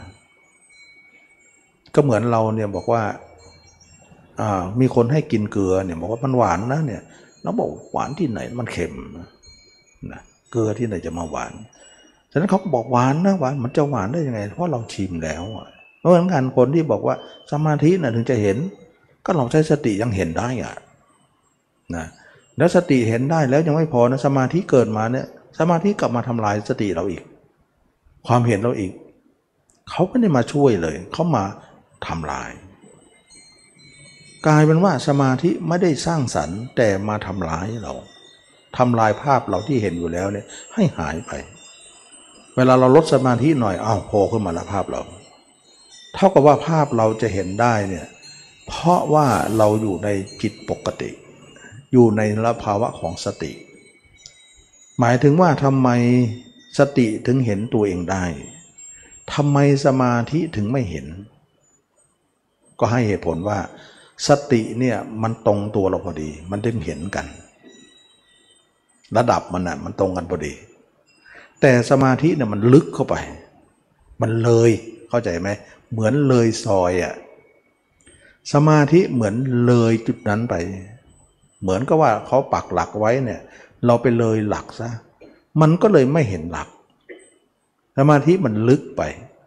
ก็เหมือนเราเนี่ยบอกว่ามีคนให้กินเกลือเนี่ยบอกว่ามันหวานนะเนี่ยเราบอกหวานที่ไหนมันเค็มนะเกลือที่ไหนจะมาหวานฉะนั้นเขาบอกหวานนะหวานมันจะหวานได้ยังไงเพราะเราชิมแล้วเพราะฉะนั้นคนที่บอกว่าสมาธินะถึงจะเห็นก็เราใช้สติยังเห็นได้นะแล้วสติเห็นได้แล้วยังไม่พอนะสมาธิเกิดมาเนี่ยสมาธิกลับมาทำลายสติเราอีกความเห็นเราอีกเขาไม่ได้มาช่วยเลยเขามาทำลายกลายเป็นว่าสมาธิไม่ได้สร้างสรรค์แต่มาทำลายเราทำลายภาพเราที่เห็นอยู่แล้วเนี่ยให้หายไปเวลาเราลดสมาธิหน่อยโผล่ขึ้นมาแล้วภาพเราเท่ากับว่าภาพเราจะเห็นได้เนี่ยเพราะว่าเราอยู่ในจิตปกติอยู่ในภาวะของสติหมายถึงว่าทำไมสติถึงเห็นตัวเองได้ทำไมสมาธิถึงไม่เห็นก็ให้เหตุผลว่าสติเนี่ยมันตรงตัวเราพอดีมันจึงเห็นกันระดับมันน่ะมันตรงกันพอดีแต่สมาธิเนี่ยมันลึกเข้าไปมันเลยเข้าใจไหมเหมือนเลยซอยอ่ะสมาธิเหมือนเลยจุดนั้นไปเหมือนกับว่าเขาปักหลักไว้เนี่ยเราไปเลยหลักซะมันก็เลยไม่เห็นหลักสมาธิมันลึกไป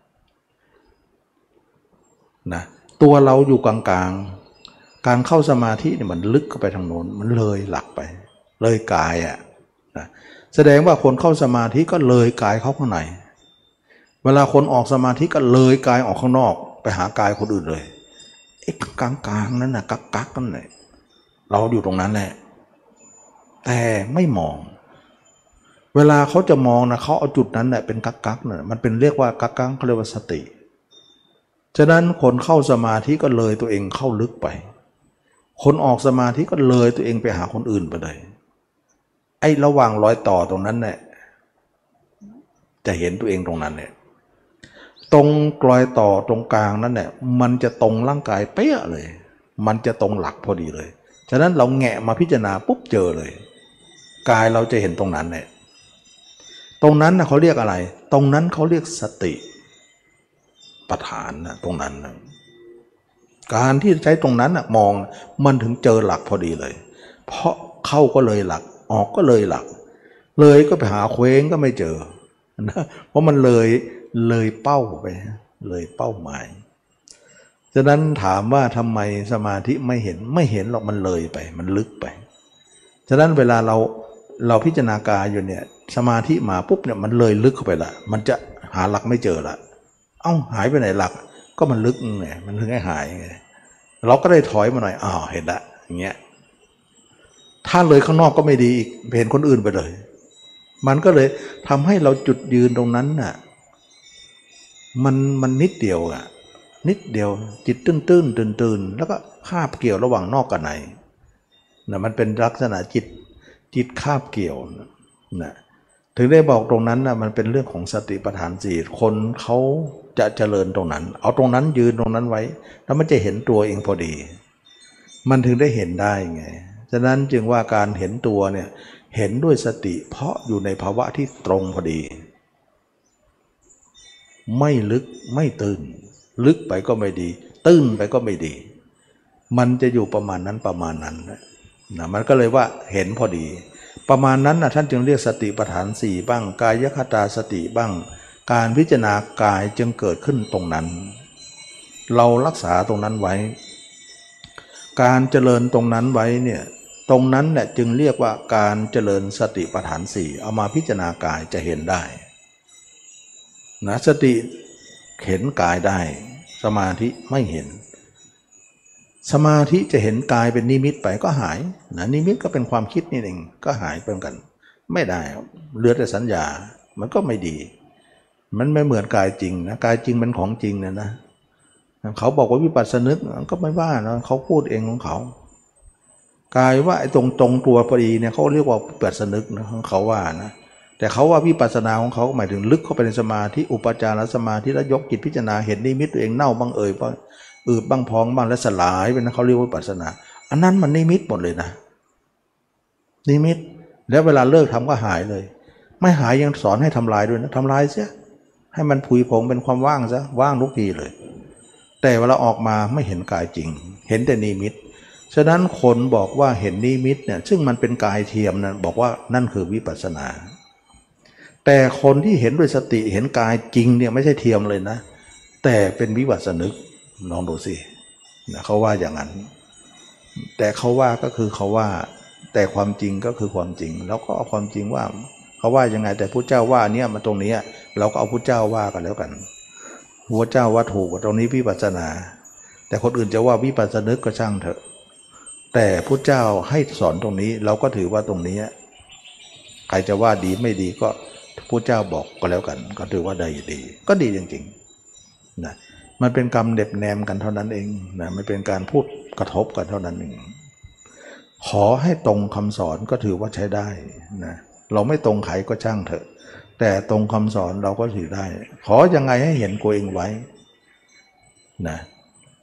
นะตัวเราอยู่กลางๆการเข้าสมาธิเนี่ยมันลึกเข้าไปทางโน้นมันเลยหลักไปเลยกายอ่ะนะแสดงว่าคนเข้าสมาธิก็เลยกายเข้าข้างในเวลาคนออกสมาธิก็เลยกายออกข้างนอกไปหากายคนอื่นเลยไอ้กลางๆนั้นน่ะกักนั่นแหละเราอยู่ตรงนั้นแหละแต่ไม่มองเวลาเขาจะมองนะเขาเอาจุดนั้นแหละเป็นกักๆน่ะมันเป็นเรียกว่ากักๆเขาเรียกว่าสติฉะนั้นคนเข้าสมาธิก็เลยตัวเองเข้าลึกไปคนออกสมาธิก็เลยตัวเองไปหาคนอื่นไปเลยไอ้ระหว่างรอยต่อตรงนั้นเนี่ยจะเห็นตัวเองตรงนั้นเนี่ยตรงรอยต่อตรงกลางนั้นเนี่ยมันจะตรงร่างกายเป๊ะเลยมันจะตรงหลักพอดีเลยฉะนั้นเราแงะมาพิจารณาปุ๊บเจอเลยกายเราจะเห็นตรงนั้นเนี่ยตรงนั้นนะเขาเรียกอะไรตรงนั้นเขาเรียกสติปัฏฐานนะตรงนั้นนะการที่ใช้ตรงนั้นนะมองมันถึงเจอหลักพอดีเลยเพราะเข้าก็เลยหลักออกก็เลยหลักเลยก็ไปหาเคว้งก็ไม่เจอนะเพราะมันเลยเป้าไปเลยเป้าหมายฉะนั้นถามว่าทำไมสมาธิไม่เห็นหรอกมันเลยไปมันลึกไปฉะนั้นเวลาเราพิจารณากายอยู่เนี่ยสมาธิมาปุ๊บเนี่ยมันเลยลึกเข้าไปละมันจะหาหลักไม่เจอละเอ้าหายไปไหนหลักก็มันลึกไงมันถึงให้หายไงเราก็ได้ถอยมาหน่อยอ้าวเห็นละอย่างเงี้ยถ้าเลยข้างนอกก็ไม่ดีอีกเห็นคนอื่นไปเลยมันก็เลยทำให้เราจุดยืนตรงนั้นน่ะมันนิดเดียวอ่ะนิดเดียวจิตตื้นตื่นแล้วก็คาบเกี่ยวระหว่างนอกกับในนะมันเป็นลักษณะจิตคาบเกี่ยวนะถึงได้บอกตรงนั้นนะมันเป็นเรื่องของสติปัฏฐานสี่คนเขาจะเจริญตรงนั้นเอาตรงนั้นยืนตรงนั้นไว้แล้วมันจะเห็นตัวเองพอดีมันถึงได้เห็นได้ไงฉะนั้นจึงว่าการเห็นตัวเนี่ยเห็นด้วยสติเพราะอยู่ในภาวะที่ตรงพอดีไม่ลึกไม่ตื้นลึกไปก็ไม่ดีตื้นไปก็ไม่ดีมันจะอยู่ประมาณนั้นนะมันก็เลยว่าเห็นพอดีประมาณนั้นนะท่านจึงเรียกสติปัฏฐานสี่บ้างกายคตาสติบ้างการพิจารณากายจึงเกิดขึ้นตรงนั้นเรารักษาตรงนั้นไว้การเจริญตรงนั้นไว้เนี่ยตรงนั้นเนี่ยจึงเรียกว่าการเจริญสติปัฏฐานสี่เอามาพิจารณากายจะเห็นได้นะสติเห็นกายได้สมาธิไม่เห็นสมาธิจะเห็นกายเป็นนิมิตไปก็หายนะนิมิตก็เป็นความคิดนี่เองก็หายไปเหมือนกันไม่ได้เหลือแต่สัญญามันก็ไม่ดีมันไม่เหมือนกายจริงนะกายจริงเป็นของจริงนะเขาบอกว่าวิปัสสนึกก็ไม่ว่านะเขาพูดเองของเขากายว่าไอ้ตรงตัวพอดีเนี่ยเขาเรียกว่าวิปัสสนึกนะเขาว่านะแต่เขาว่าวิปัสสนาของเขาหมายถึงลึกเข้าไปในสมาธิอุปจารสมาธิแล้วยกจิตพิจารณาเห็นนิมิตตัวเองเน่าบ้างบ้างอืดบ้างพองบ้างและสลายเป็นเขาเรียกว่าวิปัสสนาอันนั้นมันนิมิตหมดเลยนะนิมิตแล้วเวลาเลิกทำก็หายเลยไม่หายยังสอนให้ทำลายด้วยนะทำลายเสียให้มันผุยผงเป็นความว่างซะว่างทุกทีเลยแต่เวลาออกมาไม่เห็นกายจริงเห็นแต่นิมิตฉะนั้นคนบอกว่าเห็นนิมิตเนี่ยซึ่งมันเป็นกายเทียมนะบอกว่านั่นคือวิปัสสนาแต่คนที่เห็นด้วยสติเห็นกายจริงเนี่ยไม่ใช่เทียมเลยนะแต่เป็นวิปัสสนึกลองดูสิเขาว่าอย่างนั้นแต่เขาว่าก็คือเขาว่าแต่ความจริงก็คือความจริงแล้วก็เอาความจริงว่าเขาว่ายังไงแต่พระเจ้าว่าเนี่ยมาตรงนี้เราก็เอาพระเจ้าว่ากันแล้วกันพระเจ้าว่าถูกตรงนี้วิปัสสนาแต่คนอื่นจะว่าวิปัสสนึกก็ช่างเถอะแต่พระเจ้าให้สอนตรงนี้เราก็ถือว่าตรงนี้ใครจะว่าดีไม่ดีก็พระเจ้าบอกก็แล้วกันก็ถือว่าดีก็ดีจริงๆนะมันเป็นกรรมเด็บแนมกันเท่านั้นเองนะไม่เป็นการพูดกระทบกันเท่านั้นเองขอให้ตรงคำสอนก็ถือว่าใช้ได้นะเราไม่ตรงใครก็ช่างเถอะแต่ตรงคำสอนเราก็ถือได้ขอยังไงให้เห็นตัวเองไว้นะ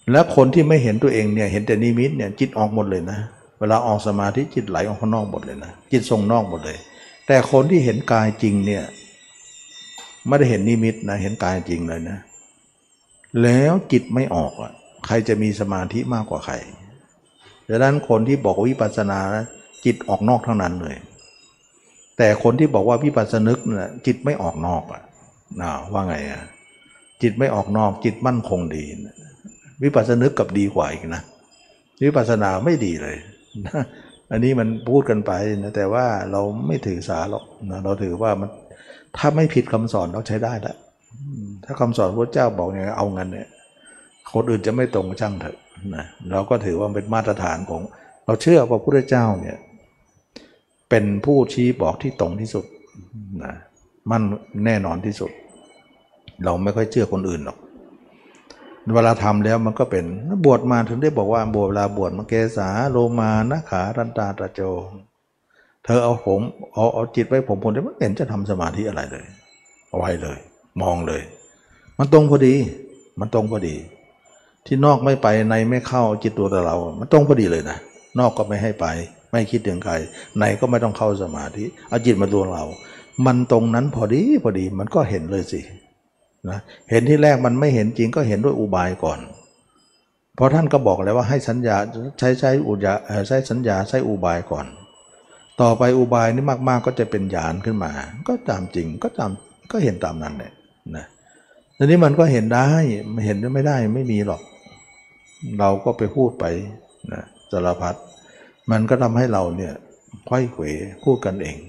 แล้วคนที่ไม่เห็นตัวเองเนี่ยเห็นแต่นิมิตเนี่ยจิตออกหมดเลยนะเวลาออกสมาธิจิตไหลออกข้างนอกหมดเลยนะจิตทรงนอกหมดเลยแต่คนที่เห็นกายจริงเนี่ยไม่ได้เห็นนิมิตนะเห็นกายจริงเลยนะแล้วจิตไม่ออกอ่ะใครจะมีสมาธิมากกว่าใครดังนั้นคนที่บอกวิปัสสนานะจิตออกนอกทั้งนั้นเลยแต่คนที่บอกว่าวิปัสสนึกนะจิตไม่ออกนอกอ่ะว่าไงอ่ะจิตไม่ออกนอกจิตมั่นคงดีวิปัสสนึกกับดีกว่าอีกนะวิปัสสนาไม่ดีเลยอันนี้มันพูดกันไปนะแต่ว่าเราไม่ถือสาหรอกนะเราถือว่ามันถ้าไม่ผิดคำสอนเราใช้ได้แล้วถ้าคำสอนพระเจ้าบอกอย่างเอางั้นเนี่ยคนอื่นจะไม่ตรงช่างเถอะนะเราก็ถือว่าเป็นมาตรฐานของเราเชื่อว่าพระพุทธเจ้าเนี่ยเป็นผู้ชี้บอกที่ตรงที่สุดนะมันแน่นอนที่สุดเราไม่ค่อยเชื่อคนอื่นหรอกเวลาทำแล้วมันก็เป็นบวชมาถึงได้บอกว่าบวชเวลาบวชมาเกสาโลมานะขารันตาตะโจเธอเอาจิตไว้ผมได้ไม่เห็นจะทำสมาธิอะไรเลยเอาไว้เลยมองเลยมันตรงพอดีมันตรงพอดีที่นอกไม่ไปในไม่เข้าจิตตัวเรามันตรงพอดีเลยนะนอกก็ไม่ให้ไปไม่คิดถึงใครในก็ไม่ต้องเข้าสมาธิเอาจิตมาตัวเรามันตรงนั้นพอดีมันก็เห็นเลยสินะเห็นที่แรกมันไม่เห็นจริงก็เห็นด้วยอุบายก่อนเพราะท่านก็บอกแล้วว่าให้สัญญาใช้สัญญาใช้อุบายก่อนต่อไปอุบายนี่มากๆก็จะเป็นญาณขึ้นมาก็ตามจริงก็เห็นตามนั้นเลยนะทีนี้มันก็เห็นได้เห็นไม่ได้ไม่มีหรอกเราก็ไปพูดไปนะสารพัดมันก็ทำให้เราเนี่ยไขว้เขวพูดกันเอง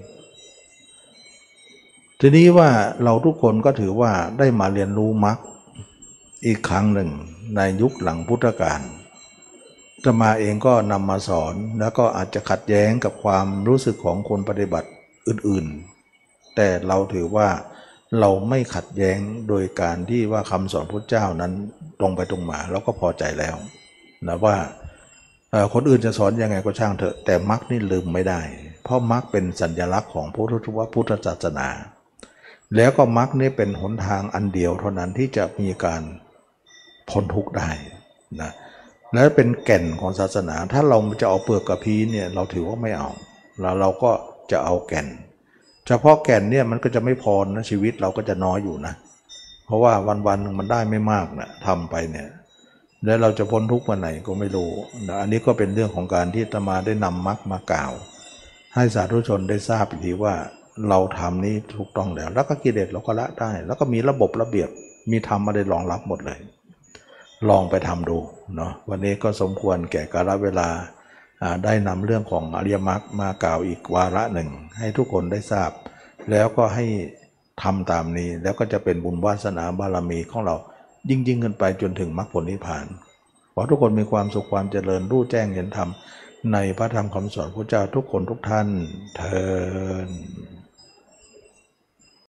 ทีนี้ว่าเราทุกคนก็ถือว่าได้มาเรียนรู้มรรคอีกครั้งหนึ่งในยุคหลังพุทธกาลอาตมาเองก็นำมาสอนแล้วก็อาจจะขัดแย้งกับความรู้สึกของคนปฏิบัติอื่นๆแต่เราถือว่าเราไม่ขัดแย้งโดยการที่ว่าคำสอนพระเจ้านั้นตรงไปตรงมาเราก็พอใจแล้วนะว่าคนอื่นจะสอนยังไงก็ช่างเถอะแต่มรรคนี่ลืมไม่ได้เพราะมรรคเป็นสัญลักษณ์ของพุทธศาสนาแล้วก็มรรคนี่เป็นหนทางอันเดียวเท่านั้นที่จะมีการพ้นทุกข์ได้นะและเป็นแก่นของศาสนาถ้าเราจะเอาเปลือกกระพี้เนี่ยเราถือว่าไม่เอาแล้วเราก็จะเอาแก่นเฉพาะแก่นเนี่ยมันก็จะไม่พอนะชีวิตเราก็จะน้อยอยู่นะเพราะว่าวันๆมันได้ไม่มากนะทำไปเนี่ยแล้วเราจะพ้นทุกข์วันไหนก็ไม่รู้นะอันนี้ก็เป็นเรื่องของการที่อาตมาได้นำมรรคมากล่าวให้สาธุชนได้ทราบอีกทีว่าเราทำนี้ถูกต้องแล้วก็กิเลสเราก็ละได้แล้วก็มีระบบระเบียบมีธรรมมาได้รองรับหมดเลยลองไปทำดูเนาะวันนี้ก็สมควรแก่กาลเวลาได้นำเรื่องของอริยมรรคมากล่าวอีกวาระหนึ่งให้ทุกคนได้ทราบแล้วก็ให้ทำตามนี้แล้วก็จะเป็นบุญวาสนาบารมีของเรายิ่งขึ้นไปจนถึงมรรคผลนิพพานขอทุกคนมีความสุขความเจริญรู้แจ้งเห็นธรรมในพระธรรมคำสอนพระเจ้าทุกคนทุกท่านเทอญ